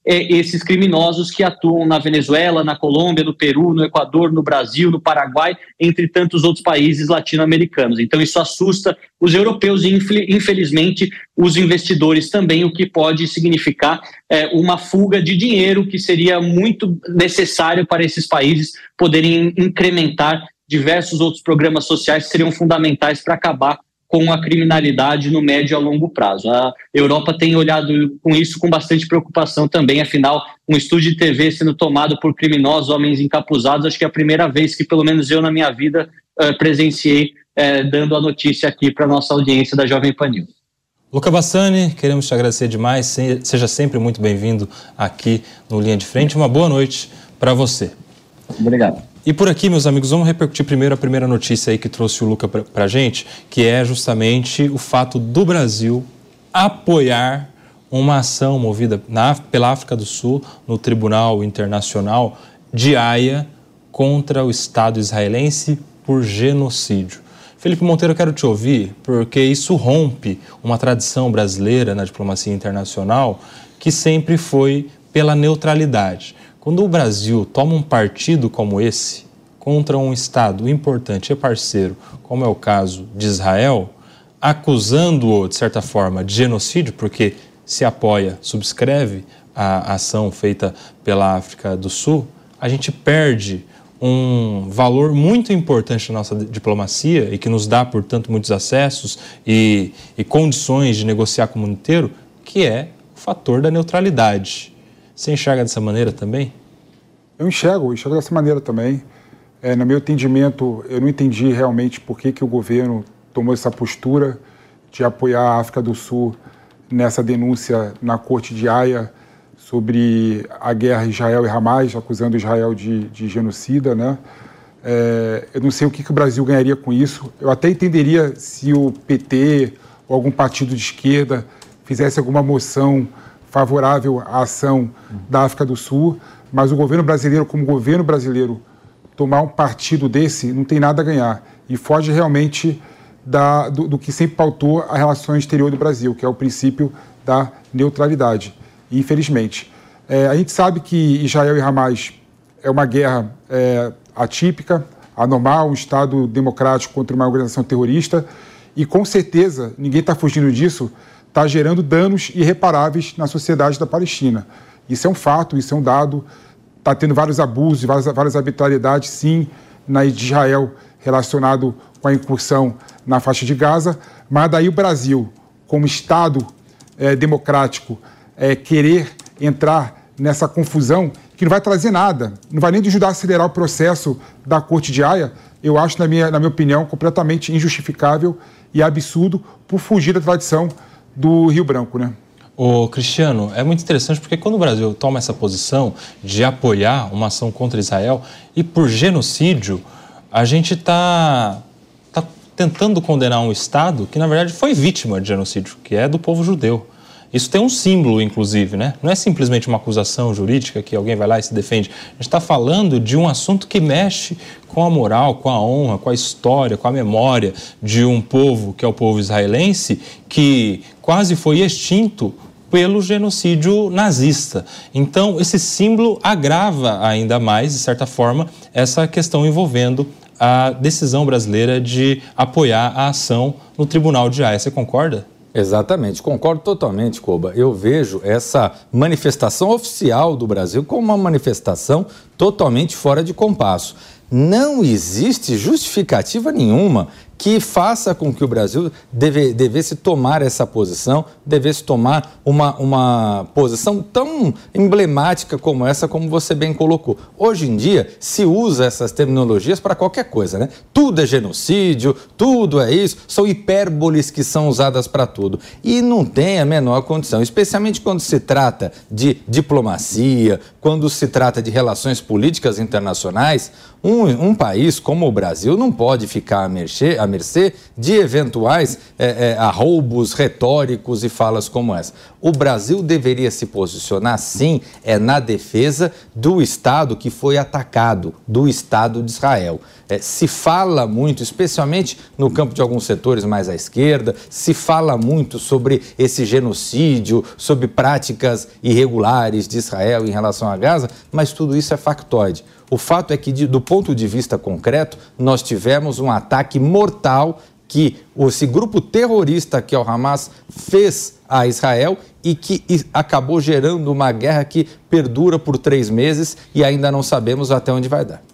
esses criminosos que atuam na Venezuela, na Colômbia, no Peru, no Equador, no Brasil, no Paraguai, entre tantos outros países latino-americanos. Então isso assusta os europeus e, infelizmente, os investidores também, o que pode significar uma fuga de dinheiro que seria muito necessário para esses países poderem incrementar diversos outros programas sociais que seriam fundamentais para acabar com a criminalidade no médio e a longo prazo. A Europa tem olhado com isso com bastante preocupação também, afinal, um estúdio de TV sendo tomado por criminosos, homens encapuzados, acho que é a primeira vez que, pelo menos eu na minha vida, presenciei, dando a notícia aqui para a nossa audiência da Jovem Pan News. Luca Bassani, queremos te agradecer demais, seja sempre muito bem-vindo aqui no Linha de Frente. Uma boa noite para você. Obrigado. E por aqui, meus amigos, vamos repercutir primeiro a primeira notícia aí que trouxe o Luca para a gente, que é justamente o fato do Brasil apoiar uma ação movida pela África do Sul no Tribunal Internacional de Haia contra o Estado israelense por genocídio. Felipe Monteiro, eu quero te ouvir, porque isso rompe uma tradição brasileira na diplomacia internacional que sempre foi pela neutralidade. Quando o Brasil toma um partido como esse, contra um Estado importante e parceiro, como é o caso de Israel, acusando-o, de certa forma, de genocídio, porque se apoia, subscreve a ação feita pela África do Sul, a gente perde um valor muito importante na nossa diplomacia e que nos dá, portanto, muitos acessos e condições de negociar com o mundo inteiro, que é o fator da neutralidade. Você enxerga dessa maneira também? Eu enxergo dessa maneira também. No meu entendimento, eu não entendi realmente por que o governo tomou essa postura de apoiar a África do Sul nessa denúncia na Corte de Haia sobre a guerra Israel e Hamas, acusando Israel de genocida, né? Eu não sei o que o Brasil ganharia com isso. Eu até entenderia se o PT ou algum partido de esquerda fizesse alguma moção favorável à ação da África do Sul, mas o governo brasileiro, como governo brasileiro, tomar um partido desse não tem nada a ganhar e foge realmente do que sempre pautou a relação exterior do Brasil, que é o princípio da neutralidade. E, infelizmente, a gente sabe que Israel e Hamas é uma guerra atípica, anormal, um Estado democrático contra uma organização terrorista e, com certeza, ninguém está fugindo disso, está gerando danos irreparáveis na sociedade da Palestina. Isso é um fato, isso é um dado. Está tendo vários abusos, várias arbitrariedades, sim, de Israel relacionado com a incursão na faixa de Gaza, mas daí o Brasil, como Estado democrático, querer entrar nessa confusão que não vai trazer nada, não vai nem ajudar a acelerar o processo da Corte de Haia, eu acho, na minha opinião, completamente injustificável e absurdo por fugir da tradição do Rio Branco, né? Ô, Cristiano, é muito interessante porque quando o Brasil toma essa posição de apoiar uma ação contra Israel e por genocídio, a gente está tentando condenar um Estado que, na verdade, foi vítima de genocídio, que é do povo judeu. Isso tem um símbolo, inclusive, né? Não é simplesmente uma acusação jurídica que alguém vai lá e se defende. A gente está falando de um assunto que mexe com a moral, com a honra, com a história, com a memória de um povo, que é o povo israelense, que quase foi extinto pelo genocídio nazista. Então, esse símbolo agrava ainda mais, de certa forma, essa questão envolvendo a decisão brasileira de apoiar a ação no Tribunal de Haia. Você concorda? Exatamente, concordo totalmente, Koba. Eu vejo essa manifestação oficial do Brasil como uma manifestação totalmente fora de compasso. Não existe justificativa nenhuma que faça com que o Brasil devesse tomar essa posição, devesse tomar uma posição tão emblemática como essa, como você bem colocou. Hoje em dia, se usa essas terminologias para qualquer coisa, né? Tudo é genocídio, tudo é isso, são hipérboles que são usadas para tudo. E não tem a menor condição, especialmente quando se trata de diplomacia, quando se trata de relações políticas internacionais. Um país como o Brasil não pode ficar à mercê mercê de eventuais arroubos retóricos e falas como essa. O Brasil deveria se posicionar, sim, na defesa do Estado que foi atacado, do Estado de Israel. Se fala muito, especialmente no campo de alguns setores mais à esquerda, se fala muito sobre esse genocídio, sobre práticas irregulares de Israel em relação a Gaza, mas tudo isso é factoide. O fato é que, do ponto de vista concreto, nós tivemos um ataque mortal que esse grupo terrorista que é o Hamas fez a Israel e que acabou gerando uma guerra que perdura por 3 meses e ainda não sabemos até onde vai dar.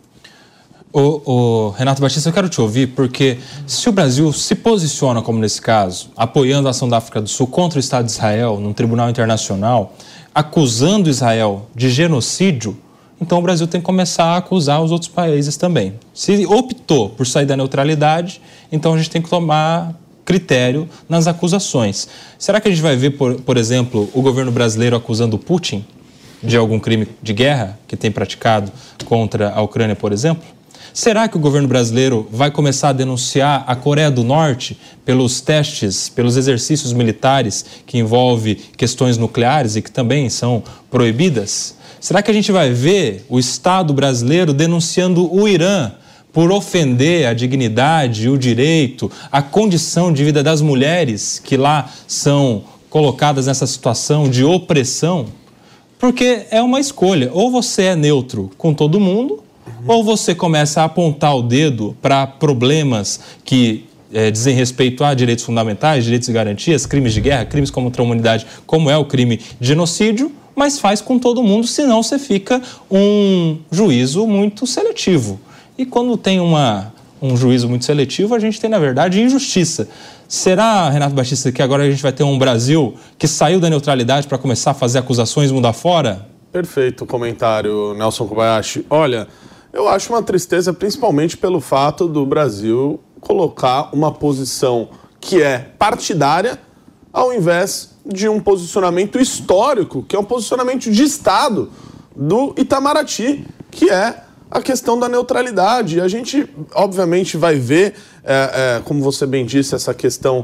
Renato Batista, eu quero te ouvir, porque se o Brasil se posiciona, como nesse caso, apoiando a ação da África do Sul contra o Estado de Israel num tribunal internacional, acusando Israel de genocídio, então o Brasil tem que começar a acusar os outros países também. Se optou por sair da neutralidade, então a gente tem que tomar critério nas acusações. Será que a gente vai ver, por exemplo, o governo brasileiro acusando o Putin de algum crime de guerra que tem praticado contra a Ucrânia, por exemplo? Será que o governo brasileiro vai começar a denunciar a Coreia do Norte pelos testes, pelos exercícios militares que envolvem questões nucleares e que também são proibidas? Será que a gente vai ver o Estado brasileiro denunciando o Irã por ofender a dignidade, o direito, a condição de vida das mulheres que lá são colocadas nessa situação de opressão? Porque é uma escolha, ou você é neutro com todo mundo, ou você começa a apontar o dedo para problemas que dizem respeito a direitos fundamentais, direitos e garantias, crimes de guerra, crimes contra a humanidade, como é o crime de genocídio, mas faz com todo mundo, senão você fica um juízo muito seletivo. E quando tem um juízo muito seletivo, a gente tem, na verdade, injustiça. Será, Renato Batista, que agora a gente vai ter um Brasil que saiu da neutralidade para começar a fazer acusações mundo afora? Perfeito comentário, Nelson Kobayashi. Olha, eu acho uma tristeza principalmente pelo fato do Brasil colocar uma posição que é partidária ao invés de um posicionamento histórico, que é um posicionamento de Estado do Itamaraty, que é a questão da neutralidade. A gente, obviamente, vai ver, como você bem disse, essa questão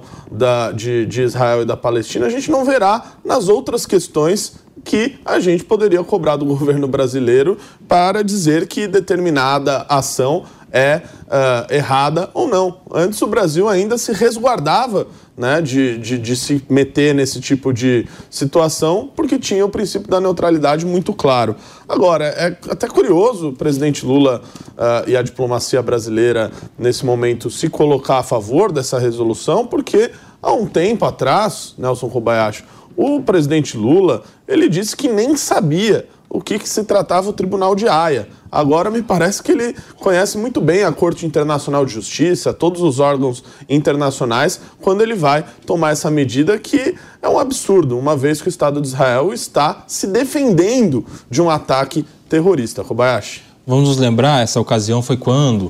de Israel e da Palestina, a gente não verá nas outras questões que a gente poderia cobrar do governo brasileiro para dizer que determinada ação é errada ou não. Antes o Brasil ainda se resguardava, né, de se meter nesse tipo de situação, porque tinha o princípio da neutralidade muito claro. Agora, é até curioso o presidente Lula e a diplomacia brasileira, nesse momento, se colocar a favor dessa resolução, porque há um tempo atrás, Nelson Kobayashi, o presidente Lula, ele disse que nem sabia o que se tratava o Tribunal de Haia. Agora me parece que ele conhece muito bem a Corte Internacional de Justiça, todos os órgãos internacionais, quando ele vai tomar essa medida que é um absurdo, uma vez que o Estado de Israel está se defendendo de um ataque terrorista. Kobayashi. Vamos nos lembrar, essa ocasião foi quando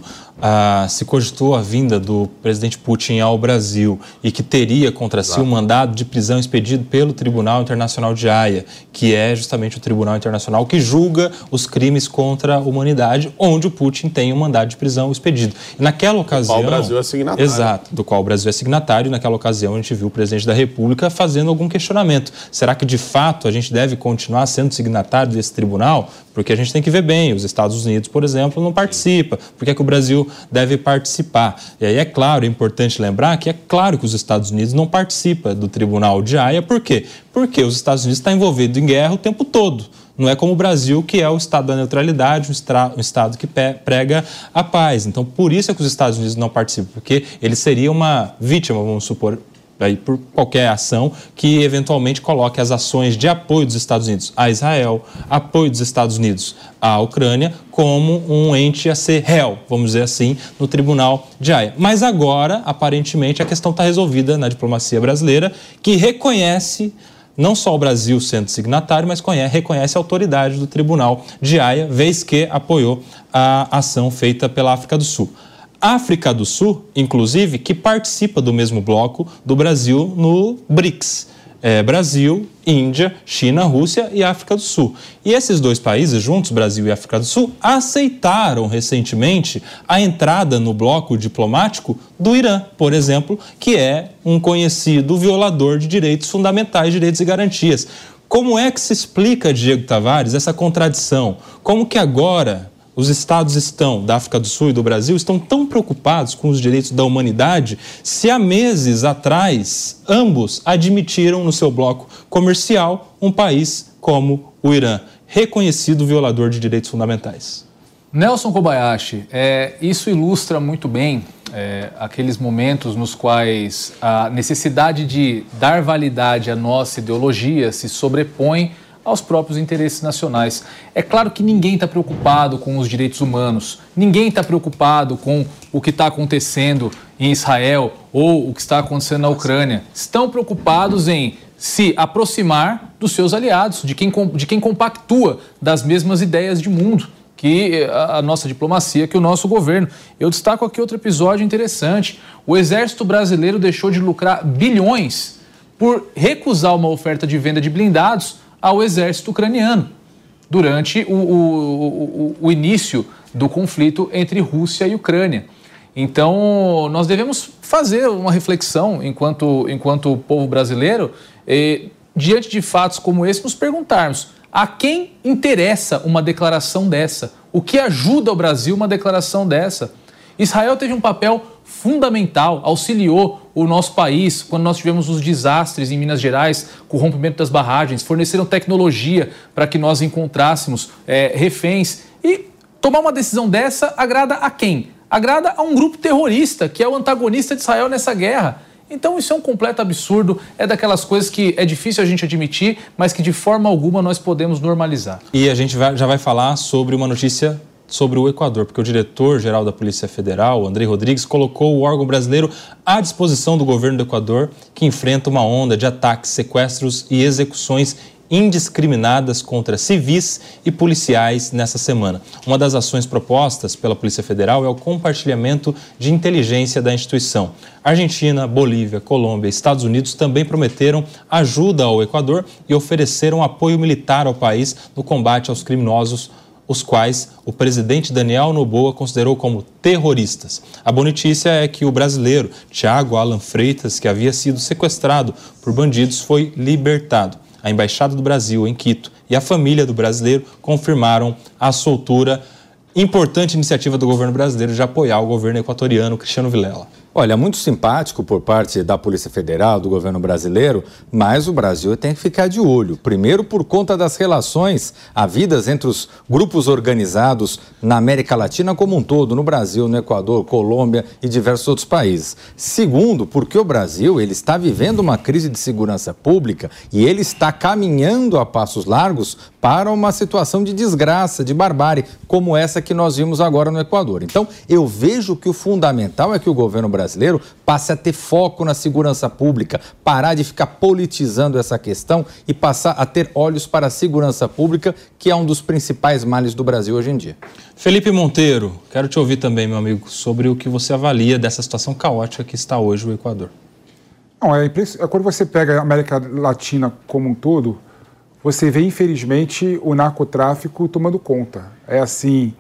se cogitou a vinda do presidente Putin ao Brasil e que teria contra si um mandado de prisão expedido pelo Tribunal Internacional de Haia, que é justamente o Tribunal Internacional que julga os crimes contra a humanidade, onde o Putin tem um mandado de prisão expedido. E naquela ocasião... Do qual o Brasil é signatário. Exato, do qual o Brasil é signatário, e naquela ocasião a gente viu o presidente da República fazendo algum questionamento. Será que, de fato, a gente deve continuar sendo signatário desse tribunal? Porque a gente tem que ver bem, os Estados Unidos, por exemplo, não participa. Por que é que o Brasil deve participar? E aí, é claro, é importante lembrar que é claro que os Estados Unidos não participam do Tribunal de Haia. Por quê? Porque os Estados Unidos estão envolvidos em guerra o tempo todo. Não é como o Brasil, que é o Estado da neutralidade, um Estado que prega a paz. Então, por isso é que os Estados Unidos não participam, porque ele seria uma vítima, vamos supor, aí, por qualquer ação que eventualmente coloque as ações de apoio dos Estados Unidos a Israel, apoio dos Estados Unidos à Ucrânia, como um ente a ser réu, vamos dizer assim, no Tribunal de Haia. Mas agora, aparentemente, a questão está resolvida na diplomacia brasileira, que reconhece não só o Brasil sendo signatário, mas reconhece a autoridade do Tribunal de Haia, vez que apoiou a ação feita pela África do Sul. A África do Sul, inclusive, que participa do mesmo bloco do Brasil no BRICS. Brasil, Índia, China, Rússia e África do Sul. E esses 2 países juntos, Brasil e África do Sul, aceitaram recentemente a entrada no bloco diplomático do Irã, por exemplo, que é um conhecido violador de direitos fundamentais, direitos e garantias. Como é que se explica, Diego Tavares, essa contradição? Como que agora os estados da África do Sul e do Brasil estão tão preocupados com os direitos da humanidade se há meses atrás ambos admitiram no seu bloco comercial um país como o Irã, reconhecido violador de direitos fundamentais? Nelson Kobayashi, isso ilustra muito bem aqueles momentos nos quais a necessidade de dar validade à nossa ideologia se sobrepõe aos próprios interesses nacionais. É claro que ninguém está preocupado com os direitos humanos, ninguém está preocupado com o que está acontecendo em Israel ou o que está acontecendo na Ucrânia. Estão preocupados em se aproximar dos seus aliados, de quem compactua das mesmas ideias de mundo que a nossa diplomacia, que o nosso governo. Eu destaco aqui outro episódio interessante. O Exército Brasileiro deixou de lucrar bilhões por recusar uma oferta de venda de blindados ao exército ucraniano durante o início do conflito entre Rússia e Ucrânia. Então, nós devemos fazer uma reflexão enquanto povo brasileiro, diante de fatos como esse, nos perguntarmos a quem interessa uma declaração dessa? O que ajuda o Brasil uma declaração dessa? Israel teve um papel fundamental, auxiliou o nosso país quando nós tivemos os desastres em Minas Gerais, com o rompimento das barragens, forneceram tecnologia para que nós encontrássemos reféns. E tomar uma decisão dessa agrada a quem? Agrada a um grupo terrorista, que é o antagonista de Israel nessa guerra. Então isso é um completo absurdo, é daquelas coisas que é difícil a gente admitir, mas que de forma alguma nós podemos normalizar. E a gente já vai falar sobre uma notícia sobre o Equador, porque o diretor-geral da Polícia Federal, Andrei Rodrigues, colocou o órgão brasileiro à disposição do governo do Equador, que enfrenta uma onda de ataques, sequestros e execuções indiscriminadas contra civis e policiais nessa semana. Uma das ações propostas pela Polícia Federal é o compartilhamento de inteligência da instituição. Argentina, Bolívia, Colômbia e Estados Unidos também prometeram ajuda ao Equador e ofereceram apoio militar ao país no combate aos criminosos, os quais o presidente Daniel Noboa considerou como terroristas. A boa notícia é que o brasileiro Thiago Alan Freitas, que havia sido sequestrado por bandidos, foi libertado. A Embaixada do Brasil em Quito e a família do brasileiro confirmaram a soltura. Importante iniciativa do governo brasileiro de apoiar o governo equatoriano, Cristiano Vilela. Olha, muito simpático por parte da Polícia Federal, do governo brasileiro, mas o Brasil tem que ficar de olho. Primeiro, por conta das relações havidas entre os grupos organizados na América Latina como um todo, no Brasil, no Equador, Colômbia e diversos outros países. Segundo, porque o Brasil ele está vivendo uma crise de segurança pública e ele está caminhando a passos largos para uma situação de desgraça, de barbárie, como essa que nós vimos agora no Equador. Então, eu vejo que o fundamental é que o governo brasileiro passe a ter foco na segurança pública, parar de ficar politizando essa questão e passar a ter olhos para a segurança pública, que é um dos principais males do Brasil hoje em dia. Felipe Monteiro, quero te ouvir também, meu amigo, sobre o que você avalia dessa situação caótica que está hoje o Equador. Não, quando você pega a América Latina como um todo, você vê, infelizmente, o narcotráfico tomando conta. É assim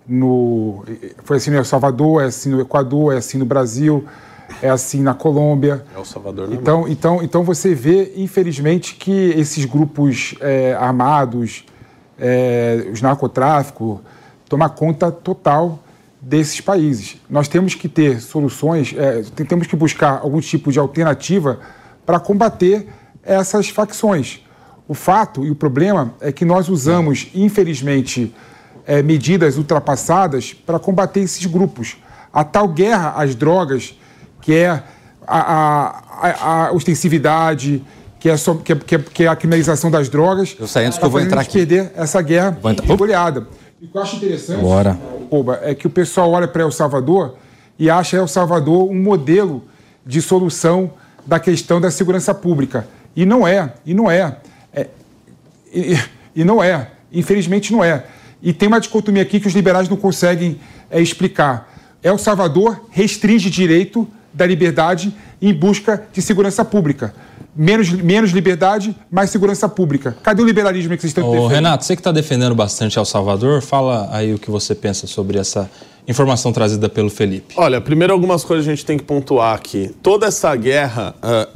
foi assim no El Salvador, é assim no Equador, é assim no Brasil, é assim na Colômbia. El Salvador não. Então você vê, infelizmente, que esses grupos armados, os narcotráficos, tomam conta total desses países. Nós temos que ter soluções, temos que buscar algum tipo de alternativa para combater essas facções. O fato e o problema é que nós usamos, infelizmente, medidas ultrapassadas para combater esses grupos. A tal guerra às drogas, que é a ostensividade, que é a criminalização das drogas, eu sei, antes que eu vou entrar aqui, perder essa guerra goleada. E o que eu acho interessante, é que o pessoal olha para El Salvador e acha El Salvador um modelo de solução da questão da segurança pública. E não é. Infelizmente não é. E tem uma dicotomia aqui que os liberais não conseguem explicar. El Salvador restringe direito da liberdade em busca de segurança pública. menos liberdade, mais segurança pública. Cadê o liberalismo que vocês estão defendendo? Renato, você que está defendendo bastante El Salvador, fala aí o que você pensa sobre essa informação trazida pelo Felipe. Olha, primeiro algumas coisas a gente tem que pontuar aqui. Toda essa guerra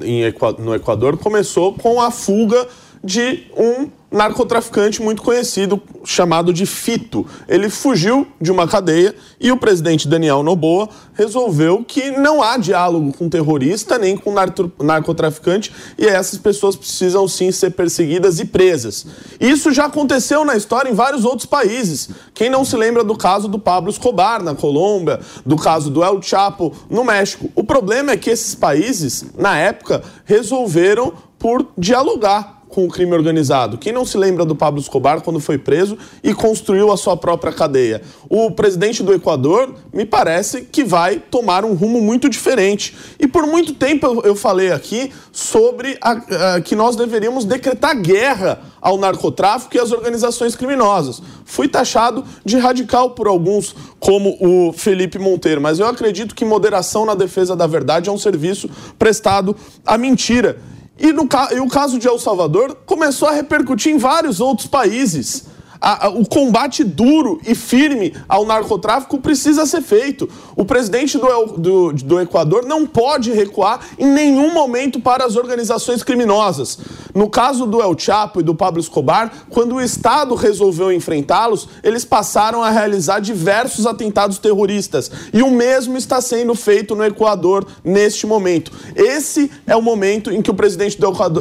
no Equador começou com a fuga de um narcotraficante muito conhecido, chamado de Fito. Ele fugiu de uma cadeia e o presidente Daniel Noboa resolveu que não há diálogo com terrorista nem com narcotraficante e essas pessoas precisam sim ser perseguidas e presas. Isso já aconteceu na história em vários outros países. Quem não se lembra do caso do Pablo Escobar na Colômbia, do caso do El Chapo no México? O problema é que esses países, na época, resolveram por dialogar com o crime organizado. Quem não se lembra do Pablo Escobar quando foi preso e construiu a sua própria cadeia? O presidente do Equador, me parece que vai tomar um rumo muito diferente. E por muito tempo eu falei aqui sobre que nós deveríamos decretar guerra ao narcotráfico e às organizações criminosas. Fui taxado de radical por alguns, como o Felipe Monteiro, mas eu acredito que moderação na defesa da verdade é um serviço prestado à mentira. E o caso de El Salvador começou a repercutir em vários outros países. O combate duro e firme ao narcotráfico precisa ser feito. O presidente do Equador não pode recuar em nenhum momento para as organizações criminosas. No caso do El Chapo e do Pablo Escobar, quando o Estado resolveu enfrentá-los, eles passaram a realizar diversos atentados terroristas. E o mesmo está sendo feito no Equador neste momento. Esse é o momento em que o presidente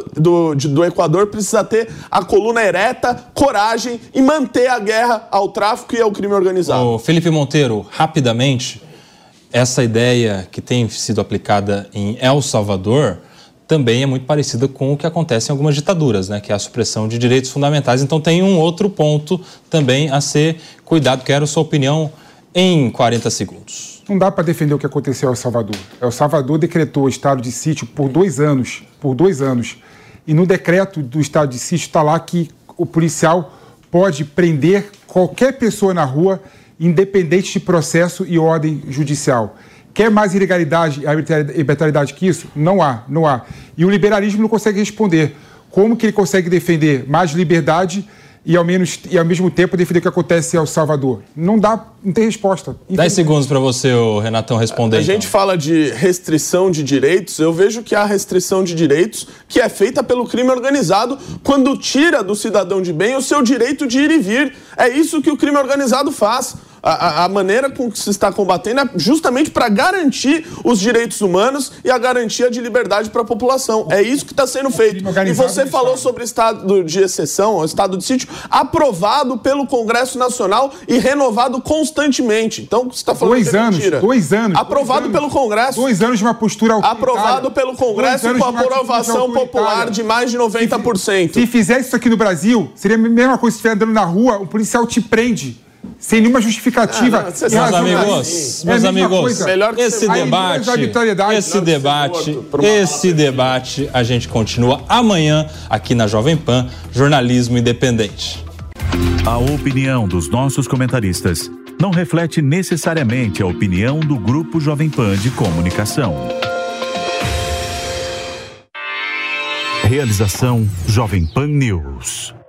do Equador precisa ter a coluna ereta, coragem e manter a guerra ao tráfico e ao crime organizado. Ô, Felipe Monteiro, rapidamente, essa ideia que tem sido aplicada em El Salvador também é muito parecida com o que acontece em algumas ditaduras, né? Que é a supressão de direitos fundamentais. Então tem um outro ponto também a ser cuidado. Quero sua opinião em 40 segundos. Não dá para defender o que aconteceu em El Salvador. El Salvador decretou o estado de sítio por 2 anos. E no decreto do estado de sítio está lá que o policial pode prender qualquer pessoa na rua, independente de processo e ordem judicial. Quer mais ilegalidade e arbitrariedade que isso? Não há. E o liberalismo não consegue responder. Como que ele consegue defender mais liberdade e ao mesmo tempo defender o que acontece em El Salvador? Não tem resposta. 10 segundos para você, Renatão, responder. A gente fala de restrição de direitos, eu vejo que há restrição de direitos que é feita pelo crime organizado quando tira do cidadão de bem o seu direito de ir e vir. É isso que o crime organizado faz. A maneira com que se está combatendo é justamente para garantir os direitos humanos e a garantia de liberdade para a população. É isso que está sendo feito. E você falou sobre estado de exceção, estado de sítio, aprovado pelo Congresso Nacional e renovado constantemente. Então, você está falando de mentira. 2 anos. Aprovado pelo Congresso. 2 anos de uma postura autoritária. Aprovado pelo Congresso com aprovação popular de mais de 90%. Se fizesse isso aqui no Brasil, seria a mesma coisa se estiver andando na rua, um policial te prende. Sem nenhuma justificativa. Meus amigos, esse debate a gente continua amanhã aqui na Jovem Pan, Jornalismo Independente. A opinião dos nossos comentaristas não reflete necessariamente a opinião do Grupo Jovem Pan de Comunicação. Realização Jovem Pan News.